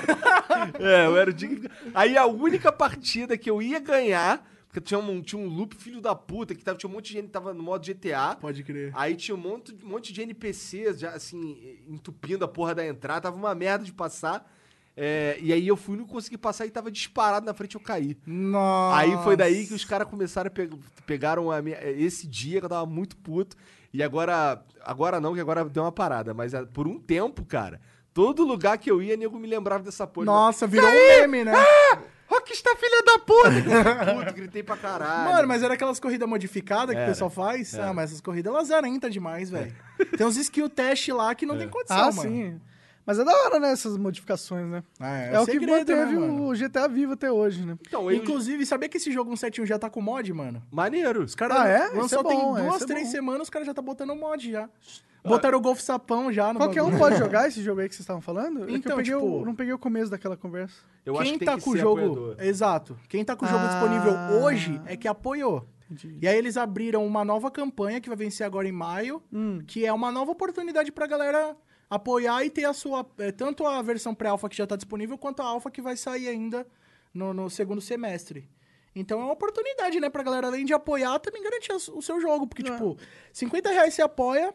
Eu era o Dick. Aí a única partida que eu ia ganhar, porque tinha um loop filho da puta, que tinha um monte de gente que tava no modo GTA. Pode crer. Aí tinha um monte de NPCs já, assim, entupindo a porra da entrada. Tava uma merda de passar. E aí eu fui, não consegui passar e tava disparado na frente, eu caí. Nossa. Aí foi daí que os caras começaram pegaram esse dia que eu tava muito puto. E agora não, que agora deu uma parada. Mas por um tempo, cara, todo lugar que eu ia, nego me lembrava dessa porra. Nossa, virou um meme, né? Rockstar, filha da puta! Puto, gritei pra caralho. Mano, mas era aquelas corridas modificadas que o Era, pessoal faz? Ah, mas essas corridas, elas arentam demais, velho. Tem uns skill test lá que não tem condição, mano. Sim. Mas é da hora, né, essas modificações, né? É o que segredo, manteve né, mano? o GTA vivo até hoje, né? Então, Inclusive, sabia que esse jogo 171 já tá com mod, mano? Maneiro. Os caras Esse lançou é bom, tem 2, esse é 3 bom. semanas, os caras já tá botando mod já. Botaram o Golf Sapão já no Qualquer um bagulho. pode jogar esse jogo aí que vocês estavam falando? É que Então, eu peguei tipo- não peguei o começo daquela conversa. Eu acho Quem que tem tá que com o ser jogo... apoiador. Exato. Quem tá com o jogo disponível hoje é que apoiou. Entendi. E aí eles abriram uma nova campanha que vai vencer agora em maio, que é uma nova oportunidade pra galera apoiar e ter a sua... tanto a versão pré-alpha que já tá disponível, quanto a alpha que vai sair ainda no segundo semestre. Então é uma oportunidade, né, pra galera, além de apoiar, também garantir o seu jogo. Porque, tipo, R$50 você apoia,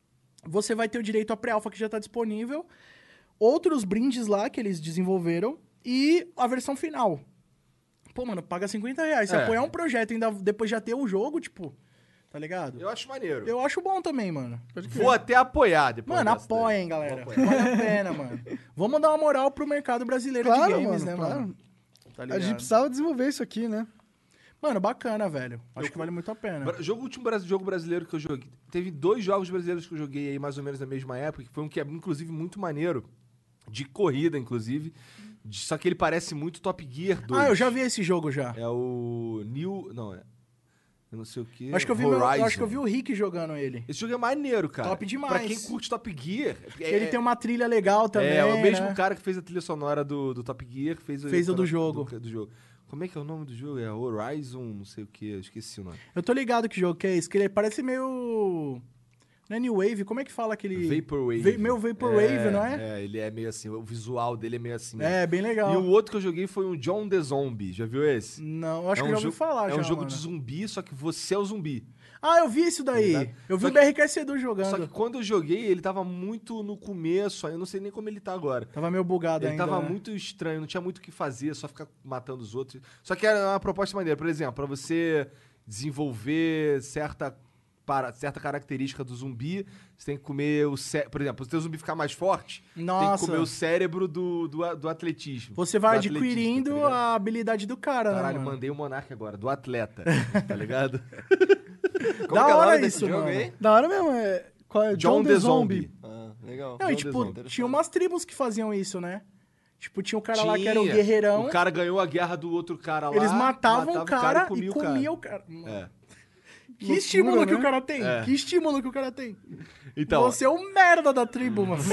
você vai ter o direito à pré-alpha que já tá disponível, outros brindes lá que eles desenvolveram e a versão final. Pô, mano, paga R$50. Se apoiar um projeto e ainda depois já ter o jogo, tipo... Tá ligado? Eu acho maneiro. Eu acho bom também, mano. Vou até apoiar depois. Mano, dessa apoiem, galera. Vale a pena, mano. Vamos dar uma moral pro mercado brasileiro de games, né, mano? Tá A ligado? gente precisava desenvolver isso aqui, né? Mano, bacana, velho. Acho que vale muito a pena. O último jogo brasileiro que eu joguei. Teve 2 jogos brasileiros que eu joguei aí mais ou menos na mesma época, que foi um que é inclusive muito maneiro. De corrida, inclusive. Só que ele parece muito Top Gear 2. Ah, eu já vi esse jogo já. É o New. Não, eu não sei o que. Acho que eu vi o Rick jogando ele. Esse jogo é maneiro, cara. Top demais. Pra quem curte Top Gear. Ele tem uma trilha legal também. É o mesmo né? cara que fez a trilha sonora do Top Gear. Fez o do jogo. Do jogo. Como é que é o nome do jogo? É Horizon, não sei o que, eu esqueci o nome. Eu tô ligado que jogo que é esse, que ele parece meio... Não é New Wave? Como é que fala aquele... Vaporwave. Meu Vaporwave, não é? É, ele é meio assim, o visual dele é meio assim. É, bem legal. E o outro que eu joguei foi o John the Zombie, já viu esse? Não, eu acho que eu já ouvi falar É um já, jogo mano. de zumbi, só que você é o zumbi. Ah, eu vi isso daí. Tá ligado? Eu vi Só o que- BRK Edu jogando. Só que quando eu joguei, ele tava muito no começo, aí eu não sei nem como ele tá agora. Tava meio bugado Ele ainda. tava né? muito estranho, não tinha muito o que fazer, só ficar matando os outros. Só que era uma proposta maneira. Por exemplo, pra você desenvolver certa característica do zumbi, você tem que comer o cérebro. Por exemplo, se o teu zumbi ficar mais forte, tem que Nossa. comer o cérebro do atletismo. Você vai Do atletista, adquirindo tá ligado? a habilidade do cara, Caralho, né, mano? mandei o Monark agora, do atleta, tá ligado? Como Da que é o hora nome desse isso, jogo mano. aí? Da hora mesmo, qual é? John the Zombie. Ah, legal. Não, e John tipo, Desonto, tinha umas tribos que faziam isso, né? Tipo, tinha um cara lá que era o guerreirão. O cara ganhou a guerra do outro cara lá. Eles matavam o cara comia e comiam o cara. É. Que Loucura, estímulo que né? o cara tem? É. Que estímulo que o cara tem? Então, Você é o merda da tribo, mano.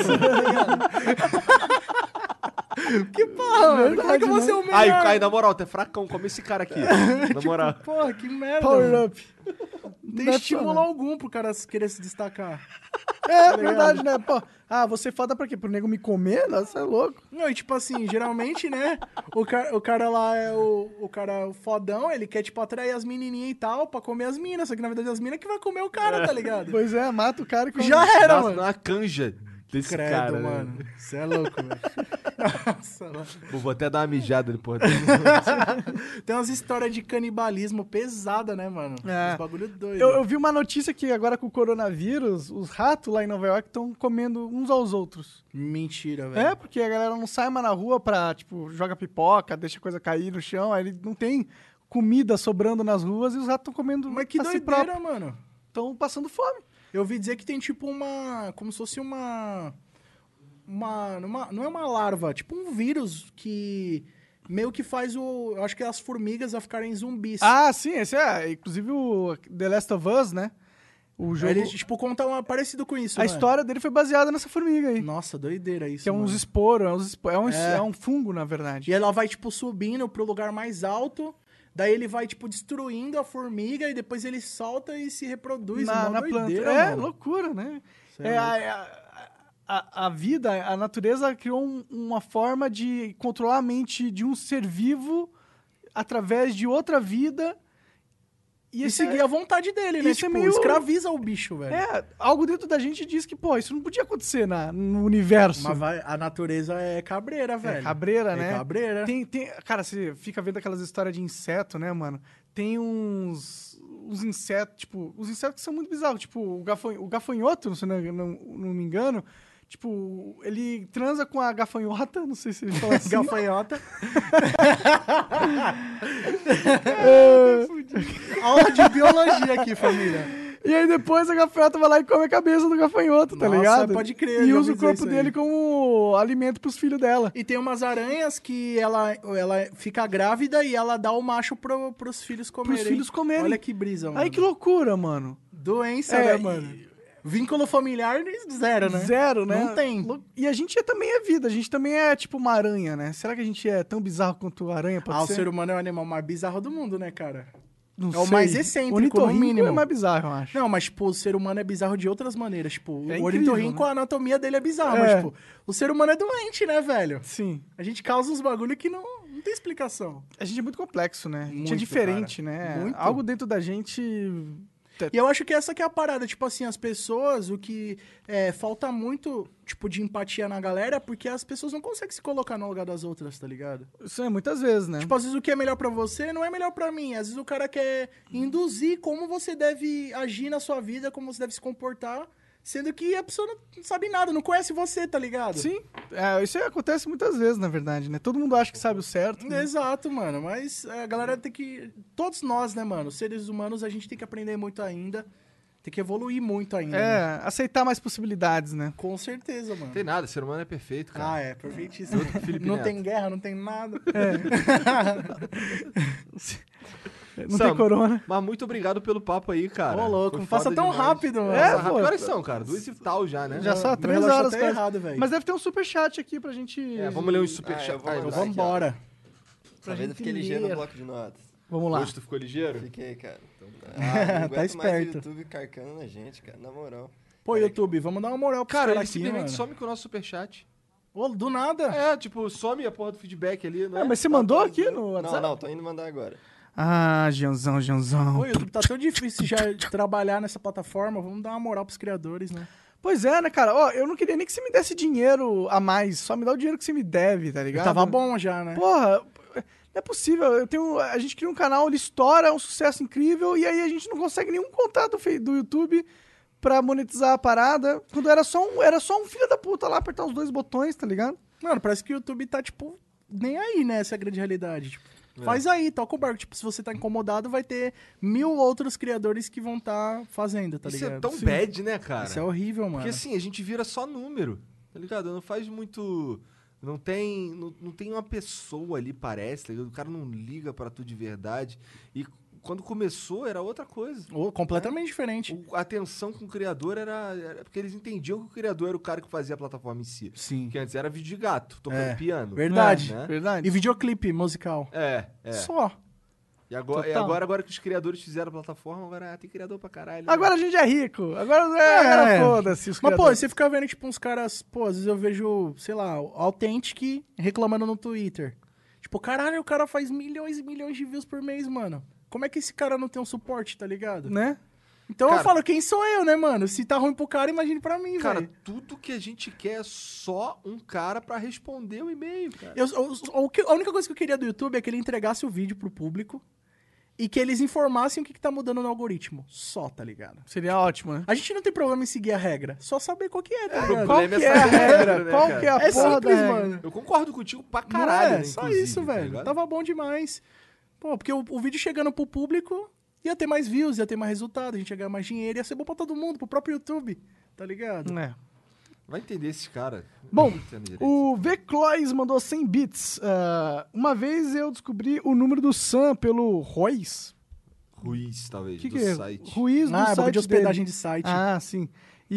Que porra, mano. Como é que você é o melhor? aí, na moral, tu é fracão, come esse cara aqui. Na moral. Porra, que merda. Power mano. up. Não tem Não é estímulo foda. algum pro cara querer se destacar. É, verdade, né? Pô, você é foda pra quê? Pro nego me comer? Nossa, é louco. Não, e tipo assim, geralmente, né? O cara lá é o cara fodão, ele quer, tipo, atrair as menininhas e tal pra comer as minas. Só que na verdade as minas que vai comer o cara, tá ligado? Pois é, mata o cara e come. Já era, Dá mano. uma canja desse Credo, cara. né? mano. Você é louco, velho. Nossa, mano. Vou até dar uma mijada depois. Tem umas histórias de canibalismo pesada, né, mano? É. Uns bagulho doido. Eu vi uma notícia que agora com o coronavírus, os ratos lá em Nova York estão comendo uns aos outros. Mentira, velho. É, porque a galera não sai mais na rua pra, tipo, joga pipoca, deixa a coisa cair no chão, aí não tem comida sobrando nas ruas e os ratos estão comendo Mas que a si doideira, próprio. mano. Estão passando fome. Eu ouvi dizer que tem tipo uma... Como se fosse uma... Não é uma larva, tipo um vírus que meio que faz o... Eu acho que as formigas a ficarem zumbis. Ah, sim, esse é. Inclusive o The Last of Us, né? O jogo. Ele, tipo, conta parecido com isso, A né? história dele foi baseada nessa formiga aí. Nossa, doideira isso, Que é uns mano. esporos, É. é um fungo, na verdade. E ela vai, tipo, subindo pro lugar mais alto, daí ele vai, tipo, destruindo a formiga e depois ele solta e se reproduz. na Mó planta. doideira, É, mano. loucura, né? Cê é A vida, a natureza criou uma forma de controlar a mente de um ser vivo através de outra vida. E esse seguir a vontade dele, né? isso é Tipo, meio- escraviza o bicho, velho. algo dentro da gente diz que, pô, isso não podia acontecer no universo. Mas a natureza é cabreira, velho. Cabreira, É né? cabreira. Cara, você fica vendo aquelas histórias de inseto, né, mano? Tem uns insetos, tipo, os insetos que são muito bizarros. Tipo, o gafanhoto, se eu não me engano, tipo, ele transa com a gafanhota, não sei se ele fala assim. Gafanhota. Aula de biologia aqui, família. E aí depois a gafanhota vai lá e come a cabeça do gafanhoto, tá Nossa, ligado? pode crer, E já usa o ouvi dizer corpo isso aí. dele como alimento pros filhos dela. E tem umas aranhas que ela fica grávida e ela dá o macho pros filhos comerem. filhos comerem. Olha que brisa, mano. Aí que loucura, mano. Doença, É, né, mano? Vínculo familiar, zero, né? Zero, né? Não tem. E a gente também é vida, a gente também é tipo uma aranha, né? Será que a gente é tão bizarro quanto a aranha pode O ser? ser humano é o animal mais bizarro do mundo, né, cara? Não é o sei. mais excêntrico, O ornitorrinco no mínimo. é mais bizarro, eu acho. Não, mas, tipo, o ser humano é bizarro de outras maneiras. Tipo, É o incrível, ornitorrinco, né? a anatomia dele é bizarra. É. Mas, tipo, o ser humano é doente, né, velho? Sim. A gente causa uns bagulho que não tem explicação. A gente é muito complexo, né? A gente é Muito, diferente, cara. né? Muito. Algo dentro da gente... E eu acho que essa que é a parada, tipo assim, as pessoas, o que falta muito, tipo, de empatia na galera, porque as pessoas não conseguem se colocar no lugar das outras, tá ligado? Isso é muitas vezes, né? Tipo, às vezes o que é melhor pra você não é melhor pra mim. Às vezes o cara quer induzir como você deve agir na sua vida, como você deve se comportar, sendo que a pessoa não sabe nada, não conhece você, tá ligado? Sim. Isso aí acontece muitas vezes, na verdade, né? Todo mundo acha que sabe o certo. né? Exato, mano. Mas a galera tem que... Todos nós, né, mano? Seres humanos, a gente tem que aprender muito ainda. Tem que evoluir muito ainda. né? Aceitar mais possibilidades, né? Com certeza, mano. Não tem nada, ser humano é perfeito, cara. Ah, é, perfeitíssimo. Felipe Não Neto. tem guerra, não tem nada. Não Sam, tem corona. Mas muito obrigado pelo papo aí, cara. Ô, louco, Foi não passa foda tão demais. rápido, mano. Passa É, rápido. pô. Que horas são, cara? 2 e tal já, né? Já só Meu 3 relógio horas. tá quase. errado, velho. Mas deve ter um superchat aqui pra gente... Vamos ler uns superchats. eu vou Ah, mandar. Então vambora. Essa vez eu fiquei gente ligeiro ler. no bloco de notas. Vamos lá. Hoje tu ficou ligeiro? Fiquei, cara. Não Tá aguento mais esperto. o YouTube carcando na gente, cara, na moral. Pô, YouTube, vamos dar uma moral pros Cara, ele caras aqui, simplesmente mano. some com o nosso superchat. Ô, do nada. É, tipo, some a porra do feedback ali, né? Mas você mandou aqui no WhatsApp? Não, tô indo mandar agora. Ah, Gianzão. Pô, YouTube, tá tão difícil já de trabalhar nessa plataforma. Vamos dar uma moral pros criadores, né? Pois é, né, cara? Ó, eu não queria nem que você me desse dinheiro a mais. Só me dá o dinheiro que você me deve, tá ligado? Tava bom já, né? Porra, não é possível. A gente cria um canal, ele estoura, é um sucesso incrível, e aí a gente não consegue nenhum contato do YouTube pra monetizar a parada. Quando era só um filho da puta lá apertar os 2 botões, tá ligado? Mano, parece que o YouTube tá, tipo, nem aí, né? Essa é a grande realidade. Tipo, faz aí, toca o barco. Tipo, se você tá incomodado, vai ter 1000 outros criadores que vão tá fazendo, tá Isso ligado? é tão bad, né, cara? Isso é horrível, mano. Porque assim, a gente vira só número, tá ligado? Não faz muito... Não tem uma pessoa ali, parece, tá ligado? O cara não liga pra tu de verdade. E quando começou, era outra coisa. Completamente diferente. A atenção com o criador era... Porque eles entendiam que o criador era o cara que fazia a plataforma em si. Sim. Que antes era vídeo de gato, tocando piano. Verdade. Né? Verdade. E videoclipe musical. É. Só. E agora que os criadores fizeram a plataforma, agora tem criador pra caralho. Né? Agora a gente é rico. Agora foda-se os Mas, pô, criadores. você fica vendo, tipo, uns caras... Pô, às vezes eu vejo, sei lá, Authentic reclamando no Twitter. Tipo, caralho, o cara faz milhões e milhões de views por mês, mano. Como é que esse cara não tem um suporte, tá ligado? Né? Então Cara, eu falo, quem sou eu, né, mano? Se tá ruim pro cara, imagine pra mim, Cara, velho. tudo que a gente quer é só um cara pra responder o e-mail, cara. A única coisa que eu queria do YouTube é que ele entregasse o vídeo pro público e que eles informassem o que tá mudando no algoritmo. Só, tá ligado? Seria ótimo, né? A gente não tem problema em seguir a regra. Só saber qual que é, tá ligado? Qual que é a regra? né, Qual cara? que é a É porra simples, da regra? mano. Eu concordo contigo pra Não caralho, é, né, só inclusive, isso, tá velho. ligado? Tava bom demais. Pô, porque o vídeo chegando pro público ia ter mais views, ia ter mais resultado, a gente ia ganhar mais dinheiro, ia ser bom pra todo mundo, pro próprio YouTube, tá ligado? É. Vai entender esses caras. Bom, Não entendo direito. o V-Clois mandou 100 bits. Uma vez eu descobri o número do Sam pelo Ruiz. Ruiz, talvez, Que do é? site. Ruiz do Ah, site de hospedagem dele. de site. Ah, sim.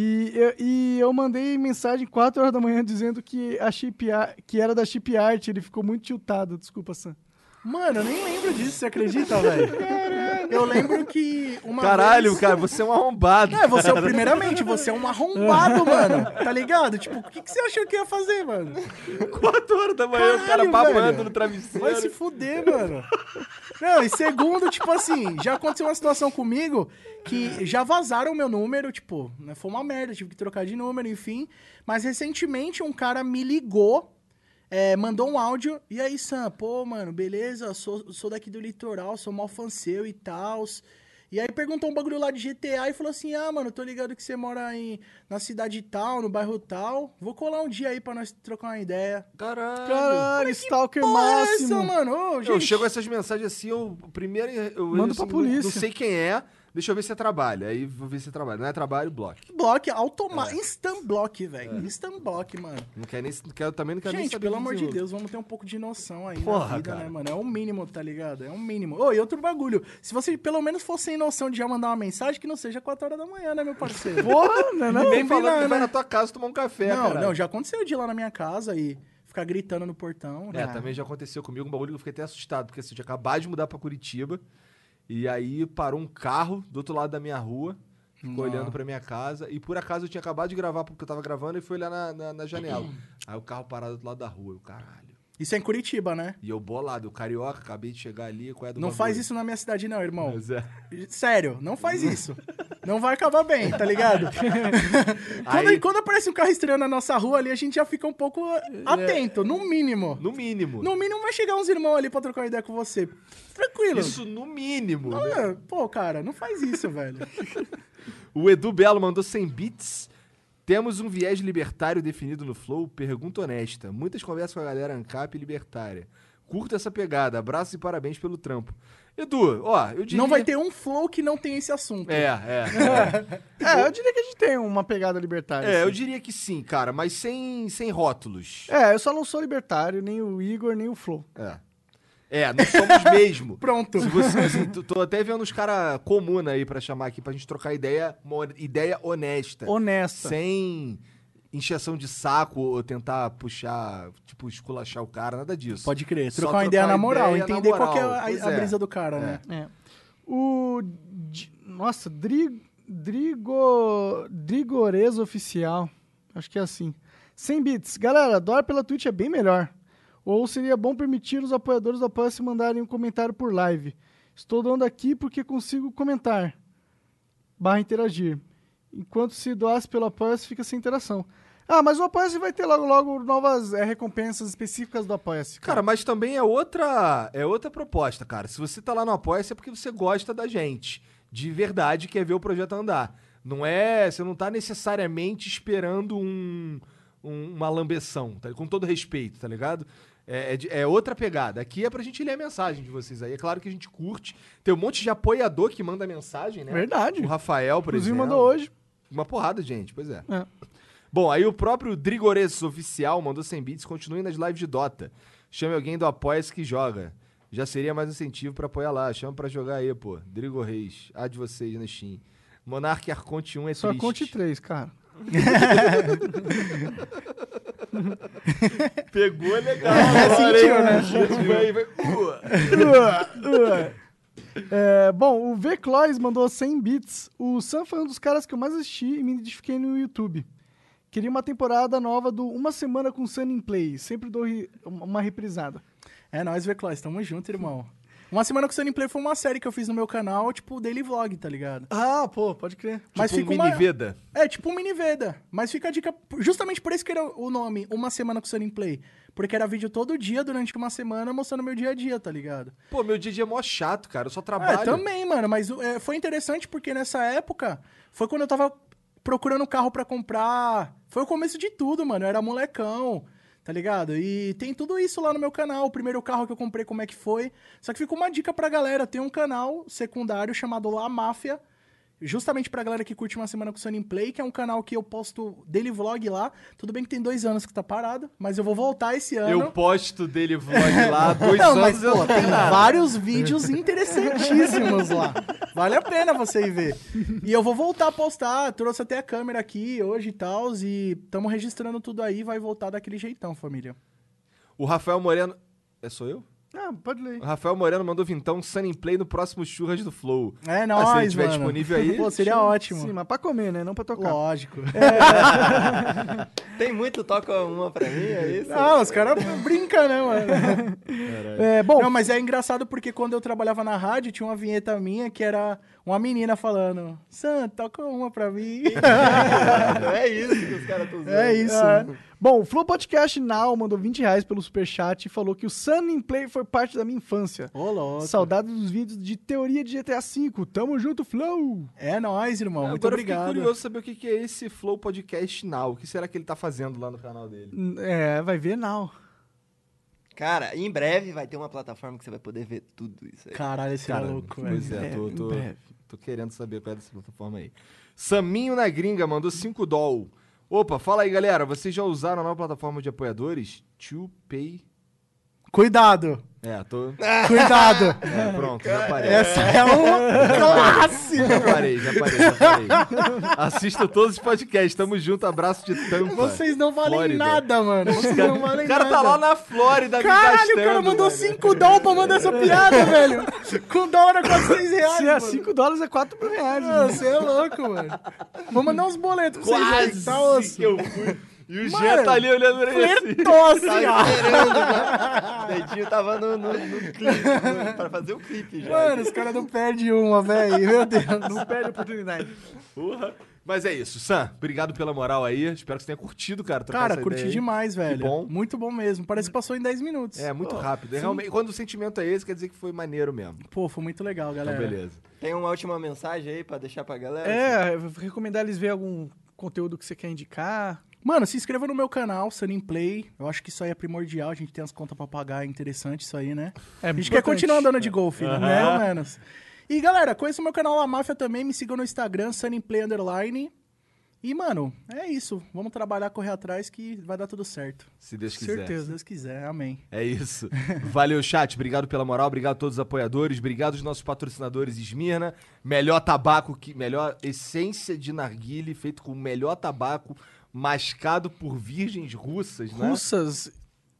E eu mandei mensagem 4 horas da manhã dizendo que que era da Chip Art. Ele ficou muito tiltado. Desculpa, Sam. Mano, eu nem lembro disso, você acredita, velho? Eu lembro que uma Caralho, vez... cara, você é um arrombado. Primeiramente, você é um arrombado, mano. Tá ligado? Tipo, o que você achou que ia fazer, mano? 4 horas da manhã, o cara Caralho, babando velho. no travesseiro. Vai se fuder, mano. Não, e segundo, tipo assim, já aconteceu uma situação comigo que já vazaram o meu número, tipo, né, foi uma merda, tive que trocar de número, enfim. Mas recentemente um cara me ligou, mandou um áudio, e aí, Sam, pô, mano, beleza, sou daqui do litoral, sou mó fã seu e tal. E aí perguntou um bagulho lá de GTA e falou assim, mano, tô ligado que você mora na cidade tal, no bairro tal, vou colar um dia aí pra nós trocar uma ideia. Caralho, Stalker Porra, é máximo. essa, mano? Ô, Eu gente, chego essas mensagens assim, primeiro eu Mando assim, pra polícia. Não sei quem é, deixa eu ver se é trabalho. Aí vou ver se é trabalho. Não é trabalho, bloco. block automático, instant block, velho. Instant block, mano. Também não quero nem Gente, saber pelo amor de desenvolver. Deus, vamos ter um pouco de noção aí Porra, na vida, cara. né, mano? É o mínimo, tá ligado? É o mínimo. Ô, e outro bagulho. Se você pelo menos fosse sem noção de já mandar uma mensagem, que não seja 4 horas da manhã, né, meu parceiro? Porra, né? Não, nem falando combinar, que vai né? na tua casa tomar um café, não, caralho. não, já aconteceu de ir lá na minha casa e ficar gritando no portão. né? Também já aconteceu comigo um bagulho que eu fiquei até assustado, porque assim, eu tinha acabado de mudar pra Curitiba, e aí parou um carro do outro lado da minha rua, ficou olhando pra minha casa, e por acaso eu tinha acabado de gravar porque eu tava gravando e fui olhar na janela. Aí o carro parado do outro lado da rua, eu, caralho. Isso é em Curitiba, né? E eu bolado, eu carioca, acabei de chegar ali, qual é do Não bagulho? faz isso na minha cidade, não, irmão. Mas é. Sério, não faz isso. Não vai acabar bem, tá ligado? Aí- quando aparece um carro estranho na nossa rua ali, a gente já fica um pouco atento, no mínimo. No mínimo. No mínimo vai chegar uns irmãos ali pra trocar uma ideia com você. Tranquilo. Isso no mínimo, né? Pô, cara, não faz isso, velho. O Edu Belo mandou 100 bits. Temos um viés libertário definido no Flow? Pergunta honesta. Muitas conversas com a galera ANCAP e libertária. Curta essa pegada. Abraços e parabéns pelo trampo. Edu, ó, eu diria... Não vai ter um flow que não tem esse assunto. Eu diria que a gente tem uma pegada libertária. eu assim. diria que sim, cara, mas sem rótulos. Eu só não sou libertário, nem o Igor, nem o Flo. Não somos mesmo. Pronto. Se você, assim, tô até vendo os caras comuns aí pra chamar aqui, pra gente trocar ideia, uma ideia honesta. Honesta. Sem encheção de saco ou tentar puxar, tipo, esculachar o cara, nada disso. Pode crer. Só Trocar uma ideia na moral. ideia na Entender qual que é moral. Pois a brisa do cara, né? Nossa, Drigorez Oficial. Acho que é assim. 100 bits. Galera, doar pela Twitch é bem melhor. Ou seria bom permitir os apoiadores do Apoia-se mandarem um comentário por live. Estou dando aqui porque consigo comentar. /interagir. Enquanto se doasse pelo Apoia-se, fica sem interação. Mas o Apoia-se vai ter logo novas recompensas específicas do Apoia-se. Cara, mas também é outra proposta, cara. Se você tá lá no Apoia-se é porque você gosta da gente. De verdade, quer ver o projeto andar. Você não tá necessariamente esperando uma lambeção, tá? Com todo respeito, tá ligado? É outra pegada. Aqui é pra gente ler a mensagem de vocês aí. É claro que a gente curte. Tem um monte de apoiador que manda mensagem, né? Verdade. O Rafael, por Inclusive exemplo. mandou hoje. Uma porrada de gente, pois é. Bom, aí o próprio Drigores Oficial mandou 100 bits. Continue nas lives de Dota. Chame alguém do Apoia-se que joga. Já seria mais incentivo pra apoiar lá. Chama pra jogar aí, pô. Drigo Reis. De vocês na Steam. Monark Arconte 1 é Só triste. Arconte 3, cara. Pegou legal. Sentiu, né? Bom, o V-Clois mandou 100 bits. O Sam foi um dos caras que eu mais assisti e me identifiquei no YouTube. Queria uma temporada nova do Uma Semana com Sun in Play. Sempre dou uma reprisada. É nóis, V-Clois. Tamo junto, irmão. Uma Semana com Sun in Play foi uma série que eu fiz no meu canal, tipo daily vlog, tá ligado? Pô, pode crer. Mas tipo fica um mini Veda. tipo um mini Veda. Mas fica a dica, justamente por isso que era o nome, Uma Semana com Sun in Play. Porque era vídeo todo dia, durante uma semana, mostrando meu dia a dia, tá ligado? Pô, meu dia a dia é mó chato, cara. Eu só trabalho. Também, mano. Mas foi interessante porque nessa época, foi quando eu tava procurando carro pra comprar. Foi o começo de tudo, mano. Eu era molecão. Tá ligado? E tem tudo isso lá no meu canal. O primeiro carro que eu comprei, como é que foi. Só que fica uma dica pra galera. Tem um canal secundário chamado La Máfia. Justamente pra galera que curte Uma Semana com Sun in Play. Que é um canal que eu posto daily vlog lá. Tudo bem que tem 2 anos que tá parado. Mas eu vou voltar esse ano. Eu posto daily vlog lá há 2 Não, anos. mas, pô, tem vários vídeos interessantíssimos lá. Vale a pena você ir ver. E eu vou voltar a postar. Trouxe até a câmera aqui hoje e tal. E estamos registrando tudo aí. Vai voltar daquele jeitão, família. O Rafael Moreno... Sou eu? Pode ler. O Rafael Moreno mandou vintão Sun in Play no próximo Churras do Flow. É Se nóis, ele estiver mano. disponível aí... Pô, seria ótimo. Sim, mas pra comer, né? Não pra tocar. Lógico. Tem muito toca uma pra mim, é isso? Não, os caras brincam, né, mano? Bom, Não, mas é engraçado porque quando eu trabalhava na rádio, tinha uma vinheta minha que era uma menina falando: Sam, toca uma pra mim. É isso que os caras estão usando. É isso. Bom, o Flow Podcast Now mandou R$20 pelo superchat e falou que o Sun in Play foi parte da minha infância. Ô, louco. Saudades dos vídeos de teoria de GTA V. Tamo junto, Flow! É nóis, irmão. Muito Agora obrigado. eu fiquei curioso saber o que é esse Flow Podcast Now. O que será que ele tá fazendo lá no canal dele? Vai ver Now. Cara, em breve vai ter uma plataforma que você vai poder ver tudo isso aí. Caralho, esse é louco, velho. Pois é, Em breve. tô querendo saber qual é dessa plataforma aí. Saminho na gringa mandou 5 doll. Opa, fala aí, galera. Vocês já usaram a nova plataforma de apoiadores? 2Pay. Cuidado. Tô... Cuidado. Pronto, já parei. Essa é um clássico. Já parei. Assista todos os podcasts. Tamo junto. Abraço de Tampa. Vocês não valem Flórida. nada, mano. Vocês não valem O cara nada. tá lá na Flórida me Caralho, gastando, o cara mandou mano. 5 dólares pra mandar essa piada, velho. Com dólar é quase 6 reais, Se é mano. $5 é R$4.000. Você é louco, mano. Vou mandar uns boletos pra vocês aí, tá osso? que eu fui. E o Mano, Jean tá ali olhando pra ele assim. Flertou assim, ó. Esperando já. O dedinho tava no clipe, pra fazer o clipe já. Mano, os caras não perdem uma, velho. Meu Deus. Não perde a oportunidade. Porra. Mas é isso, Sam. Obrigado pela moral aí. Espero que você tenha curtido, cara. trocar Cara, essa curti ideia aí. demais, velho. bom. Muito bom mesmo. Parece que passou em 10 minutos. É, muito rápido. Realmente, quando o sentimento é esse, quer dizer que foi maneiro mesmo. Pô, foi muito legal, Então, galera. beleza. Tem uma última mensagem aí pra deixar pra galera? Eu vou recomendar eles ver algum conteúdo que você quer indicar. Mano, se inscreva no meu canal, Sun in Play. Eu acho que isso aí é primordial. A gente tem as contas pra pagar, é interessante isso aí, né? A gente quer continuar andando de golfe, né? Pelo menos. E, galera, conheça o meu canal La Máfia também. Me sigam no Instagram, Sun in Play _. E, mano, é isso. Vamos trabalhar, correr atrás que vai dar tudo certo. Se Deus quiser. Certeza, se Deus quiser. Amém. É isso. Valeu, chat. Obrigado pela moral. Obrigado a todos os apoiadores. Obrigado aos nossos patrocinadores Esmirna. Melhor tabaco, melhor essência de narguile, feito com o melhor tabaco mascado por virgens russas, né? Russas.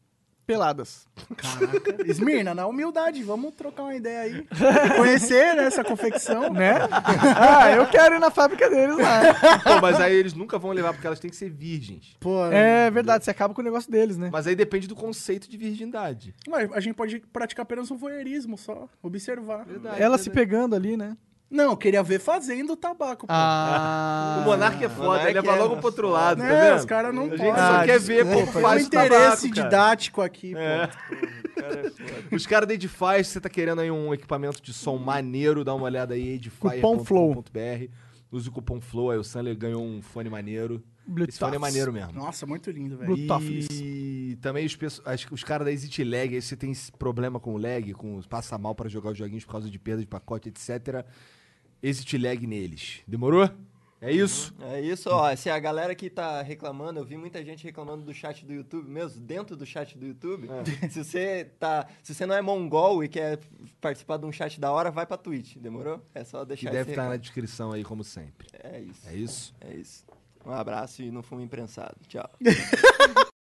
peladas. Caraca. Esmirna, na humildade, vamos trocar uma ideia aí. Conhecer, né, essa confecção. Né? Eu quero ir na fábrica deles lá. Pô, mas aí eles nunca vão levar porque elas têm que ser virgens. Pô, É verdade, você acaba com o negócio deles, né? Mas aí depende do conceito de virgindade. mas a gente pode praticar apenas um voyeurismo só, observar. Ela se pegando ali, né? Não, eu queria ver fazendo o tabaco, pô. O Monark é foda, Monark ele leva é logo pro outro lado, tá Né, vendo? os caras não A gente podem. só quer ver como Tem um faz o interesse tabaco, cara. didático aqui, pô. Os caras da Edify, se você tá querendo aí um equipamento de som maneiro, dá uma olhada aí, Cupom Flow. edify.com.br. Use o cupom Flow, aí o Sandler ganhou um fone maneiro. Esse fone é maneiro mesmo. Nossa, muito lindo, velho. Bluetooth. E também os caras da Exit Lag, aí você tem esse problema com o lag, passa mal pra jogar os joguinhos por causa de perda de pacote, etc. Exit Lag neles. Demorou? É isso? É isso, ó. Se a galera que tá reclamando, eu vi muita gente reclamando do chat do YouTube mesmo, dentro do chat do YouTube. Se você não é mongol e quer participar de um chat da hora, vai pra Twitch, demorou? É só Que deixar deve esse estar na recado. descrição aí, como sempre. É isso. É isso? É isso. Um abraço e não fumo imprensado. Tchau.